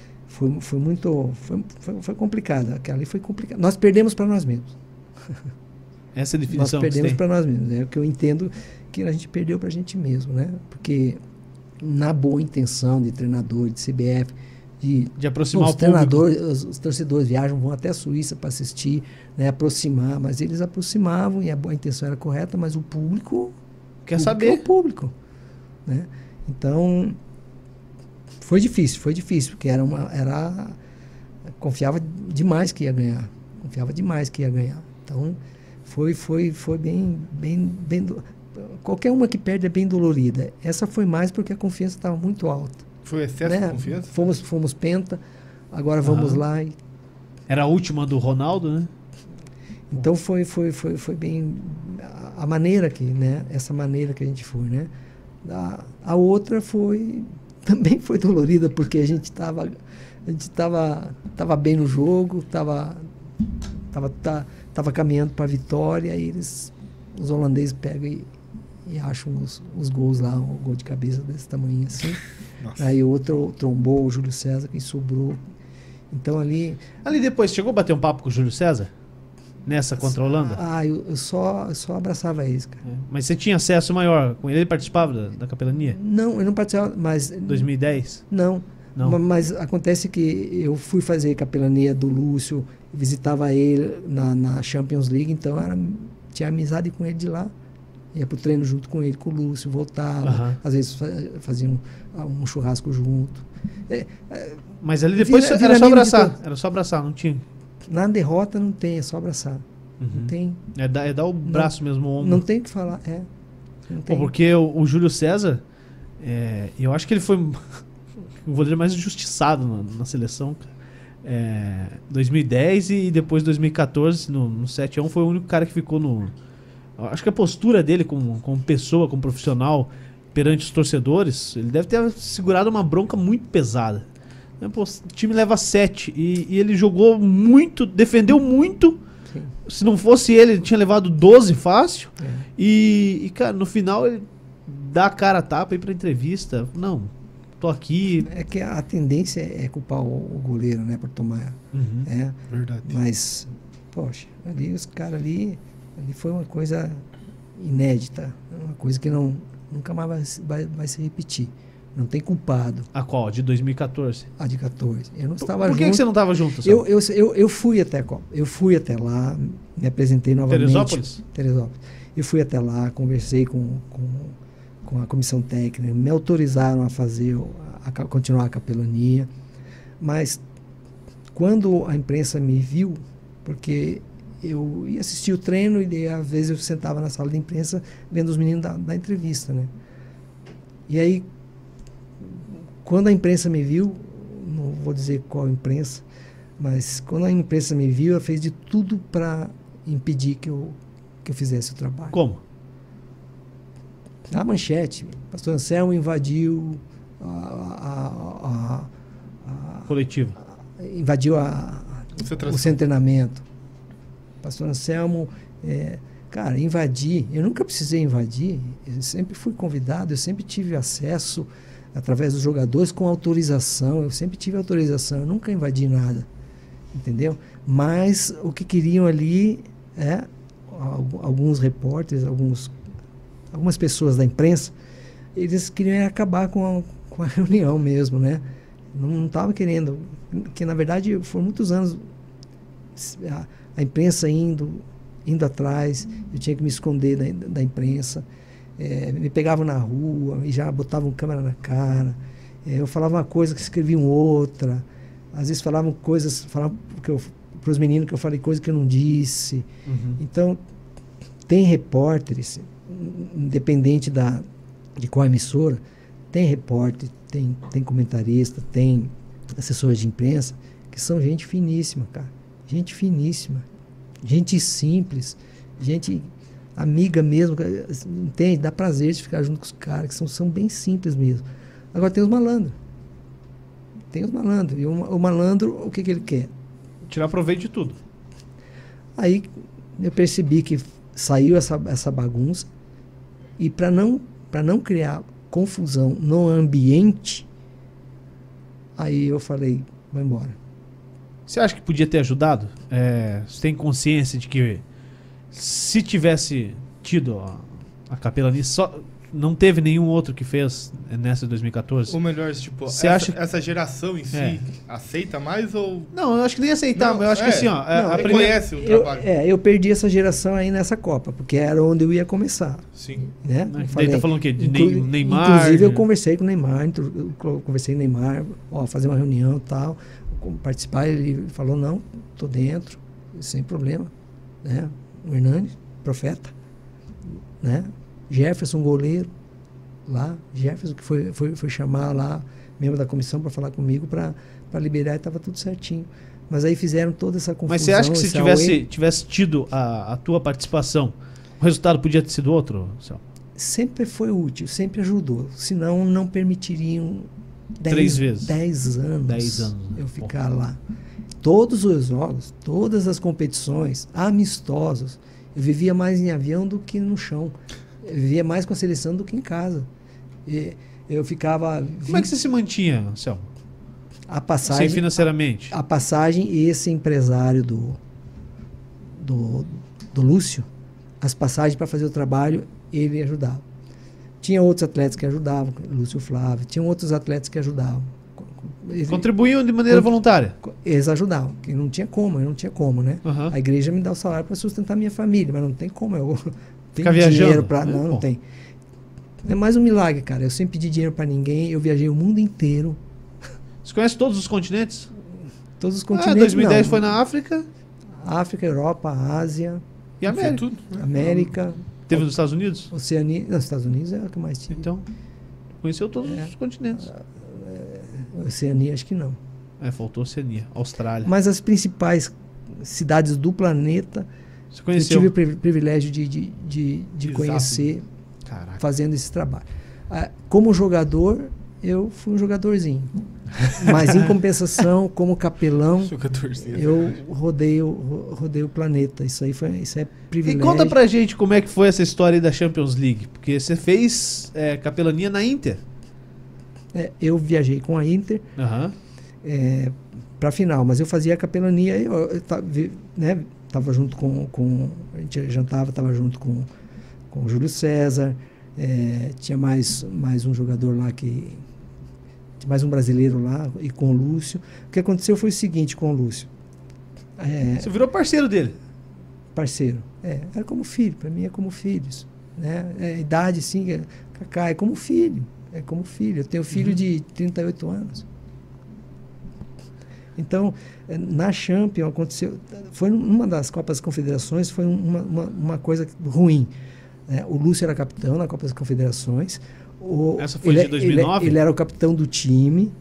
foi complicado. Aquela ali foi complicado. Nós perdemos para nós mesmos. Essa é a definição. Nós perdemos para nós mesmos. É o que eu entendo que a gente perdeu para a gente mesmo, né? Porque na boa intenção de treinador, de CBF, de aproximar os treinadores, os torcedores vão até a Suíça para assistir, né? Aproximar, mas eles aproximavam e a boa intenção era correta, mas o público quer saber. É o público, né? Então foi difícil, porque confiava demais que ia ganhar. Então, foi bem qualquer uma que perde é bem dolorida. Essa foi mais porque a confiança estava muito alta. Foi excesso de confiança? Fomos penta, agora vamos lá. Era a última do Ronaldo, né? Então foi bem a maneira que, né? Essa maneira que a gente foi, né? A outra também foi dolorida porque a gente estava bem no jogo, estava caminhando para a vitória e os holandeses pegam e acham os gols lá, um gol de cabeça desse tamanho assim. Nossa. Aí outro trombou o Júlio César que sobrou. Então ali depois chegou a bater um papo com o Júlio César? Nessa contra a Holanda? Eu só abraçava eles, cara. Mas você tinha acesso maior com ele? Ele participava da capelania? Não, eu não participava, mas... 2010? Não. Mas acontece que eu fui fazer capelania do Lúcio, visitava ele na Champions League, então tinha amizade com ele de lá. Ia pro treino junto com ele, com o Lúcio, voltava. Às vezes fazia um churrasco junto. Mas ali depois era só abraçar. Era só abraçar, não tinha... Na derrota não tem, é só abraçar. Não tem. É dar o braço mesmo, o ombro. Não tem o que falar, Não tem. Porque o Júlio César, eu acho que ele foi o goleiro mais injustiçado na seleção. 2010 e depois 2014, no 7-1, foi o único cara que ficou no... Acho que a postura dele como pessoa, como profissional, perante os torcedores, ele deve ter segurado uma bronca muito pesada. Pô, o time leva 7 e ele jogou muito, defendeu muito. Sim. Se não fosse ele tinha levado 12 fácil. E, cara, no final ele dá a cara a tapa e ir pra entrevista. Não, tô aqui. É que a tendência é culpar o goleiro, né, por tomar. Verdade. Mas, poxa, ali os caras ali foi uma coisa inédita. Uma coisa que nunca mais vai se repetir. Não tem culpado. A qual? De 2014? A de 14. Eu não estava junto. Por que você não estava junto? Eu fui até a Copa. Eu fui até lá, me apresentei novamente. Teresópolis. Eu fui até lá, conversei com a comissão técnica, me autorizaram a fazer, a continuar a capelania. Mas quando a imprensa me viu, porque eu ia assistir o treino e às vezes eu sentava na sala de imprensa vendo os meninos da entrevista, né? E aí, quando a imprensa me viu, não vou dizer qual imprensa, mas quando a imprensa me viu, ela fez de tudo para impedir que eu fizesse o trabalho. Como? A manchete, pastor Anselmo invadiu Coletivo. Invadiu o centro de treinamento. Pastor Anselmo, cara, invadir, eu nunca precisei invadir, eu sempre fui convidado, eu sempre tive acesso através dos jogadores com autorização, eu sempre tive autorização, eu nunca invadi nada, entendeu? Mas o que queriam ali alguns repórteres, algumas pessoas da imprensa, eles queriam acabar com a reunião mesmo, né? Não estava querendo, que na verdade foram muitos anos a imprensa indo atrás, eu tinha que me esconder da imprensa, me pegavam na rua e já botavam câmera na cara, eu falava uma coisa que escreviam outra, às vezes falavam para os meninos que eu falei coisas que eu não disse. Uhum. Então, tem repórteres, independente de qual emissora, tem repórter, tem comentarista, tem assessores de imprensa, que são gente finíssima, cara. Gente finíssima. Gente simples. Gente amiga mesmo. Entende? Dá prazer de ficar junto com os caras, que são bem simples mesmo. Agora tem os malandros. Tem os malandros. E o malandro, o que ele quer? Tirar proveito de tudo. Aí eu percebi que saiu essa bagunça, e para não criar confusão no ambiente, aí eu falei, vai embora. Você acha que podia ter ajudado? Você tem consciência de que se tivesse tido a capelania, não teve nenhum outro que fez nessa de 2014? Ou melhor, tipo, essa geração em si aceita mais ou... Não, eu acho que nem aceitar, mas eu acho que assim, ó... conhece o trabalho. Eu perdi essa geração aí nessa Copa, porque era onde eu ia começar. Sim. Né? Daí tá falando o quê? De Neymar? Inclusive eu conversei com o Neymar, fazer uma reunião e tal, participar, ele falou, não, tô dentro, sem problema. Né? O Hernani, profeta, né? Jefferson, goleiro, lá, Jefferson, que foi chamar lá, membro da comissão, para falar comigo, para liberar, e estava tudo certinho. Mas aí fizeram toda essa confusão. Mas você acha que se tivesse tido a tua participação, o resultado podia ter sido outro, Celso? Sempre foi útil, sempre ajudou. Senão, não permitiriam 10 anos eu ficar lá. Todos os jogos, todas as competições, amistosos, eu vivia mais em avião do que no chão. Eu vivia mais com a seleção do que em casa. Eu ficava... Como é que você se mantinha, Celso? A passagem... Assim, financeiramente? A passagem, e esse empresário do Lúcio, as passagens para fazer o trabalho, ele ajudava. Tinha outros atletas que ajudavam, Lúcio Flávio, tinham outros atletas que ajudavam. Contribuíam de maneira voluntária? Eles ajudavam, que não tinha como, né? Uhum. A igreja me dá o salário para sustentar minha família, mas não tem como eu... Ficar viajando? Não tem. É mais um milagre, cara. Eu sempre pedi dinheiro para ninguém. Eu viajei o mundo inteiro. Você conhece todos os continentes? Todos os continentes. 2010 não. Foi na África? África, Europa, Ásia. E América? Tudo, né? América. Teve nos Estados Unidos? Oceania. Nos Estados Unidos é o que mais tinha. Então, conheceu todos os continentes. Oceania, acho que não. Faltou Oceania. Austrália. Mas as principais cidades do planeta... Você conheceu? Eu tive o privilégio de conhecer, Caraca. Fazendo esse trabalho. Como jogador, eu fui um jogadorzinho. Mas em compensação, como capelão, eu rodei o planeta. Isso é privilégio. E conta pra gente como é que foi essa história aí da Champions League. Porque você fez capelania na Inter. Eu viajei com a Inter pra final, mas eu fazia a capelania, né? Estava junto a gente jantava, estava junto com o Júlio César, tinha mais um jogador lá, mais um brasileiro lá, e com o Lúcio. O que aconteceu foi o seguinte com o Lúcio. Você virou parceiro dele? Parceiro. Era como filho, para mim é como filhos. Né? Idade, sim, Cacá, é como filho. É como filho. Eu tenho filho de 38 anos. Então, na Champions aconteceu, foi uma das Copas das Confederações, foi uma coisa ruim. Né? O Lúcio era capitão na Copa das Confederações. Essa foi de 2009? Ele era o capitão do time,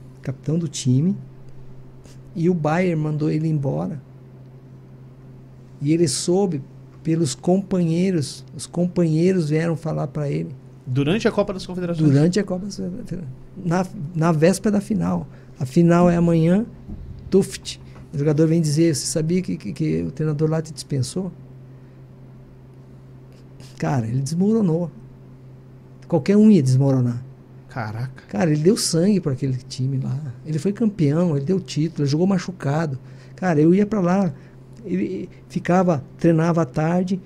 e o Bayern mandou ele embora. E ele soube pelos companheiros, os companheiros vieram falar para ele. Durante a Copa das Confederações? Durante a Copa das Confederações. Na véspera da final. A final é amanhã, Tuft. O jogador vem dizer, você sabia que o treinador lá te dispensou? Cara, ele desmoronou. Qualquer um ia desmoronar. Caraca. Cara, ele deu sangue para aquele time lá. Ele foi campeão, ele deu título, ele jogou machucado. Cara, eu ia para lá, ele ficava, treinava à tarde,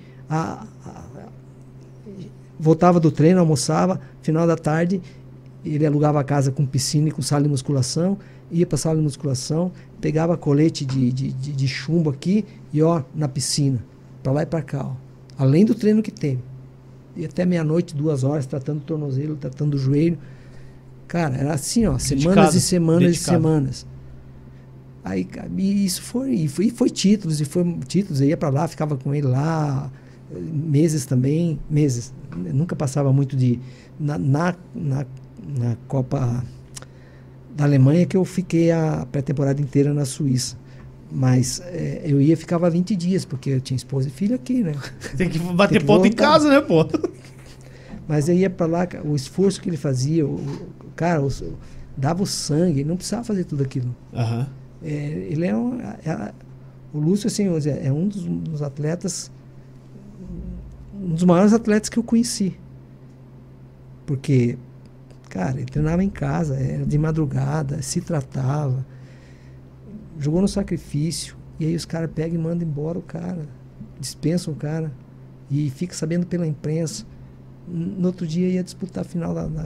voltava do treino, almoçava, final da tarde, ele alugava a casa com piscina e com sala de musculação, ia para a sala de musculação, pegava colete de chumbo aqui e na piscina, para lá e para cá, além do treino que teve. E até meia-noite, 2 horas, tratando o tornozelo, tratando o joelho. Cara, era assim, semanas e semanas e semanas. Aí, e isso foi títulos, eu ia para lá, ficava com ele lá, meses também, meses. Eu nunca passava muito na Copa da Alemanha, que eu fiquei a pré-temporada inteira na Suíça. Mas eu ficava 20 dias, porque eu tinha esposa e filho aqui, né? Tem que bater ponto em casa, né, pô? Mas eu ia para lá, o esforço que ele fazia, cara, dava o sangue, ele não precisava fazer tudo aquilo. Uhum. Ele o Lúcio, assim, é um dos atletas, um dos maiores atletas que eu conheci. Porque, cara, ele treinava em casa, era de madrugada, se tratava, jogou no sacrifício, e aí os caras pegam e mandam embora o cara, dispensam o cara, e fica sabendo pela imprensa. No outro dia ia disputar a final da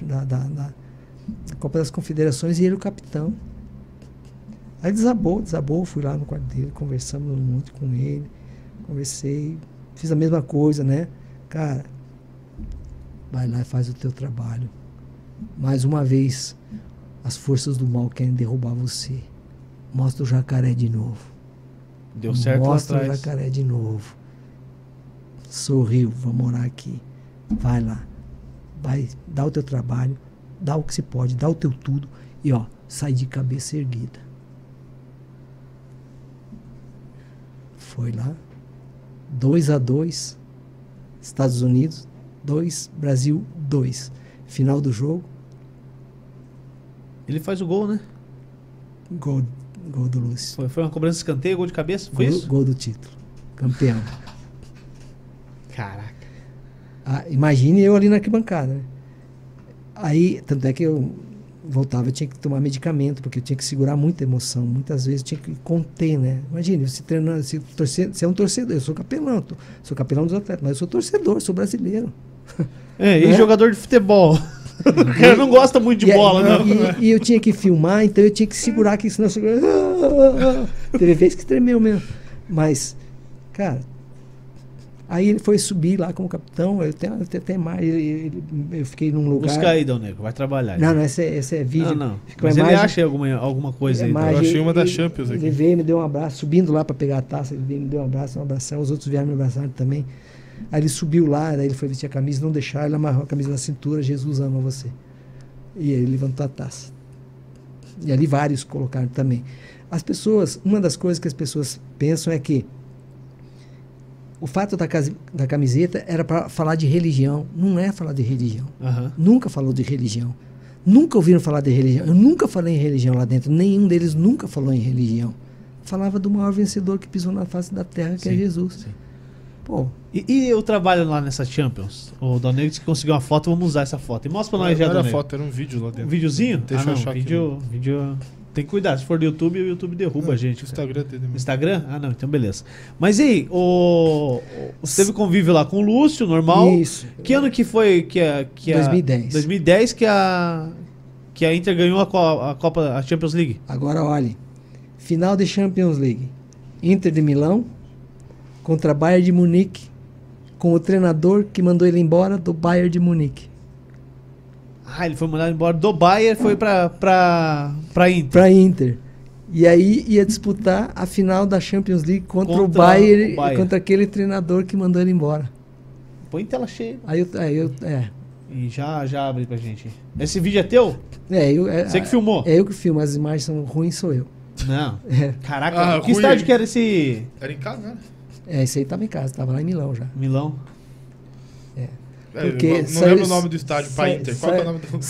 Copa das Confederações e ele o capitão. Aí desabou, fui lá no quarto dele, conversamos muito com ele, conversei, fiz a mesma coisa, né? Cara, vai lá e faz o teu trabalho. Mais uma vez, as forças do mal querem derrubar você. Mostra o jacaré de novo. Deu certo lá atrás. Mostra o jacaré de novo. Sorriu, vou morar aqui. Vai lá. Vai, dá o teu trabalho, dá o que se pode, dá o teu tudo e sai de cabeça erguida. Foi lá. 2-2, Estados Unidos 2, Brasil 2. Final do jogo. Ele faz o gol, né? Gol do Lúcio. Foi uma cobrança de escanteio, gol de cabeça? Foi isso? Gol do título. Campeão. Caraca. Imagine eu ali na arquibancada, né? Aí, tanto é que eu voltava, eu tinha que tomar medicamento, porque eu tinha que segurar muita emoção. Muitas vezes eu tinha que conter, né? Imagine, você treinando, você é um torcedor, eu sou capelão, sou capelão dos atletas, mas eu sou torcedor, sou brasileiro. E jogador de futebol? O cara não gosta muito de bola, não. E eu tinha que filmar, então eu tinha que segurar aqui, senão eu teve vez que tremeu mesmo. Mas, cara, aí ele foi subir lá como capitão, eu tenho mais, eu fiquei num lugar... Busca aí, Dão Nego, vai trabalhar. Não, esse é vídeo. Não. Mas ele acha alguma coisa aí. Eu achei uma das Champions aqui. Ele veio, me deu um abraço, subindo lá para pegar a taça, ele veio, me deu um abração, os outros vieram me abraçar também. Aí ele subiu lá, daí ele foi vestir a camisa, não deixaram, ele amarrou a camisa na cintura, Jesus ama você. E ele levantou a taça. E ali vários colocaram também. As pessoas, uma das coisas que as pessoas pensam é que o fato da camiseta era para falar de religião. Não é falar de religião. Uhum. Nunca falou de religião. Nunca ouviram falar de religião. Eu nunca falei em religião lá dentro. Nenhum deles nunca falou em religião. Falava do maior vencedor que pisou na face da terra, que é Jesus. Sim. Pô. E eu trabalho lá nessa Champions. O Dão Nego conseguiu uma foto, vamos usar essa foto. E mostra pra nós já, Não Dão era Nego. foto, era um vídeo lá dentro. Um videozinho? Deixa eu achar vídeo. Tem que cuidar, se for do YouTube, o YouTube derruba a gente. O Instagram dele mesmo. Instagram? Ah, não, então beleza. Mas e aí, você teve convívio lá com o Lúcio, normal? Isso. Que ano que foi 2010. 2010 que a Inter ganhou a Champions League. Agora olhe, final de Champions League. Inter de Milão contra Bayern de Munique, com o treinador que mandou ele embora do Bayern de Munique. Ah, ele foi mandado embora do Bayern, foi pra Inter. Pra Inter. E aí ia disputar a final da Champions League contra o Bayern. contra aquele treinador que mandou ele embora. Põe tela cheia. É. E já abre pra gente. Esse vídeo é teu? Você que filmou? É eu que filmo, as imagens são ruins, sou eu. Não. É. Caraca, que estádio que era esse? Era em casa, né? Esse aí tava em casa, tava lá em Milão já. Milão? Porque eu não lembro o nome do estádio para Inter. Qual é o nome do...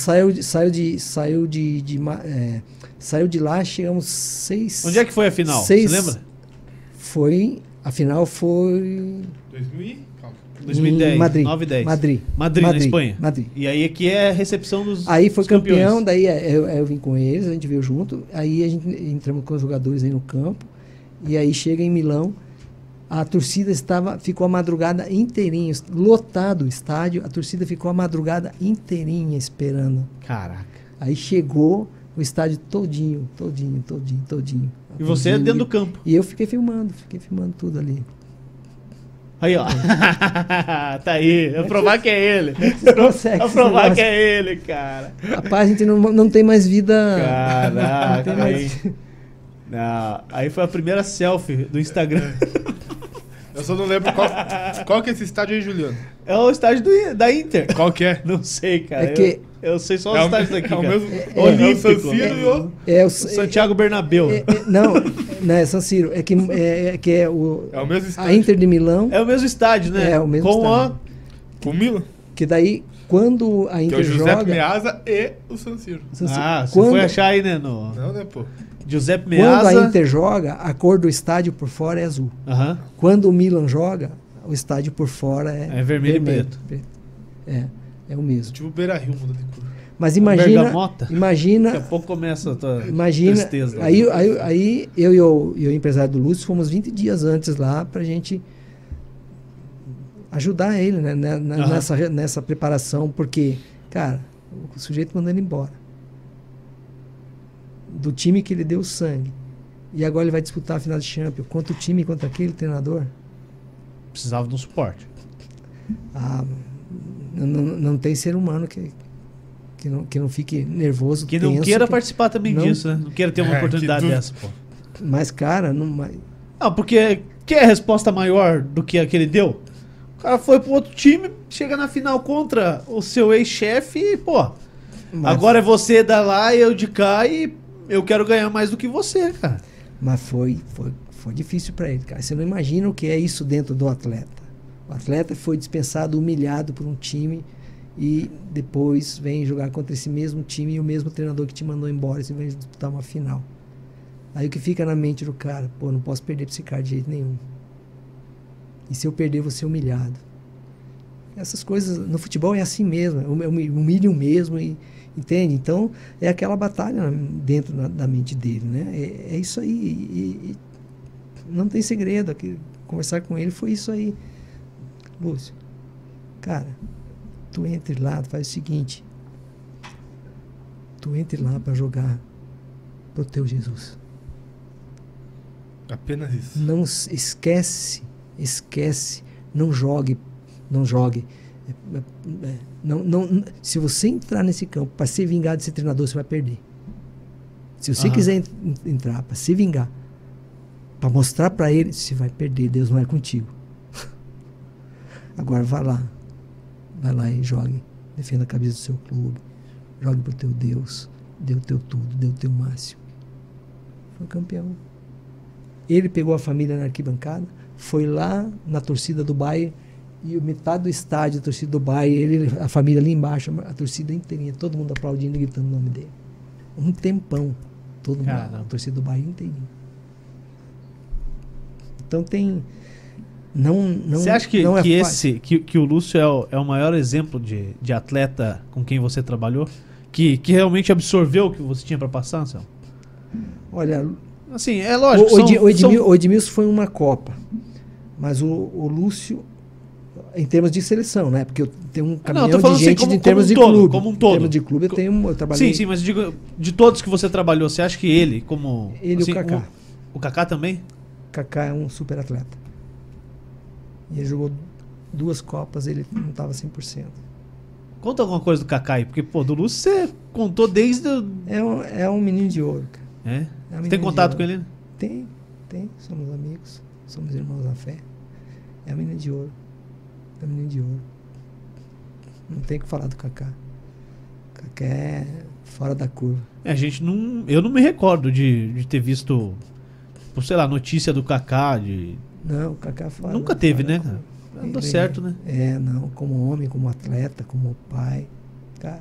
Saiu de lá, chegamos 6... Onde é que foi a final? Você lembra? A final foi... 2010, Madrid. 9 e 10. Madrid, na Espanha. Madrid. E aí aqui é a recepção dos Aí foi campeão, campeões. daí eu vim com eles, a gente veio junto, aí a gente entramos com os jogadores aí no campo, e aí chega em Milão, a torcida ficou a madrugada inteirinha, lotado o estádio, a torcida ficou a madrugada inteirinha esperando. Caraca. Aí chegou o estádio todinho. E você é dentro do campo. E eu fiquei filmando tudo ali. Aí, ó. Tá aí. Vou provar que é ele. Vou provar que é ele, cara. Rapaz, a gente não tem mais vida. Caraca, não tem mais... Não. Aí foi a primeira selfie do Instagram. Eu só não lembro qual que é esse estádio aí, Juliano. É o estádio da Inter. Qual que é? Não sei, cara. É que... Eu sei só os estádios daqui, é o cara. mesmo, Olímpico. o San Siro o Santiago Bernabéu. Não é San Siro. É que é o... É o mesmo estádio. A Inter de Milão. É o mesmo estádio, né? É o mesmo estádio. Com o Milan. Que daí, quando a Inter que é o Giuseppe joga... Meazza e o San Siro. Você foi achar aí, né? Não, né, pô? Giuseppe Meazza. Quando a Inter joga, a cor do estádio por fora é azul. Quando o Milan joga, o estádio por fora é vermelho e preto. É o mesmo. Tipo o Beira-Rio muda de cor. Mas imagina... Daqui a pouco começa a tua tristeza. Aí eu e o empresário do Lúcio fomos 20 dias antes lá pra gente ajudar ele, né, nessa preparação, porque, cara, o sujeito mandou ele embora. Do time que ele deu sangue. E agora ele vai disputar a final de Champions. Contra o time, contra aquele treinador. Precisava de um suporte. Não tem ser humano que não fique nervoso, que não queira participar também disso, né? Não queira ter uma oportunidade dessa, pô. Mas, cara, não... Não, porque quer resposta maior do que a que ele deu? O cara foi pro outro time, chega na final contra o seu ex-chefe e, pô... Agora é você da lá e eu de cá e eu quero ganhar mais do que você, cara. Mas foi difícil pra ele, cara. Você não imagina o que é isso dentro do atleta. O atleta foi dispensado, humilhado por um time... E depois vem jogar contra esse mesmo time e o mesmo treinador que te mandou embora, você vai disputar uma final. Aí o que fica na mente do cara? Pô, não posso perder pra esse cara de jeito nenhum. E se eu perder, vou ser humilhado. Essas coisas no futebol é assim mesmo, humilham mesmo, entende? Então é aquela batalha dentro da mente dele, né? É isso aí. E não tem segredo. Aqui, conversar com ele foi isso aí. Lúcio, cara, tu entre lá, faz o seguinte, tu entre lá para jogar pro teu Jesus. Apenas isso. Não esquece, não jogue. Não, se você entrar nesse campo para ser vingado desse treinador, você vai perder. Se você quiser entrar para se vingar, para mostrar para ele, você vai perder, Deus não é contigo. Agora vai lá e jogue, defenda a camisa do seu clube, jogue pro teu Deus, dê o teu tudo, dê o teu máximo. Foi campeão. Ele pegou a família na arquibancada, foi lá na torcida do Bayern, e metade do estádio, a torcida do Bayern, a família ali embaixo, a torcida inteirinha, todo mundo aplaudindo e gritando o nome dele. Um tempão, todo mundo, a torcida do Bayern inteirinha. Então tem... Você acha que o Lúcio é o maior exemplo de atleta com quem você trabalhou? Que realmente absorveu o que você tinha para passar, Anselmo? Olha... Assim, é lógico. O Edmilson foi uma Copa. Mas o Lúcio, em termos de seleção, né? Porque eu tenho um caminhão de gente em termos de clube. Como um todo. Em termos de clube, eu trabalhei... Sim, mas digo, de todos que você trabalhou, você acha que ele, como... Ele e o Kaká. O Kaká também? O Kaká é um super atleta. E ele jogou 2 Copas, ele não estava 100%. Conta alguma coisa do Kaká aí, porque, pô, do Lúcio você contou desde... É um menino de ouro, cara. Você tem contato com ele? Tem. Somos amigos. Somos irmãos na fé. É a menina de ouro. Não tem o que falar do Kaká. Kaká é fora da curva. Eu não me recordo de ter visto, sei lá, notícia do Kaká. Não, o Kaká fora. Nunca teve, né? Não deu certo, né? Não. Como homem, como atleta, como pai. Cara.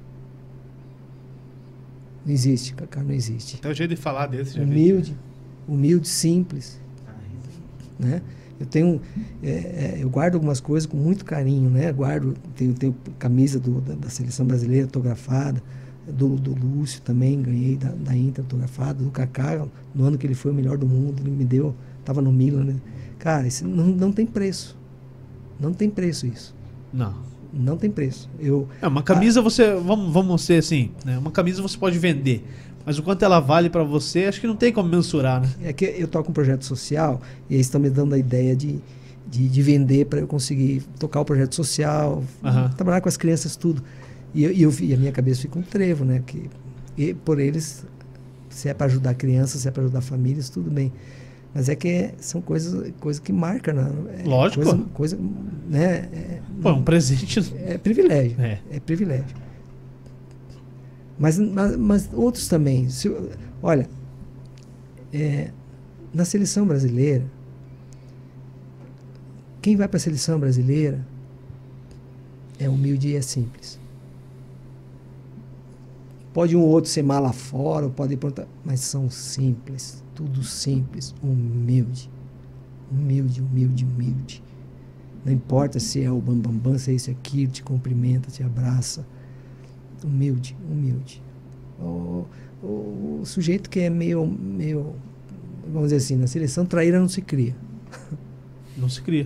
Não existe, Kaká não existe. Tem um jeito de falar desse, já humilde, simples. Né? Eu guardo algumas coisas com muito carinho, né? Tenho camisa da seleção brasileira autografada, do Lúcio também, ganhei da Inter autografada, do Kaká, no ano que ele foi o melhor do mundo, ele me deu, estava no Milan, né? Cara, isso não tem preço. Não tem preço isso. Não tem preço. Uma camisa vamos ser assim, né? Uma camisa você pode vender, mas o quanto ela vale para você, acho que não tem como mensurar, né? É que eu toco um projeto social e eles estão me dando a ideia de vender para eu conseguir tocar o projeto social, trabalhar com as crianças, tudo. E a minha cabeça fica um trevo, né? Por eles, se é para ajudar crianças, se é para ajudar famílias, tudo bem. Mas são coisas que marcam, né? Lógico. Coisa, né? É um presente. É privilégio. É privilégio. Mas outros também. Olha, na seleção brasileira, quem vai para a seleção brasileira é humilde e é simples. Pode um ou outro ser mala fora, pode ir para, mas são simples. Tudo simples, humilde. Não importa se é o bambambam, se é isso aqui, te cumprimenta, te abraça. Humilde. O sujeito que é meio, vamos dizer assim, na seleção traíra não se cria. Não se cria.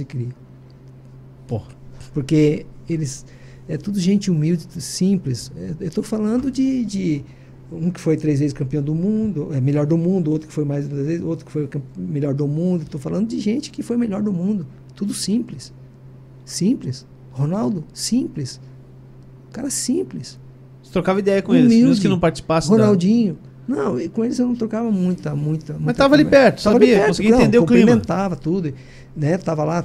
Porra. Porque eles... É tudo gente humilde, simples. Eu estou falando de um que foi 3 vezes campeão do mundo, melhor do mundo, outro que foi mais 2 vezes, outro que foi melhor do mundo. Estou falando de gente que foi melhor do mundo. Tudo simples. Simples. Ronaldo, simples. Cara simples. Você trocava ideia com eles, mesmo que não participasse. Ronaldinho. Não, com eles eu não trocava muita. Mas estava ali perto, sabia? Conseguia entender o clima. Cumprimentava tudo, né? Tava lá.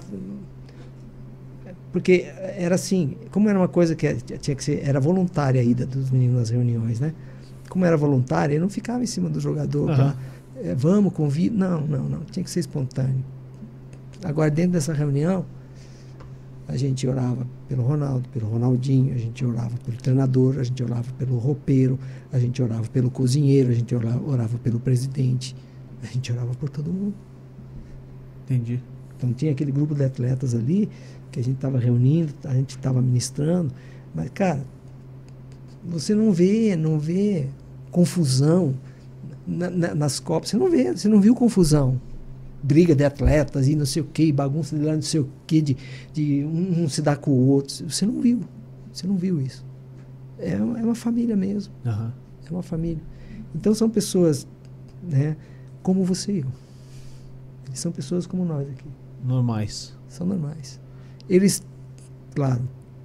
Porque era assim, como era uma coisa que tinha que ser, era voluntária a ida dos meninos nas reuniões, né? Como era voluntária, ele não ficava em cima do jogador vamos, convida. Não. Tinha que ser espontâneo. Agora, dentro dessa reunião, a gente orava pelo Ronaldo, pelo Ronaldinho, a gente orava pelo treinador, a gente orava pelo roupeiro, a gente orava pelo cozinheiro, a gente orava pelo presidente, a gente orava por todo mundo. Entendi. Então tinha aquele grupo de atletas ali que a gente estava reunindo, a gente estava ministrando, mas, cara, você não vê confusão nas Copas, você não viu confusão. Briga de atletas e não sei o que, bagunça de lá não sei o que, de um se dar com o outro. Você não viu isso. É uma família mesmo. É uma família. Então são pessoas, né, como você e eu. Eles são pessoas como nós aqui. Normais. São normais. Eles, claro,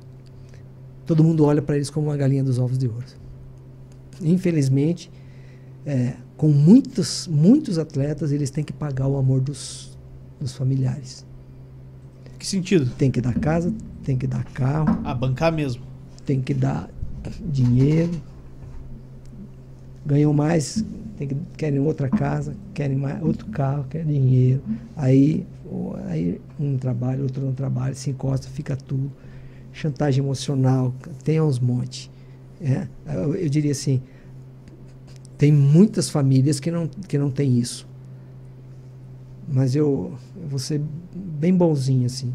todo mundo olha para eles como uma galinha dos ovos de ouro. Infelizmente, com muitos atletas, eles têm que pagar o amor dos familiares. Que sentido? Tem que dar casa, tem que dar carro. Bancar mesmo. Tem que dar dinheiro. Ganham mais, querem outra casa, querem mais, outro carro, querem dinheiro. Aí um trabalha, outro não trabalha, se encosta, fica tudo. Chantagem emocional, tem uns montes. Eu diria assim, tem muitas famílias que não tem isso. Mas eu vou ser bem bonzinho, assim.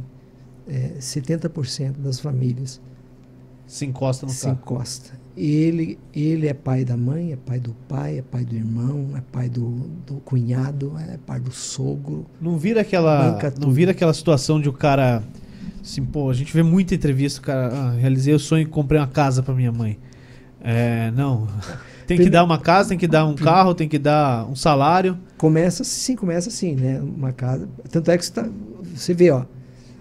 70% das famílias se encosta no carro. Se encosta. Ele é pai da mãe, é pai do pai, é pai do irmão, é pai do cunhado, é pai do sogro. Não vira aquela situação de o cara... Assim, pô, a gente vê muita entrevista, o cara, realizei o sonho e comprei uma casa para minha mãe. Não... Tem que dar uma casa, tem que dar um carro, tem que dar um salário. Começa assim, né? Uma casa. Tanto é que você vê, ó,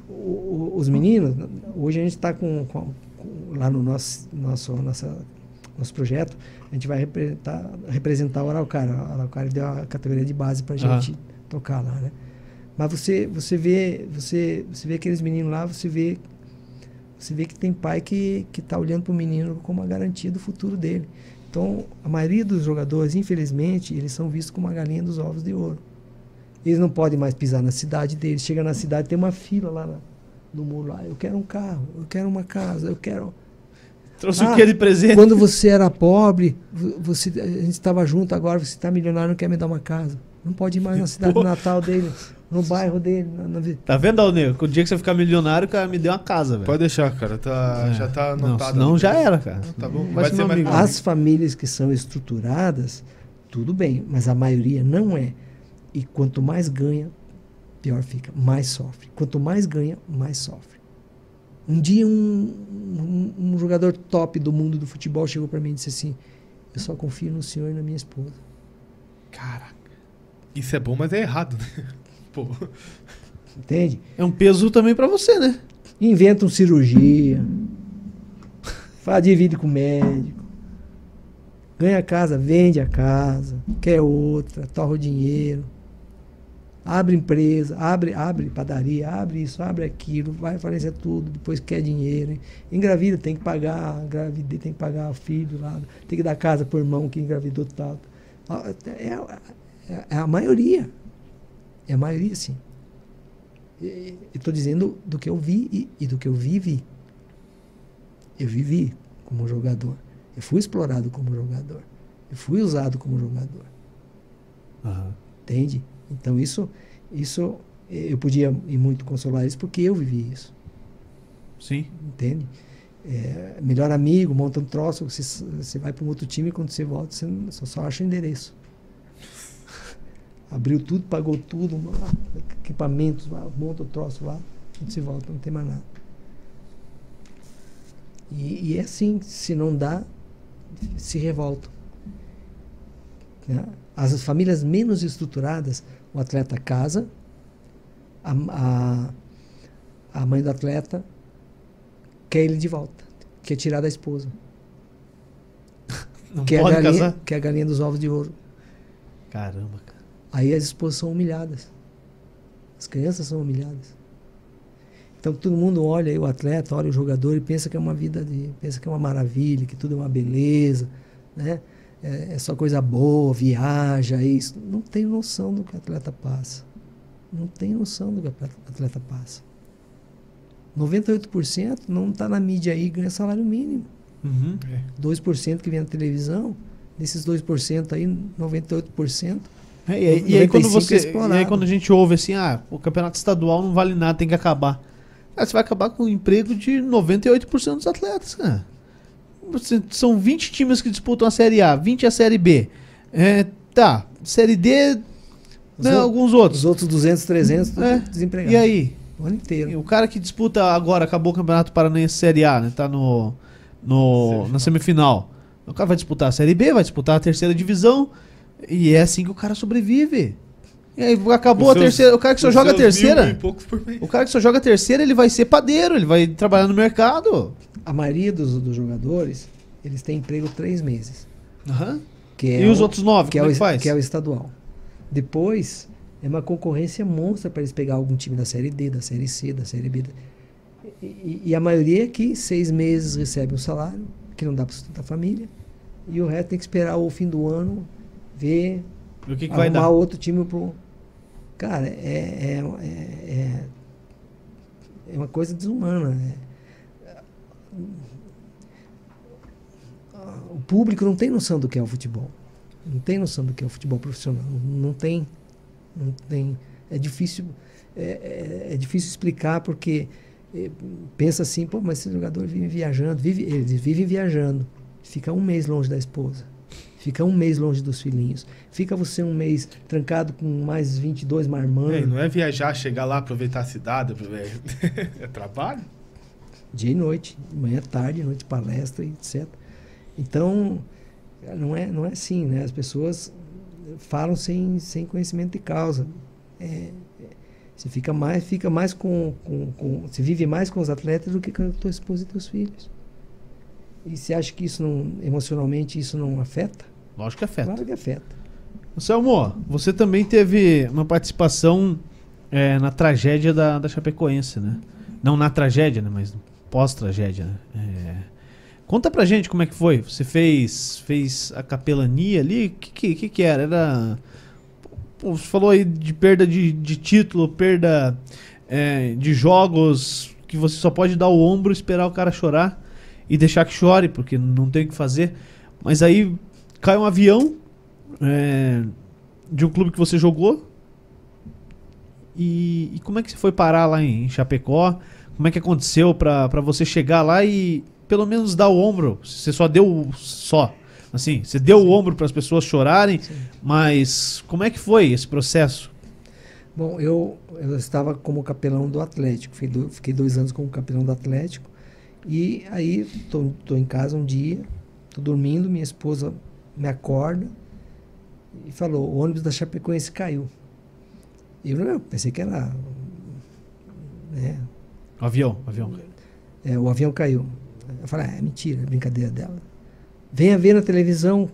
os meninos, hoje a gente está lá no nossa nosso projeto, a gente vai representar o Araucária. A Araucária deu a categoria de base pra gente tocar lá, né? Mas você vê aqueles meninos lá, você vê que tem pai que tá olhando pro menino como a garantia do futuro dele. Então, a maioria dos jogadores, infelizmente, eles são vistos como a galinha dos ovos de ouro. Eles não podem mais pisar na cidade deles. Chega na cidade, tem uma fila lá no muro lá. Eu quero um carro, eu quero uma casa, eu quero... Trouxe o que de presente? Quando você era pobre, a gente estava junto, agora você está milionário, não quer me dar uma casa. Não pode ir mais na cidade natal dele, no bairro dele. Tá vendo, Alneu? O dia que você ficar milionário, o cara me deu uma casa, velho. Pode deixar, cara. Já tá anotado. Não, já era, cara. Tá bom. Vai ser mais As famílias que são estruturadas, tudo bem, mas a maioria não é. E quanto mais ganha, pior fica, mais sofre. Quanto mais ganha, mais sofre. Um dia um jogador top do mundo do futebol chegou para mim e disse assim: eu só confio no senhor e na minha esposa. Caraca. Isso é bom, mas é errado, né? Pô. Entende? É um peso também para você, né? Inventam cirurgia, divide com o médico, ganha a casa, vende a casa, quer outra, torra o dinheiro. Abre empresa, abre padaria, abre isso, abre aquilo, vai falecer tudo, depois quer dinheiro. Hein? Engravida, tem que pagar, gravidez, tem que pagar o filho lá, tem que dar casa pro irmão que engravidou tal. É a maioria. É a maioria, sim. Estou dizendo do que eu vi e do que eu vivi. Eu vivi como jogador. Eu fui explorado como jogador. Eu fui usado como jogador. Entende? Então isso eu podia ir muito consolar isso porque eu vivi isso. Sim. Entende? Melhor amigo, monta um troço, você vai para um outro time e quando você volta, você só acha o endereço. Abriu tudo, pagou tudo, equipamentos, monta o troço lá, quando você volta, não tem mais nada. E é assim, se não dá, se revoltam. Né? As famílias menos estruturadas, o atleta casa, a mãe do atleta quer ele de volta, quer tirar da esposa. Não pode casar? Que é a galinha dos ovos de ouro. Caramba, cara. Aí as esposas são humilhadas. As crianças são humilhadas. Então todo mundo olha aí o atleta, olha o jogador e pensa que é uma vida pensa que é uma maravilha, que tudo é uma beleza, né? É só coisa boa, viaja, isso. Não tem noção do que o atleta passa. Não tem noção do que o atleta passa. 98% não está na mídia aí e ganha salário mínimo. 2% que vem na televisão, desses 2% aí, 98%. E aí quando a gente ouve assim, o campeonato estadual não vale nada, tem que acabar. Você vai acabar com o emprego de 98% dos atletas, cara. São 20 times que disputam a Série A, 20 a Série B. Série D, alguns outros. Os outros 200, 300, desempregados. E aí? O ano inteiro. O cara que disputa agora, acabou o Campeonato Paranaense Série A, né? Tá na semifinal. O cara vai disputar a Série B, vai disputar a terceira divisão. E é assim que o cara sobrevive. E aí acabou a terceira. O cara que só joga a terceira. O cara que só joga a terceira, ele vai ser padeiro, ele vai trabalhar no mercado. A maioria dos jogadores, eles têm emprego 3 meses. E os outros 9, como é que faz? Que é o estadual. Depois, é uma concorrência monstra para eles pegar algum time da Série D, da Série C, da Série B. E a maioria é que 6 meses recebe um salário, que não dá para sustentar a família, e o resto tem que esperar o fim do ano, ver, o que vai dar? Outro time pro... Cara, é uma coisa desumana. O público não tem noção do que é o futebol. Não tem noção do que é o futebol profissional. Não tem. É difícil explicar porque pensa assim, mas esse jogador vive viajando, eles vivem viajando. Fica 1 mês longe da esposa. Fica 1 mês longe dos filhinhos. Fica você 1 mês trancado com mais 22 marmanjos. Não é viajar, chegar lá, aproveitar a cidade. É trabalho. Dia e noite. Manhã, tarde, noite, palestra, etc. Então, não é assim, né? As pessoas falam sem conhecimento de causa. Você fica mais com você vive mais com os atletas do que com a tua esposa e teus filhos. E você acha que isso não, emocionalmente, isso não afeta? Lógico que afeta. Claro que afeta. Anselmo, você também teve uma participação na tragédia da Chapecoense, né? Não na tragédia, né? Mas pós-tragédia, né? Conta pra gente como é que foi. Você fez a capelania ali? O que era? Era... Pô, você falou aí de perda de título, perda de jogos, que você só pode dar o ombro, esperar o cara chorar e deixar que chore, porque não tem o que fazer. Mas aí cai um avião de um clube que você jogou. E como é que você foi parar lá em Chapecó? Como é que aconteceu pra você chegar lá e pelo menos dar o ombro? Você só deu assim, você deu o ombro para as pessoas chorarem, mas como é que foi esse processo? Bom, eu estava como capelão do Atlético, fiquei 2 anos como capelão do Atlético, e aí tô em casa um dia, tô dormindo, minha esposa me acorda e falou, o ônibus da Chapecoense caiu. Eu pensei que era... né, O avião. o avião caiu. Eu falei, é mentira, é brincadeira dela. Venha ver na televisão,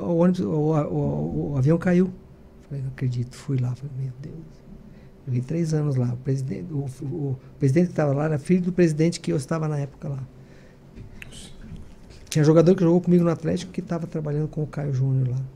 o avião caiu. Eu falei, não acredito, fui lá, falei, meu Deus. Eu fiquei 3 anos lá. O presidente que estava lá era filho do presidente que eu estava na época lá. Tinha jogador que jogou comigo no Atlético que estava trabalhando com o Caio Júnior lá.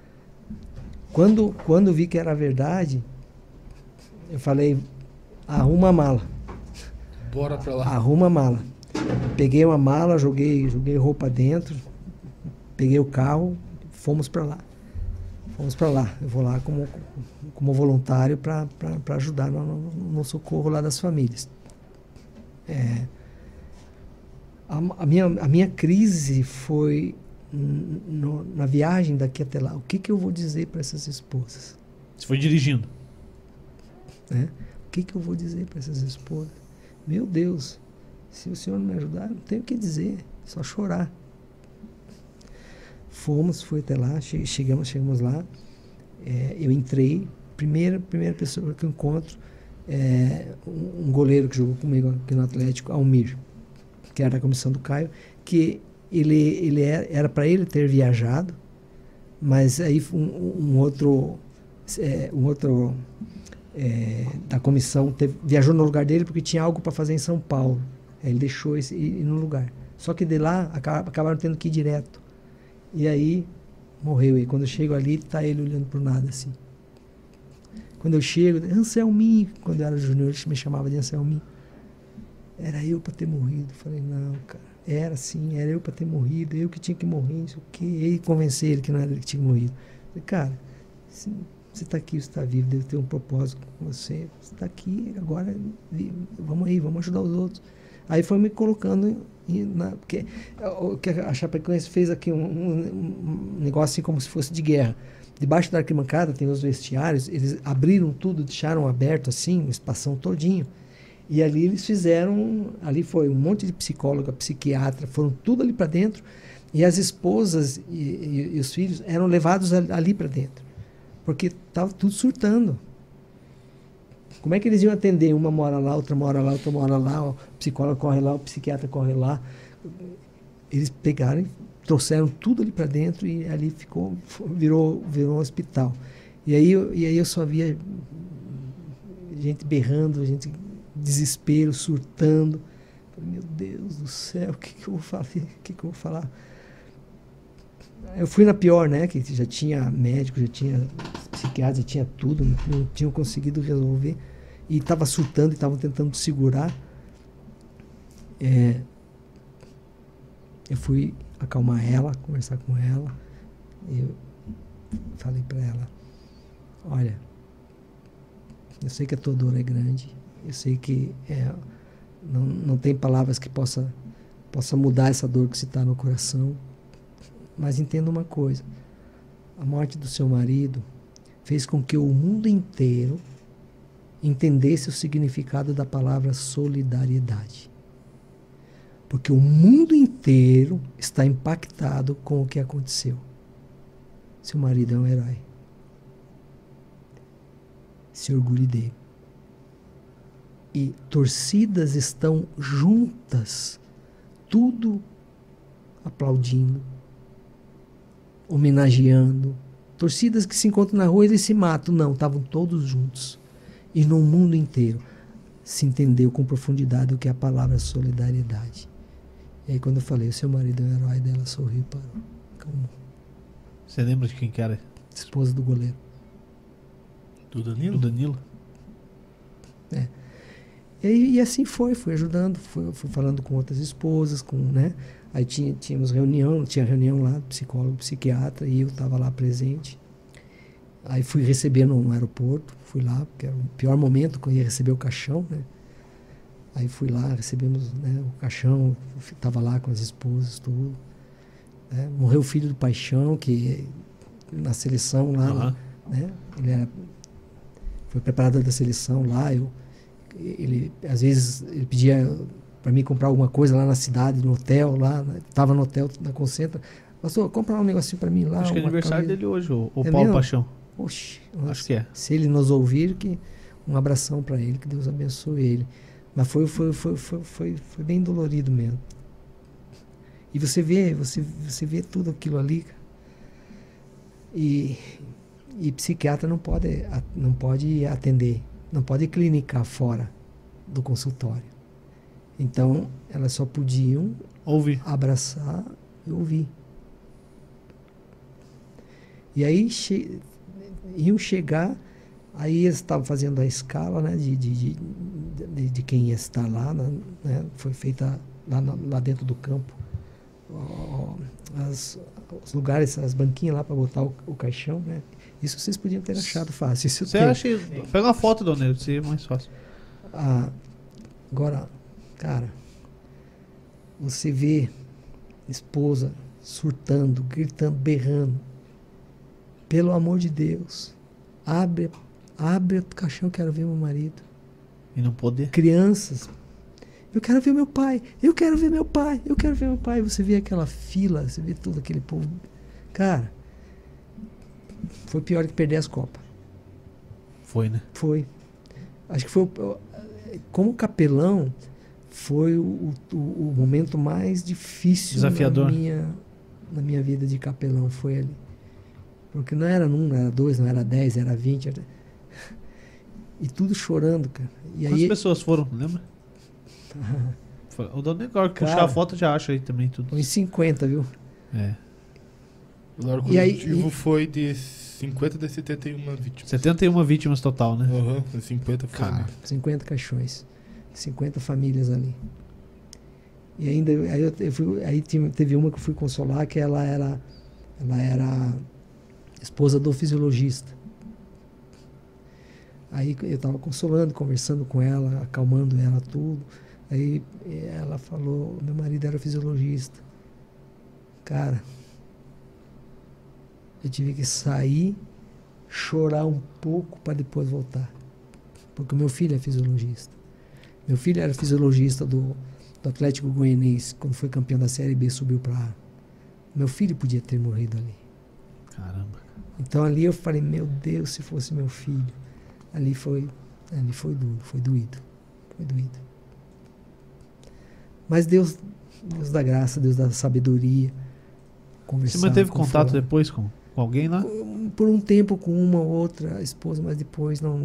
Quando vi que era verdade, eu falei, arruma a mala. Bora pra lá. Arruma a mala. Peguei uma mala, joguei roupa dentro, peguei o carro, fomos para lá. Eu vou lá como voluntário para ajudar no socorro lá das famílias. A minha crise foi na viagem daqui até lá. O que eu vou dizer para essas esposas? Você foi dirigindo? O que eu vou dizer para essas esposas? Meu Deus, se o senhor não me ajudar, não tenho o que dizer, só chorar. Fui até lá, chegamos lá, eu entrei, primeira pessoa que eu encontro, um goleiro que jogou comigo aqui no Atlético, Almir, que era da comissão do Caio, que ele era para ele ter viajado, mas aí um outro da comissão viajou no lugar dele porque tinha algo para fazer em São Paulo. Aí ele deixou ir no lugar. Só que de lá acabaram tendo que ir direto. E aí morreu. E quando eu chego ali, tá ele olhando pro nada assim. Quando eu chego, Anselminho, quando eu era junior, ele me chamava de Anselminho. Era eu para ter morrido. Falei, não, cara. Era sim, era eu para ter morrido, eu que tinha que morrer, não sei o quê. E aí convencer ele que não era ele que tinha morrido. Falei, cara, você está aqui, você está vivo, deve ter um propósito com você. Você está aqui, agora vamos aí, vamos ajudar os outros. Aí foi me colocando, porque o que a Chapecoense fez aqui, um negócio assim como se fosse de guerra. Debaixo da arquibancada tem os vestiários, eles abriram tudo, deixaram aberto assim, um espação todinho. E ali eles fizeram, ali foi um monte de psicóloga, psiquiatra, foram tudo ali para dentro. E as esposas e os filhos eram levados ali para dentro. Porque estava tudo surtando. Como é que eles iam atender? Uma mora lá, outra mora lá, outra mora lá, o psicólogo corre lá, o psiquiatra corre lá. Eles pegaram e trouxeram tudo ali para dentro e ali virou um hospital. E aí eu só via gente berrando, gente desespero, surtando. Meu Deus do céu, o que eu vou falar? O que eu vou falar? Eu fui na pior, né? Que já tinha médico, já tinha psiquiatra, já tinha tudo, não tinham conseguido resolver. E estava surtando e estavam tentando segurar. Eu fui acalmar ela, conversar com ela. Eu falei para ela, olha, eu sei que a tua dor é grande, eu sei que não tem palavras que possa mudar essa dor que se está no coração. Mas entenda uma coisa, a morte do seu marido fez com que o mundo inteiro entendesse o significado da palavra solidariedade. Porque o mundo inteiro está impactado com o que aconteceu. Seu marido é um herói. Se orgulhe dele. E torcidas estão juntas. Tudo aplaudindo, homenageando. Torcidas que se encontram na rua, eles se matam. Não, estavam todos juntos. E no mundo inteiro se entendeu com profundidade o que é a palavra solidariedade. E aí quando eu falei, o seu marido é o herói dela, sorriu e parou. Calma. Você lembra de quem que era? Esposa do goleiro. Do Danilo? O Danilo? É. E assim fui ajudando, fui falando com outras esposas, né? Aí tínhamos reunião, tinha reunião lá, psicólogo, psiquiatra, e eu estava lá presente. Aí fui receber no aeroporto, fui lá, porque era o pior momento que eu ia receber o caixão, né? Aí fui lá, recebemos, né, o caixão, estava lá com as esposas, tudo. Né? Morreu o filho do Paixão, que na seleção lá, né? Ele foi preparador da seleção lá, ele às vezes ele pedia para mim comprar alguma coisa lá na cidade, no hotel lá, estava no hotel na Concentra. Pastor, compra um negocinho para mim lá. Acho que é aniversário dele hoje, o É Paulo mesmo? Paixão. Oxe, Acho que é. se ele nos ouvir, um abração para ele, que Deus abençoe ele. Mas foi bem dolorido mesmo. E você vê tudo aquilo ali, cara. E psiquiatra não pode atender, não pode clinicar fora do consultório. Então, elas só podiam Ouvir. abraçar e ouvir. E aí iam chegar, aí eles estavam fazendo a escala, né, de quem ia estar lá, né, foi feita lá dentro do campo, os lugares, as banquinhas lá para botar o caixão, né. Isso vocês podiam ter achado fácil. Isso Você acha? Pega uma foto, Dona Nery, seria mais fácil. Agora, cara, você vê esposa surtando, gritando, berrando. Pelo amor de Deus, abre o caixão, quero ver meu marido. E não poder. Crianças, eu quero ver meu pai, eu quero ver meu pai, eu quero ver meu pai. Você vê aquela fila, você vê todo aquele povo. Cara, foi pior que perder as Copas. Foi, né? Foi. Acho que foi, como capelão, foi o momento mais difícil desafiador na minha vida de capelão, foi ali. Porque não era 1, não era 2, não era 10, era 20. E tudo chorando, cara. E Quantas aí, pessoas foram, lembra? O Dona Nery, agora que puxar a foto já acha aí também tudo. uns 50, viu? É. O largo E aí- coletivo foi de 50 de 71 vítimas. 71 vítimas total, né? Aham, 50 foi. Cara. 50 caixões. 50 famílias ali. E ainda, aí teve uma que eu fui consolar, que ela era esposa do fisiologista. Aí eu estava consolando, conversando com ela, acalmando ela, tudo. Aí ela falou, meu marido era fisiologista. Cara, eu tive que sair, chorar um pouco para depois voltar. Porque o meu filho é fisiologista. Meu filho era fisiologista do Atlético Goianiense, quando foi campeão da Série B, subiu para A. Meu filho podia ter morrido ali. Caramba. Então ali eu falei, meu Deus, se fosse meu filho. Ali foi duro, foi doído. Foi doído. Mas Deus dá graça, Deus dá sabedoria. Você manteve contato depois com alguém lá? Por um tempo com uma ou outra esposa, mas depois eu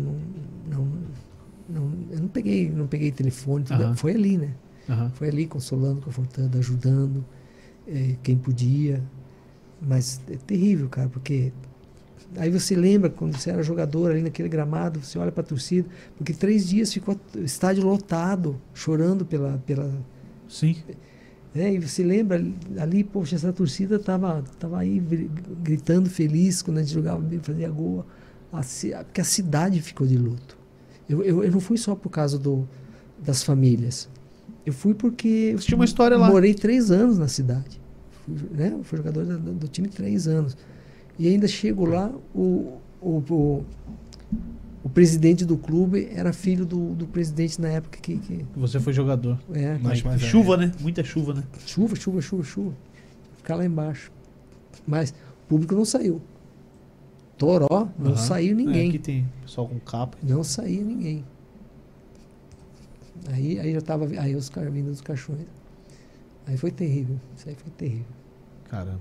não peguei telefone, tudo. Foi ali, né? Foi ali consolando, confortando, ajudando quem podia. Mas é terrível, cara, porque aí você lembra quando você era jogador ali naquele gramado, você olha para a torcida, porque 3 dias ficou o estádio lotado, chorando pela Sim. E você lembra ali, poxa, essa torcida tava aí gritando feliz quando a gente jogava, fazia gol, porque a cidade ficou de luto. Eu não fui só por causa das famílias. Eu fui porque você tinha uma história lá. Morei 3 anos na cidade. Fui jogador do time 3 anos. E ainda chego lá, o presidente do clube era filho do presidente na época que Você foi jogador. Mas chuva, né? Muita chuva, né? Chuva. Ficar lá embaixo. Mas o público não saiu. Toró, não saiu ninguém. Aqui tem pessoal com capa. Não saía ninguém. Aí já tava. Aí os caras vindo dos caixões. Aí foi terrível. Isso aí foi terrível. Caramba.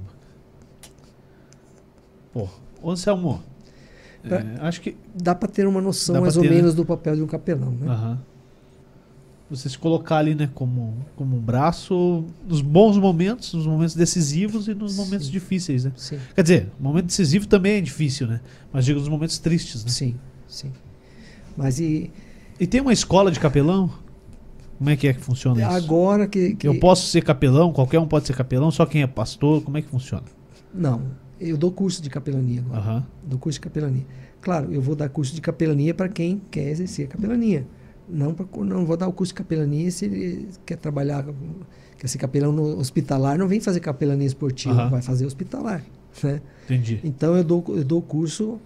Pô, ô Anselmo, acho que... Dá para ter uma noção Dá mais pra ou ter, menos do papel de um capelão, né? Aham. Você se colocar ali, né, como um braço nos bons momentos, nos momentos decisivos e nos momentos Sim. difíceis, né? Sim, Quer dizer, o momento decisivo também é difícil, né? Mas digo nos momentos tristes, né? sim, sim. Mas E tem uma escola de capelão? Como é que funciona isso? agora que... Eu posso ser capelão? Qualquer um pode ser capelão? Só quem é pastor? Como é que funciona? Não, eu dou curso de capelania agora. Aham. Dou curso de capelania. Claro, eu vou dar curso de capelania para quem quer exercer a capelania. Não vou dar o curso de capelania se ele quer trabalhar, quer ser capelão no hospitalar, não vem fazer capelania esportiva, Aham. vai fazer hospitalar, né? Entendi. Então eu dou curso,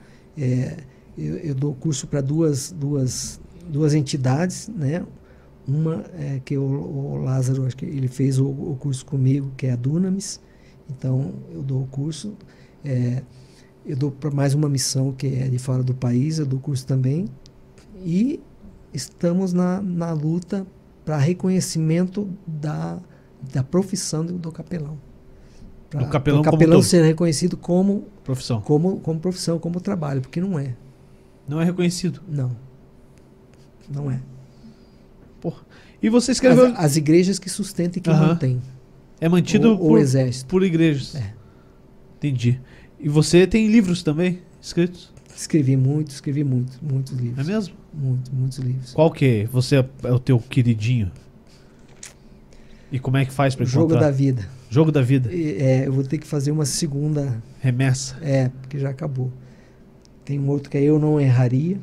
eu dou curso para duas entidades, né? Uma que o Lázaro, acho que ele fez o curso comigo, que é a Dunamis. Então eu dou o curso. Eu dou para mais uma missão que é de fora do país, eu dou curso também. E estamos na luta para reconhecimento da profissão do capelão. Do capelão o como capelão todo. ser reconhecido como Profissão. profissão, como trabalho, porque não é. Não é reconhecido. Não é. Porra. E você escreveu... As igrejas que sustentam e que Aham. mantêm. É mantido O exército. por igrejas. É. Entendi. E você tem livros também escritos? Escrevi muitos livros. É mesmo? Muitos livros. Qual que é? Você é o teu queridinho? E como é que faz para Jogo encontrar? da Vida. Jogo da Vida. Eu vou ter que fazer uma segunda, Remessa. porque já acabou. Tem um outro que é Eu Não Erraria.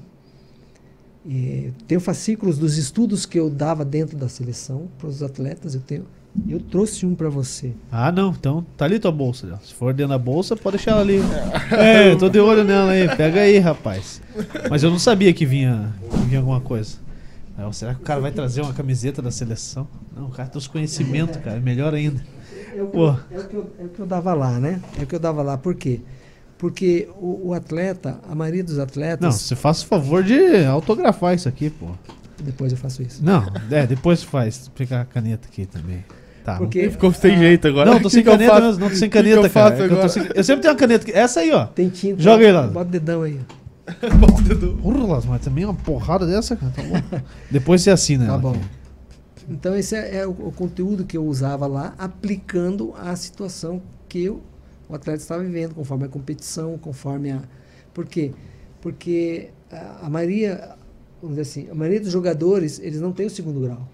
Tenho fascículos dos estudos que eu dava dentro da seleção para os atletas. Eu trouxe um para você. Ah, não. Então tá ali tua bolsa. Ó. Se for dentro da bolsa, pode deixar ela ali. Eu tô de olho nela aí. Pega aí, rapaz. Mas eu não sabia que vinha alguma coisa. Será que o cara vai trazer uma camiseta da seleção? Não, o cara tem os conhecimentos, cara. É melhor ainda. É o que eu dava lá, né? É o que eu dava lá. Por quê? Porque o atleta, a maioria dos atletas... Não, você faça o favor de autografar isso aqui, pô. Depois eu faço isso. Não, depois faz. Pegar a caneta aqui também. Tá. Porque Ficou sem jeito agora. Não, tô sem Que eu caneta faço? mesmo. Não, tô sem Que eu caneta, cara. faço É que agora? eu sempre tenho uma caneta. Essa aí, ó. tem tinta. Joga aí lá. Bota o dedão aí. Bota o dedo. Porra, mas também uma porrada dessa, cara. Tá bom. Depois você assina Tá ela bom. aqui. Então esse é o conteúdo que eu usava lá, aplicando a situação que o atleta estava vivendo, conforme a competição, conforme a... Por quê? Porque a maioria, vamos dizer assim, a maioria dos jogadores, eles não têm o segundo grau.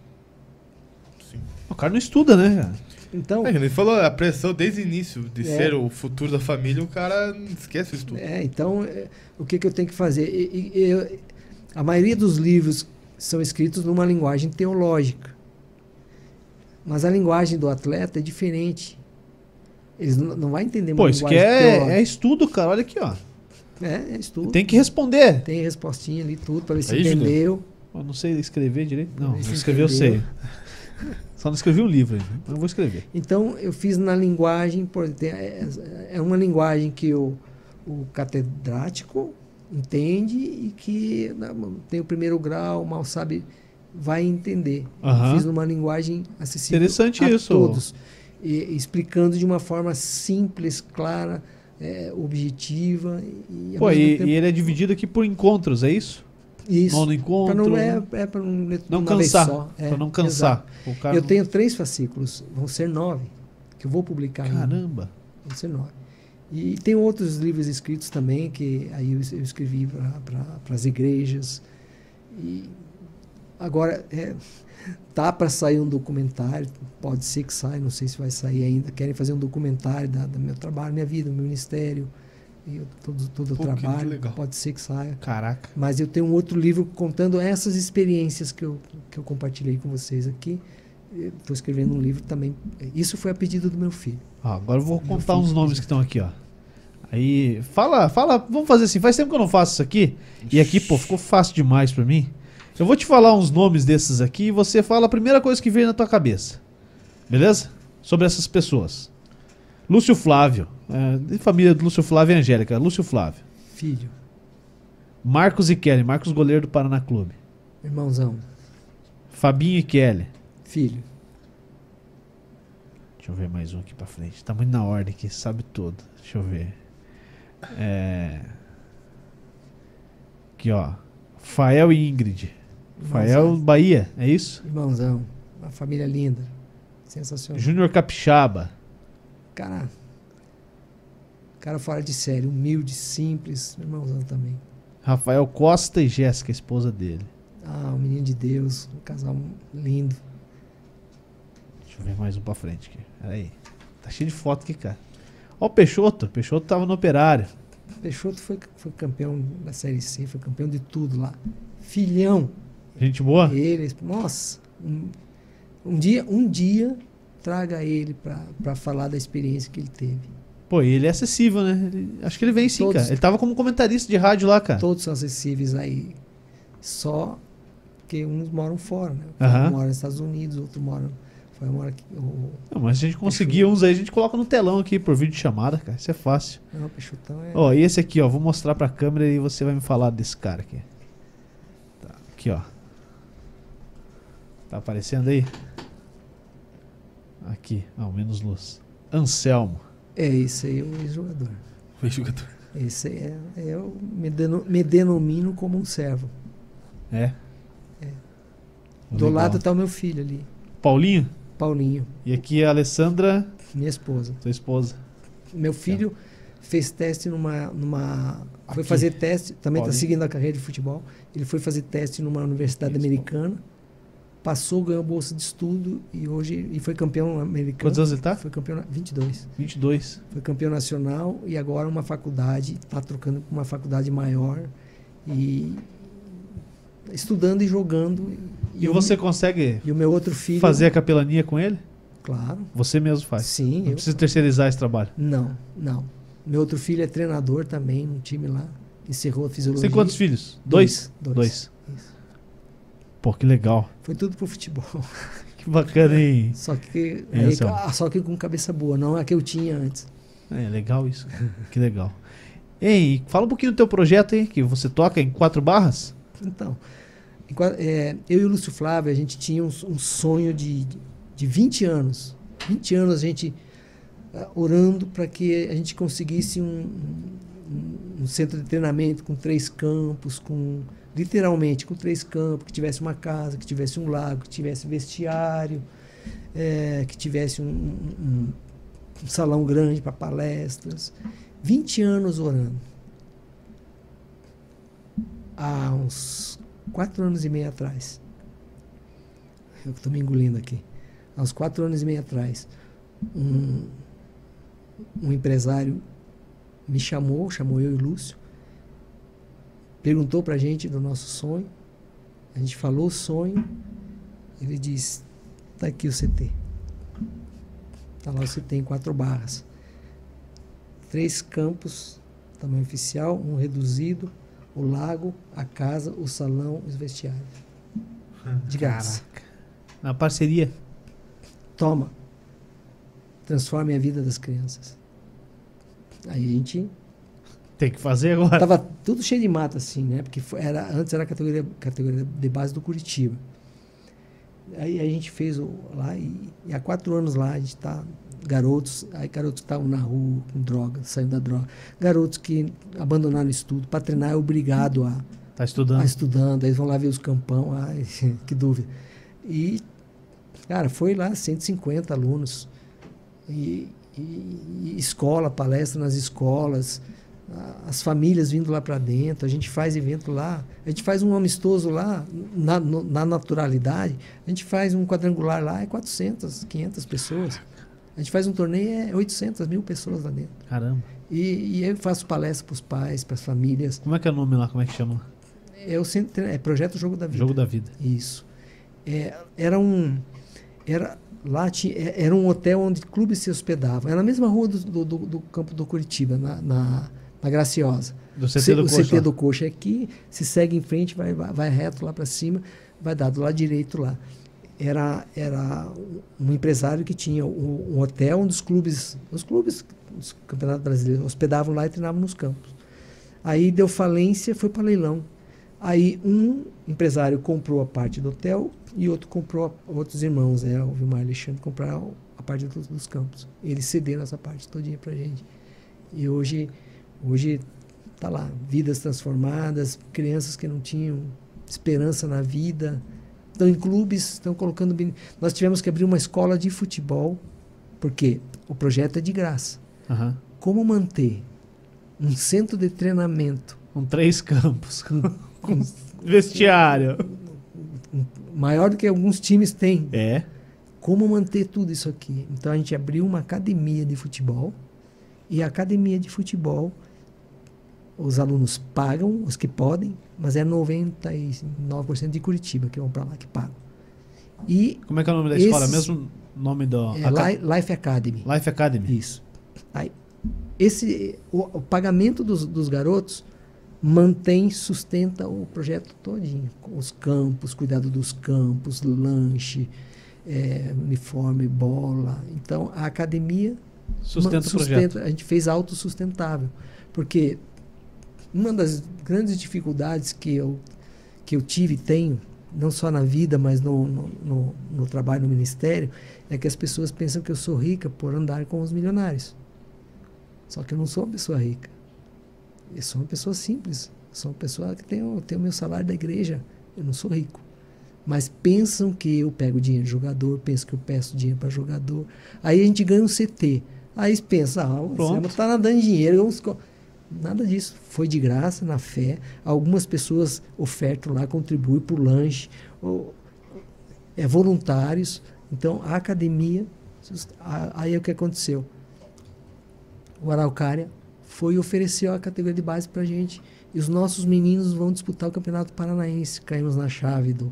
O cara não estuda, né, cara? Então, Ele falou a pressão desde o início de É. ser o futuro da família, o cara esquece o estudo. o que eu tenho que fazer? A maioria dos livros são escritos numa linguagem teológica. Mas a linguagem do atleta é diferente. Eles não vão entender uma Pô, isso linguagem aqui é teológica. estudo, cara. Olha aqui, ó. É estudo. Tem que responder. Tem respostinha ali, tudo, para ver se Aí, Júlio? entendeu. Eu não sei escrever direito. Não, Vê se escrever eu entendeu. sei. Só não escrevi um livro ainda. Mas eu vou escrever. Então, eu fiz na linguagem, é uma linguagem que o catedrático entende e que tem o primeiro grau, mal sabe, vai entender. Aham. Fiz numa linguagem acessível Interessante a isso. todos. E explicando de uma forma simples, clara, objetiva. E, ao Pô, mesmo e tempo- ele é dividido aqui por encontros, é isso? Isso. Nono Pra encontro. não, para não ler tudo Não uma vez cansar. só. Pra não cansar. exato. O cara Eu não- tenho 3 fascículos, vão ser 9, que eu vou publicar ainda. Caramba. Vão ser 9. E tem outros livros escritos também, que aí eu escrevi para as igrejas. E agora, tá para sair um documentário, pode ser que saia, não sei se vai sair ainda. Querem fazer um documentário do meu trabalho, minha vida, do meu ministério, e todo o Pô, que trabalho, legal. pode ser que saia. Caraca. Mas eu tenho um outro livro contando essas experiências que eu compartilhei com vocês aqui. Estou escrevendo um livro também. Isso foi a pedido do meu filho. Ó, agora eu vou Meu contar filho uns nomes fez. que estão aqui, ó. Aí, fala, vamos fazer assim. Faz tempo que eu não faço isso aqui. E aqui, pô, ficou fácil demais pra mim. Eu vou te falar uns nomes desses aqui e você fala a primeira coisa que veio na tua cabeça. Beleza? Sobre essas pessoas. Lúcio Flávio. De família do Lúcio Flávio e Angélica. Lúcio Flávio. Filho, Marcos e Kelly. Marcos, goleiro do Paraná Clube. irmãozão, Fabinho e Kelly. filho, Deixa eu ver mais um aqui pra frente. Tá muito na ordem aqui, sabe tudo. Deixa eu ver. Aqui, ó. Fael e Ingrid. Fael, Bahia, é isso? Irmãozão. Uma família linda. Sensacional. Júnior Capixaba. Cara fora de série. Humilde, simples. Irmãozão também. Rafael Costa e Jéssica, a esposa dele. Um menino de Deus. Um casal lindo. Deixa eu ver mais um pra frente aqui. Peraí. Tá cheio de foto aqui, cara. Ó o Peixoto. Peixoto tava no Operário. Peixoto foi campeão da Série C. Foi campeão de tudo lá. Filhão. Gente boa? Ele, nossa. Um dia traga ele pra falar da experiência que ele teve. Pô, ele é acessível, né? Acho que ele vem sim, cara. Ele tava como comentarista de rádio lá, cara. Todos são acessíveis aí. Só que uns moram fora, né? Aham. Um mora nos Estados Unidos, outro mora aqui. Não, mas se a gente conseguir uns aí, a gente coloca no telão aqui por vídeo de chamada, cara. Isso é fácil. Não, Peixotão é... Ó, e esse aqui, ó. Vou mostrar pra câmera e você vai me falar desse cara aqui. Tá, aqui, ó. Tá aparecendo aí? Aqui, ó, menos luz. Anselmo. Esse aí é o ex-jogador. Foi jogador. Esse aí eu me denomino como um servo. É? Do Legal. lado tá o meu filho ali, Paulinho? Paulinho, E aqui é a Alessandra, minha esposa. tua esposa. Meu filho fez teste foi Aqui. fazer teste, também está Paulinho. seguindo a carreira de futebol. Ele foi fazer teste numa universidade americana, passou, ganhou bolsa de estudo e foi campeão americano. Quantos anos ele tá? Foi campeão, 22. 22. Foi campeão nacional e agora uma faculdade, está trocando para uma faculdade maior e estudando e jogando. E você consegue E o meu outro filho... fazer a capelania com ele? Claro. Você mesmo faz? Sim. Não precisa terceirizar esse trabalho? Não. Meu outro filho é treinador também num time lá. Encerrou a fisiologia. Você tem quantos filhos? Dois. Dois. Isso. Pô, que legal. Foi tudo pro futebol. Que bacana, hein? Só que, Anselmo. só que com cabeça boa, não a que eu tinha antes. É legal isso. Que legal. Ei, fala um pouquinho do teu projeto aí, que você toca em 4 barras? Então, eu e o Lúcio Flávio, a gente tinha um sonho de 20 anos. 20 anos a gente orando para que a gente conseguisse um centro de treinamento com 3 campos, literalmente com 3 campos, que tivesse uma casa, que tivesse um lago, que tivesse vestiário, que tivesse um salão grande para palestras. 20 anos orando. Há uns 4 anos e meio atrás, eu estou me engolindo aqui, há uns 4 anos e meio atrás, um empresário me chamou eu e o Lúcio, perguntou para a gente do nosso sonho, a gente falou o sonho, ele disse, está aqui o CT. Está lá o CT em 4 barras. 3 campos, tamanho oficial, um reduzido, o lago, a casa, o salão, os vestiários. De graça. Caraca. Na parceria. Toma. Transforme a vida das crianças. Aí a gente... Tem que fazer agora. Tava tudo cheio de mata, assim, né? Porque antes era a categoria de base do Curitiba. Aí a gente fez lá e há 4 anos lá a gente tá... Garotos que estavam na rua com droga, saindo da droga. Garotos que abandonaram o estudo. Para treinar é obrigado a... Tá estudando. Estudando. Aí vão lá ver os campão. Ai, que dúvida. E, cara, foi lá 150 alunos. E escola, palestra nas escolas. As famílias vindo lá para dentro. A gente faz evento lá. A gente faz um amistoso lá, na naturalidade. A gente faz um quadrangular lá, é 400, 500 pessoas. A gente faz um torneio, é 800 mil pessoas lá dentro. Caramba. E eu faço palestra para os pais, para as famílias. Como é que é o nome lá? Como é que chama? É Projeto Jogo da Vida. Jogo da Vida. Isso. Era um hotel onde clubes se hospedavam. Era na mesma rua do campo do Curitiba, na Graciosa. Do CT do Coxa. O CT do Coxa é aqui, se segue em frente, vai reto lá para cima, vai dar do lado direito lá. Era um empresário que tinha um hotel onde os clubes dos campeonatos brasileiros hospedavam lá e treinavam nos campos. Aí deu falência, foi para leilão. Aí um empresário comprou a parte do hotel e outro comprou, outros irmãos, o Vilmar e Alexandre, compraram a parte dos campos. Eles cederam essa parte todinha pra gente. E hoje tá lá, vidas transformadas, crianças que não tinham esperança na vida, estão em clubes, estão colocando... Nós tivemos que abrir uma escola de futebol, porque o projeto é de graça. Uhum. Como manter um centro de treinamento com 3 campos, com vestiário maior do que alguns times têm? Como manter tudo isso aqui? Então a gente abriu uma academia de futebol, e a academia de futebol, os alunos pagam, os que podem, mas é 99% de Curitiba que vão para lá, que pagam. E como é que é o nome da escola? Mesmo nome do... Life Academy. Life Academy. Isso. Aí, o pagamento dos garotos sustenta o projeto todinho. Os campos, cuidado dos campos, lanche, uniforme, bola. Então, a academia sustenta o projeto. A gente fez autossustentável. Porque uma das grandes dificuldades que eu tive e tenho, não só na vida, mas no trabalho no ministério, é que as pessoas pensam que eu sou rica por andar com os milionários. Só que eu não sou uma pessoa rica. Eu sou uma pessoa simples. Eu sou uma pessoa que tem o meu salário da igreja. Eu não sou rico. Mas pensam que eu pego dinheiro de jogador, pensam que eu peço dinheiro para jogador. Aí a gente ganha um CT. Aí pensa, você está nadando em dinheiro. Nada disso. Foi de graça, na fé. Algumas pessoas ofertam lá, contribuem por lanche. Voluntários. Então, a academia... Aí o que aconteceu? O Araucária foi e ofereceu a categoria de base para a gente. E os nossos meninos vão disputar o Campeonato Paranaense. Caímos na chave do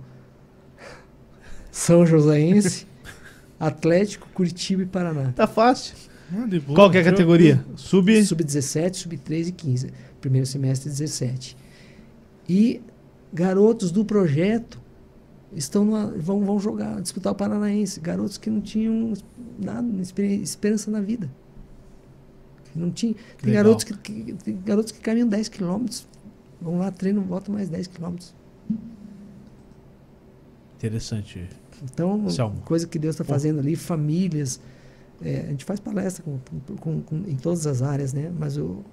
São Joséense, Atlético, Curitiba e Paraná. Tá fácil. Qual que é a categoria? Sub-17, sub-13 e 15. Primeiro semestre 17. E garotos do projeto vão jogar, disputar o Paranaense. Garotos que não tinham nada, esperança na vida. Não tinha. Tem garotos que caminham 10 quilômetros. Vão lá, treinam, voltam mais 10 quilômetros. Interessante. Então, coisa que Deus está fazendo ali, famílias. A gente faz palestra em todas as áreas, né? Mas o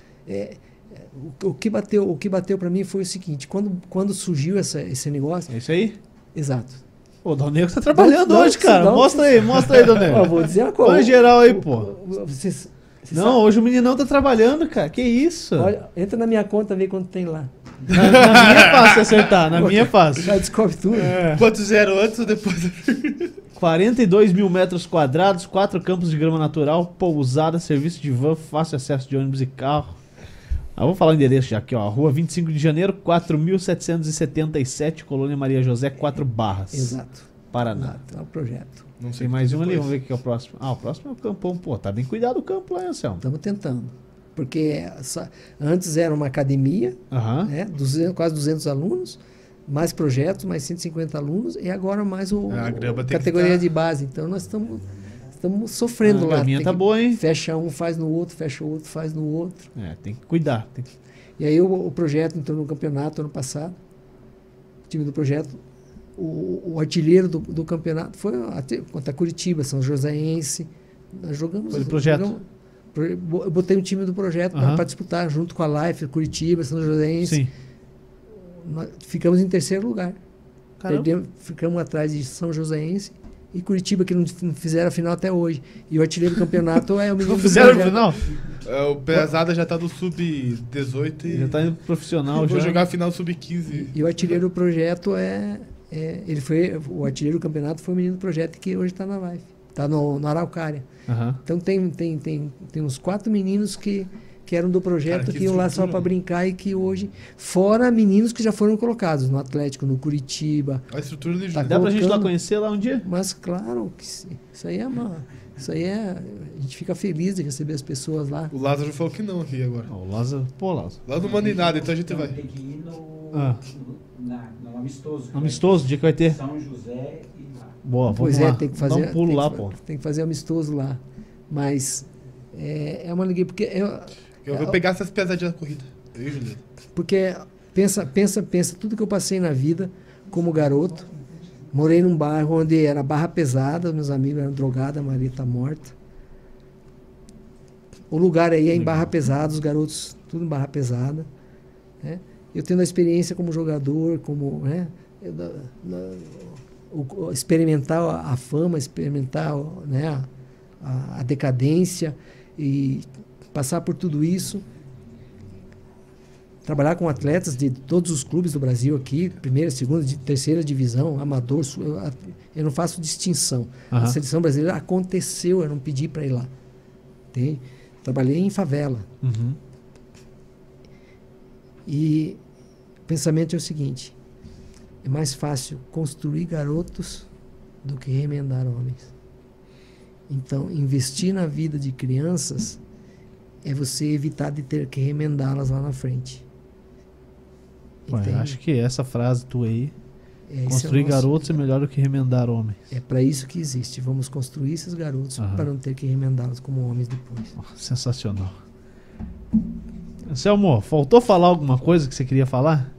que bateu para mim foi o seguinte: quando surgiu esse negócio. É isso aí? Exato. O Dal Negro tá trabalhando hoje, cara. Mostra aí, Dal Negro. Vou dizer uma coisa. Põe geral aí, pô. Não, hoje o meninão tá trabalhando, cara. Que isso? Olha, entra na minha conta, vê quanto tem lá. Na minha é fácil acertar, na minha é fácil. Já descobre tudo. Quanto zero antes ou depois? 42 mil metros quadrados, 4 campos de grama natural, pousada, serviço de van, fácil acesso de ônibus e carro. Vou falar o endereço já aqui, ó. Rua 25 de janeiro, 4.777, Colônia Maria José, 4 Barras. Exato. Paraná. Exato, é o projeto. Não sei. Tem mais um ali, vamos ver o que é o próximo. O próximo é o campão. Pô, tá bem cuidado o campo lá, Anselmo. Estamos tentando. Porque antes era uma academia, né, quase 200 alunos, mais projetos, mais 150 alunos, e agora mais categoria de base. Então nós estamos sofrendo lá. A minha tá boa, hein? Fecha um, faz no outro, fecha o outro, faz no outro. Tem que cuidar. E aí o projeto entrou no campeonato ano passado. O time do projeto, o artilheiro do campeonato foi contra Curitiba, São Joséense. Nós jogamos. Foi do projeto? Eu botei um time do projeto para disputar junto com a Life, Curitiba, São Joséense. Sim. Nós ficamos em terceiro lugar. Ficamos atrás de São Joséense e Curitiba, que não fizeram a final até hoje. E o artilheiro do campeonato é o menino. Não fizeram a final? O Pesada já tá no sub-18 e... Já tá indo profissional. Vou jogar a final sub-15. E o artilheiro do projeto o artilheiro do campeonato foi o menino do projeto que hoje está na Life. Está no Araucária. Então tem uns 4 meninos que eram do projeto, que iam lá só para brincar e que hoje, fora meninos que já foram colocados no Atlético, no Curitiba. A estrutura de dá pra gente lá conhecer lá um dia? Mas claro, que isso aí a gente fica feliz de receber as pessoas lá. O Lázaro falou que não aqui agora. O Lázaro, Lázaro. Lá não manda em nada, então a gente vai. Tem que ir no amistoso. Amistoso, o dia que vai ter? São José e lá. Boa, vamos lá. Tem que fazer. Dá um pulo lá, pô. Tem que fazer amistoso lá. Mas é uma alegria, porque eu vou pegar essas pesadinhas da corrida. Eu e Juliano. Porque pensa tudo que eu passei na vida como garoto, Morei num bairro onde era barra pesada, meus amigos eram drogados, a Maria tá morta. O lugar aí é em barra pesada, os garotos tudo em barra pesada, né? Eu tendo a experiência como jogador, como, né, experimentar a fama, experimentar, né, a decadência e passar por tudo isso. Trabalhar com atletas de todos os clubes do Brasil aqui, primeira, segunda, terceira divisão, amador, eu não faço distinção. A seleção brasileira aconteceu, eu não pedi para ir lá. Entende? Trabalhei em favela. E o pensamento é o seguinte: é mais fácil construir garotos do que remendar homens. Então, investir na vida de crianças é você evitar de ter que remendá-las lá na frente. Ué, acho que essa frase tua aí, construir é garotos é melhor do que remendar homens. É para isso que existe. Vamos construir esses garotos para não ter que remendá-los como homens depois. Sensacional. Anselmo, faltou falar alguma coisa que você queria falar?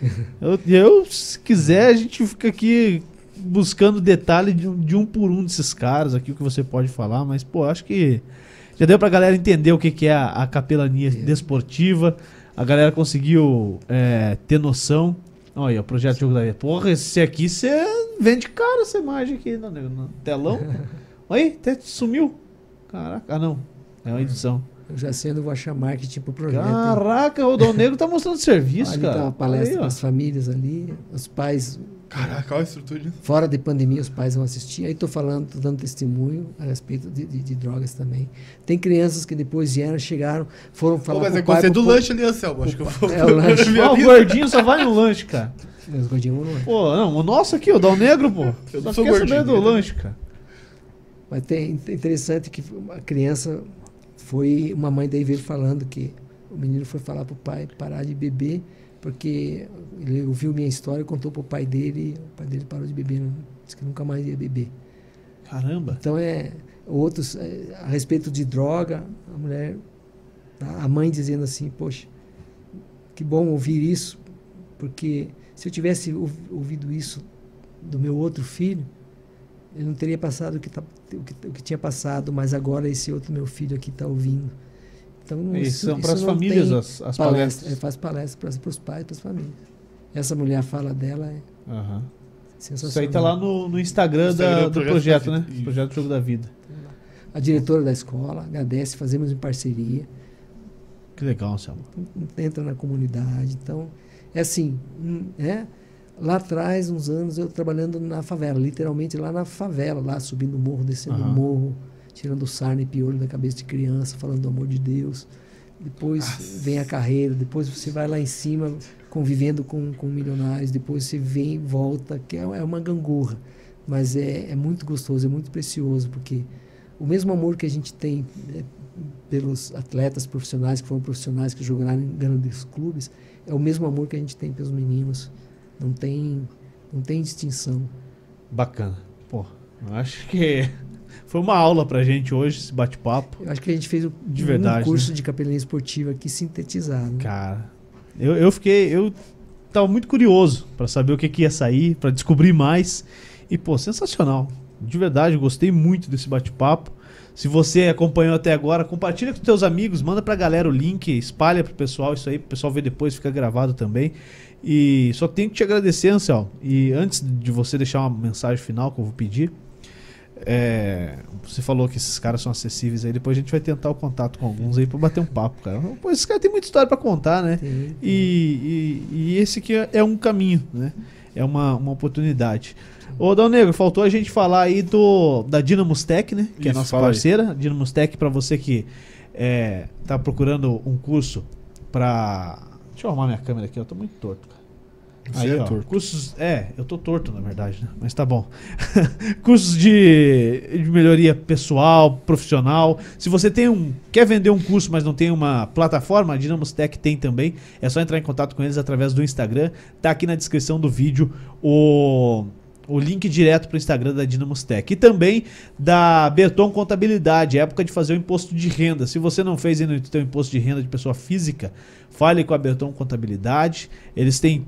Se quiser, a gente fica aqui buscando detalhe de um por um desses caras aqui, o que você pode falar, mas, pô, acho que já deu pra galera entender o que é a capelania desportiva. A galera conseguiu ter noção. Olha, o projeto Jogo da Vida. Porra, esse aqui você vende caro essa imagem aqui no telão. Oi, até sumiu. Caraca, não. É uma edição. Eu já sei, eu vou achar marketing pro projeto. Caraca, o Dal Negro tá mostrando serviço, ali cara. Tá uma palestra para as famílias ali, os pais. Caraca, olha a estrutura disso. Fora de pandemia, os pais vão assistir. Aí tô dando testemunho a respeito de drogas também. Tem crianças que depois chegaram, foram falar mas com é o pai. Mas é do lanche ali, Anselmo. Acho que eu vou... É o lanche. O gordinho só vai no lanche, cara. Os gordinhos vão no lanche. Pô, não, o nosso aqui, o Dal Negro, pô. Eu Só sou quer saber gordinho, do lanche, cara. Mas tem interessante que a criança foi... Uma mãe daí veio falando que o menino foi falar pro pai parar de beber, porque ele ouviu minha história, contou pro pai dele, o pai dele parou de beber, disse que nunca mais ia beber. Caramba. Então outros a respeito de droga, a mulher, a mãe dizendo assim, poxa, que bom ouvir isso, porque se eu tivesse ouvido isso do meu outro filho, ele não teria passado o que tinha passado, mas agora esse outro meu filho aqui está ouvindo. Então, isso são para as famílias as palestras. Faz palestras para os pais, para as famílias. Essa mulher fala dela sensacional. Isso aí tá lá no Instagram do projeto, né? Isso. Projeto Jogo da Vida. A diretora da escola agradece, fazemos em parceria. Que legal, Anselmo. Entra na comunidade. Então, é assim, lá atrás, uns anos, eu trabalhando na favela, literalmente lá na favela, lá subindo o morro, descendo o morro, tirando sarna e piolho da cabeça de criança, falando do amor de Deus. Depois vem a carreira, depois você vai lá em cima convivendo com milionários, depois você vem e volta, que é uma gangorra. Mas é muito gostoso, é muito precioso, porque o mesmo amor que a gente tem pelos atletas profissionais, que foram profissionais, que jogaram em grandes clubes, é o mesmo amor que a gente tem pelos meninos. Não tem distinção. Bacana. Pô, eu acho que foi uma aula pra gente hoje, esse bate-papo. Eu acho que a gente fez um curso de capelania esportiva aqui sintetizado. Cara, eu tava muito curioso pra saber o que ia sair, pra descobrir mais. E, pô, sensacional. De verdade, eu gostei muito desse bate-papo. Se você acompanhou até agora, compartilha com os teus amigos, manda pra galera o link, espalha pro pessoal, isso aí, pro pessoal ver depois, fica gravado também. E só tenho que te agradecer, Anselmo. E antes de você deixar uma mensagem final que eu vou pedir, você falou que esses caras são acessíveis aí, depois a gente vai tentar o contato com alguns aí pra bater um papo, cara. Pô, esses caras têm muita história pra contar, né? Sim. E esse aqui é um caminho, né? É uma oportunidade. Ô, Dal Negro, faltou a gente falar aí da Dynamos Tech, né? Que é a nossa parceira. Dynamos Tech, pra você que tá procurando um curso pra... Deixa eu arrumar minha câmera aqui, eu tô muito torto, cara. Aí, ó, cursos... eu tô torto, na verdade, né? Mas tá bom. Cursos de melhoria pessoal, profissional. Se você quer vender um curso, mas não tem uma plataforma, a Dynamos Tech tem também. É só entrar em contato com eles através do Instagram. Tá aqui na descrição do vídeo o link direto para o Instagram da Dynamos Tech. E também da Berton Contabilidade, época de fazer o imposto de renda. Se você não fez ainda o seu imposto de renda de pessoa física, fale com a Berton Contabilidade. Eles têm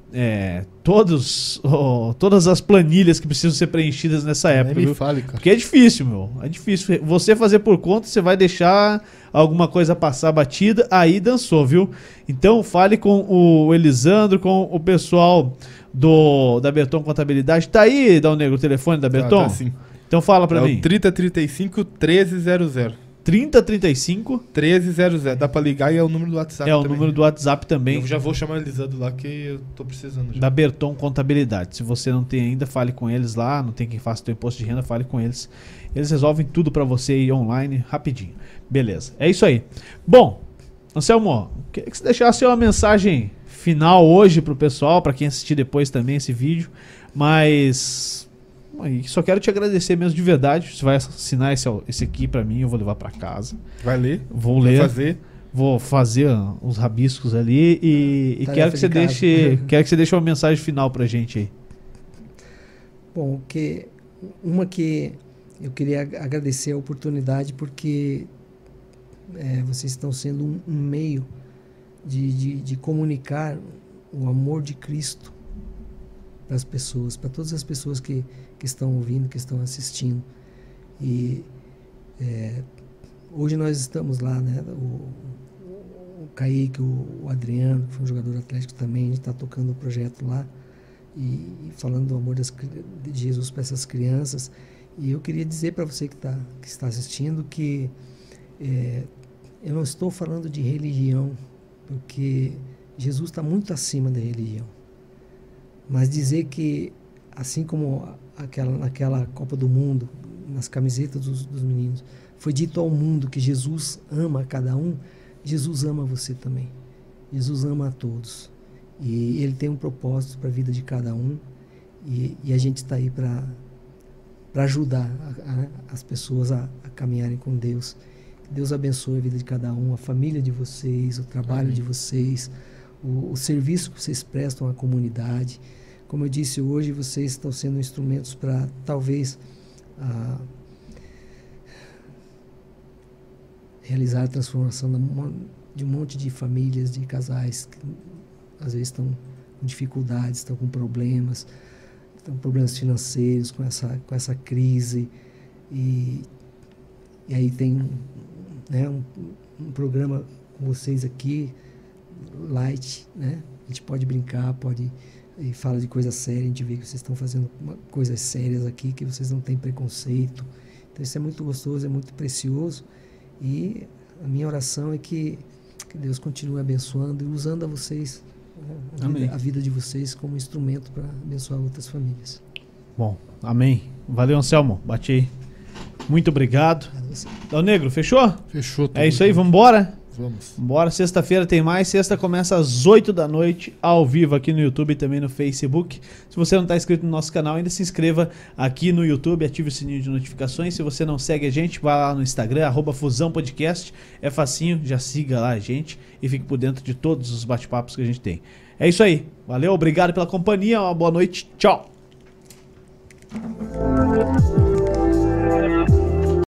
todas as planilhas que precisam ser preenchidas nessa época. Nem me Viu? fale, cara. Porque é difícil, meu. É difícil. Você fazer por conta, você vai deixar alguma coisa passar batida, aí dançou, viu? Então fale com o Elisandro, com o pessoal da Berton Contabilidade. Tá aí, Dal Negro, o telefone da Berton? Tá, sim. Então fala pra É mim. o 3035 1300. 3035 1300. Dá pra ligar e é o número do WhatsApp é o também. número do WhatsApp também. Eu já vou chamar o Elisandro lá que eu tô precisando já. Da Berton Contabilidade. Se você não tem ainda, fale com eles lá. Não tem quem faça o teu imposto de renda, fale com eles. Eles resolvem tudo pra você aí online, rapidinho. Beleza, é isso aí. Bom, Anselmo, queria que você deixasse uma mensagem final hoje pro pessoal, pra quem assistir depois também esse vídeo. Mas só quero te agradecer mesmo de verdade. Você vai assinar esse aqui pra mim, eu vou levar pra casa. Vai ler? Vou ler. Fazer? Vou fazer os rabiscos ali e quero que você deixe uma mensagem final pra gente aí. Bom, que eu queria agradecer a oportunidade porque vocês estão sendo um meio de comunicar o amor de Cristo para as pessoas, para todas as pessoas que estão ouvindo, que estão assistindo. E hoje nós estamos lá, né? O Kaique, o Adriano, que foi um jogador atlético também, a gente está tocando o projeto lá e falando do amor de Jesus para essas crianças. E eu queria dizer para você que está assistindo que eu não estou falando de religião, porque Jesus está muito acima da religião. Mas dizer que, assim como naquela Copa do Mundo, nas camisetas dos meninos, foi dito ao mundo que Jesus ama cada um, Jesus ama você também. Jesus ama a todos. E Ele tem um propósito para a vida de cada um. E a gente está aí para ajudar as pessoas a caminharem com Deus. Que Deus abençoe a vida de cada um, a família de vocês, o trabalho de vocês, o serviço que vocês prestam à comunidade. Como eu disse hoje, vocês estão sendo instrumentos para talvez realizar a transformação de um monte de famílias, de casais que às vezes estão com dificuldades, estão com problemas, estão com problemas financeiros, com essa crise. E aí tem um programa com vocês aqui, light, né? A gente pode brincar, e fala de coisa séria, a gente vê que vocês estão fazendo coisas sérias aqui, que vocês não têm preconceito. Então isso é muito gostoso, é muito precioso. E a minha oração é que Deus continue abençoando e usando a vocês, a vida de vocês como instrumento para abençoar outras famílias. Bom, amém. Valeu, Anselmo. Bate aí. Muito obrigado. Dal Negro, fechou? Fechou. É isso aí, vamos embora? Vamos. Bora, sexta-feira tem mais. Sexta começa às 8 da noite, ao vivo aqui no YouTube e também no Facebook. Se você não está inscrito no nosso canal, ainda se inscreva aqui no YouTube, ative o sininho de notificações. Se você não segue a gente, vá lá no Instagram, @FusãoPodcast. É facinho, já siga lá a gente e fique por dentro de todos os bate-papos que a gente tem. É isso aí. Valeu, obrigado pela companhia, uma boa noite. Tchau.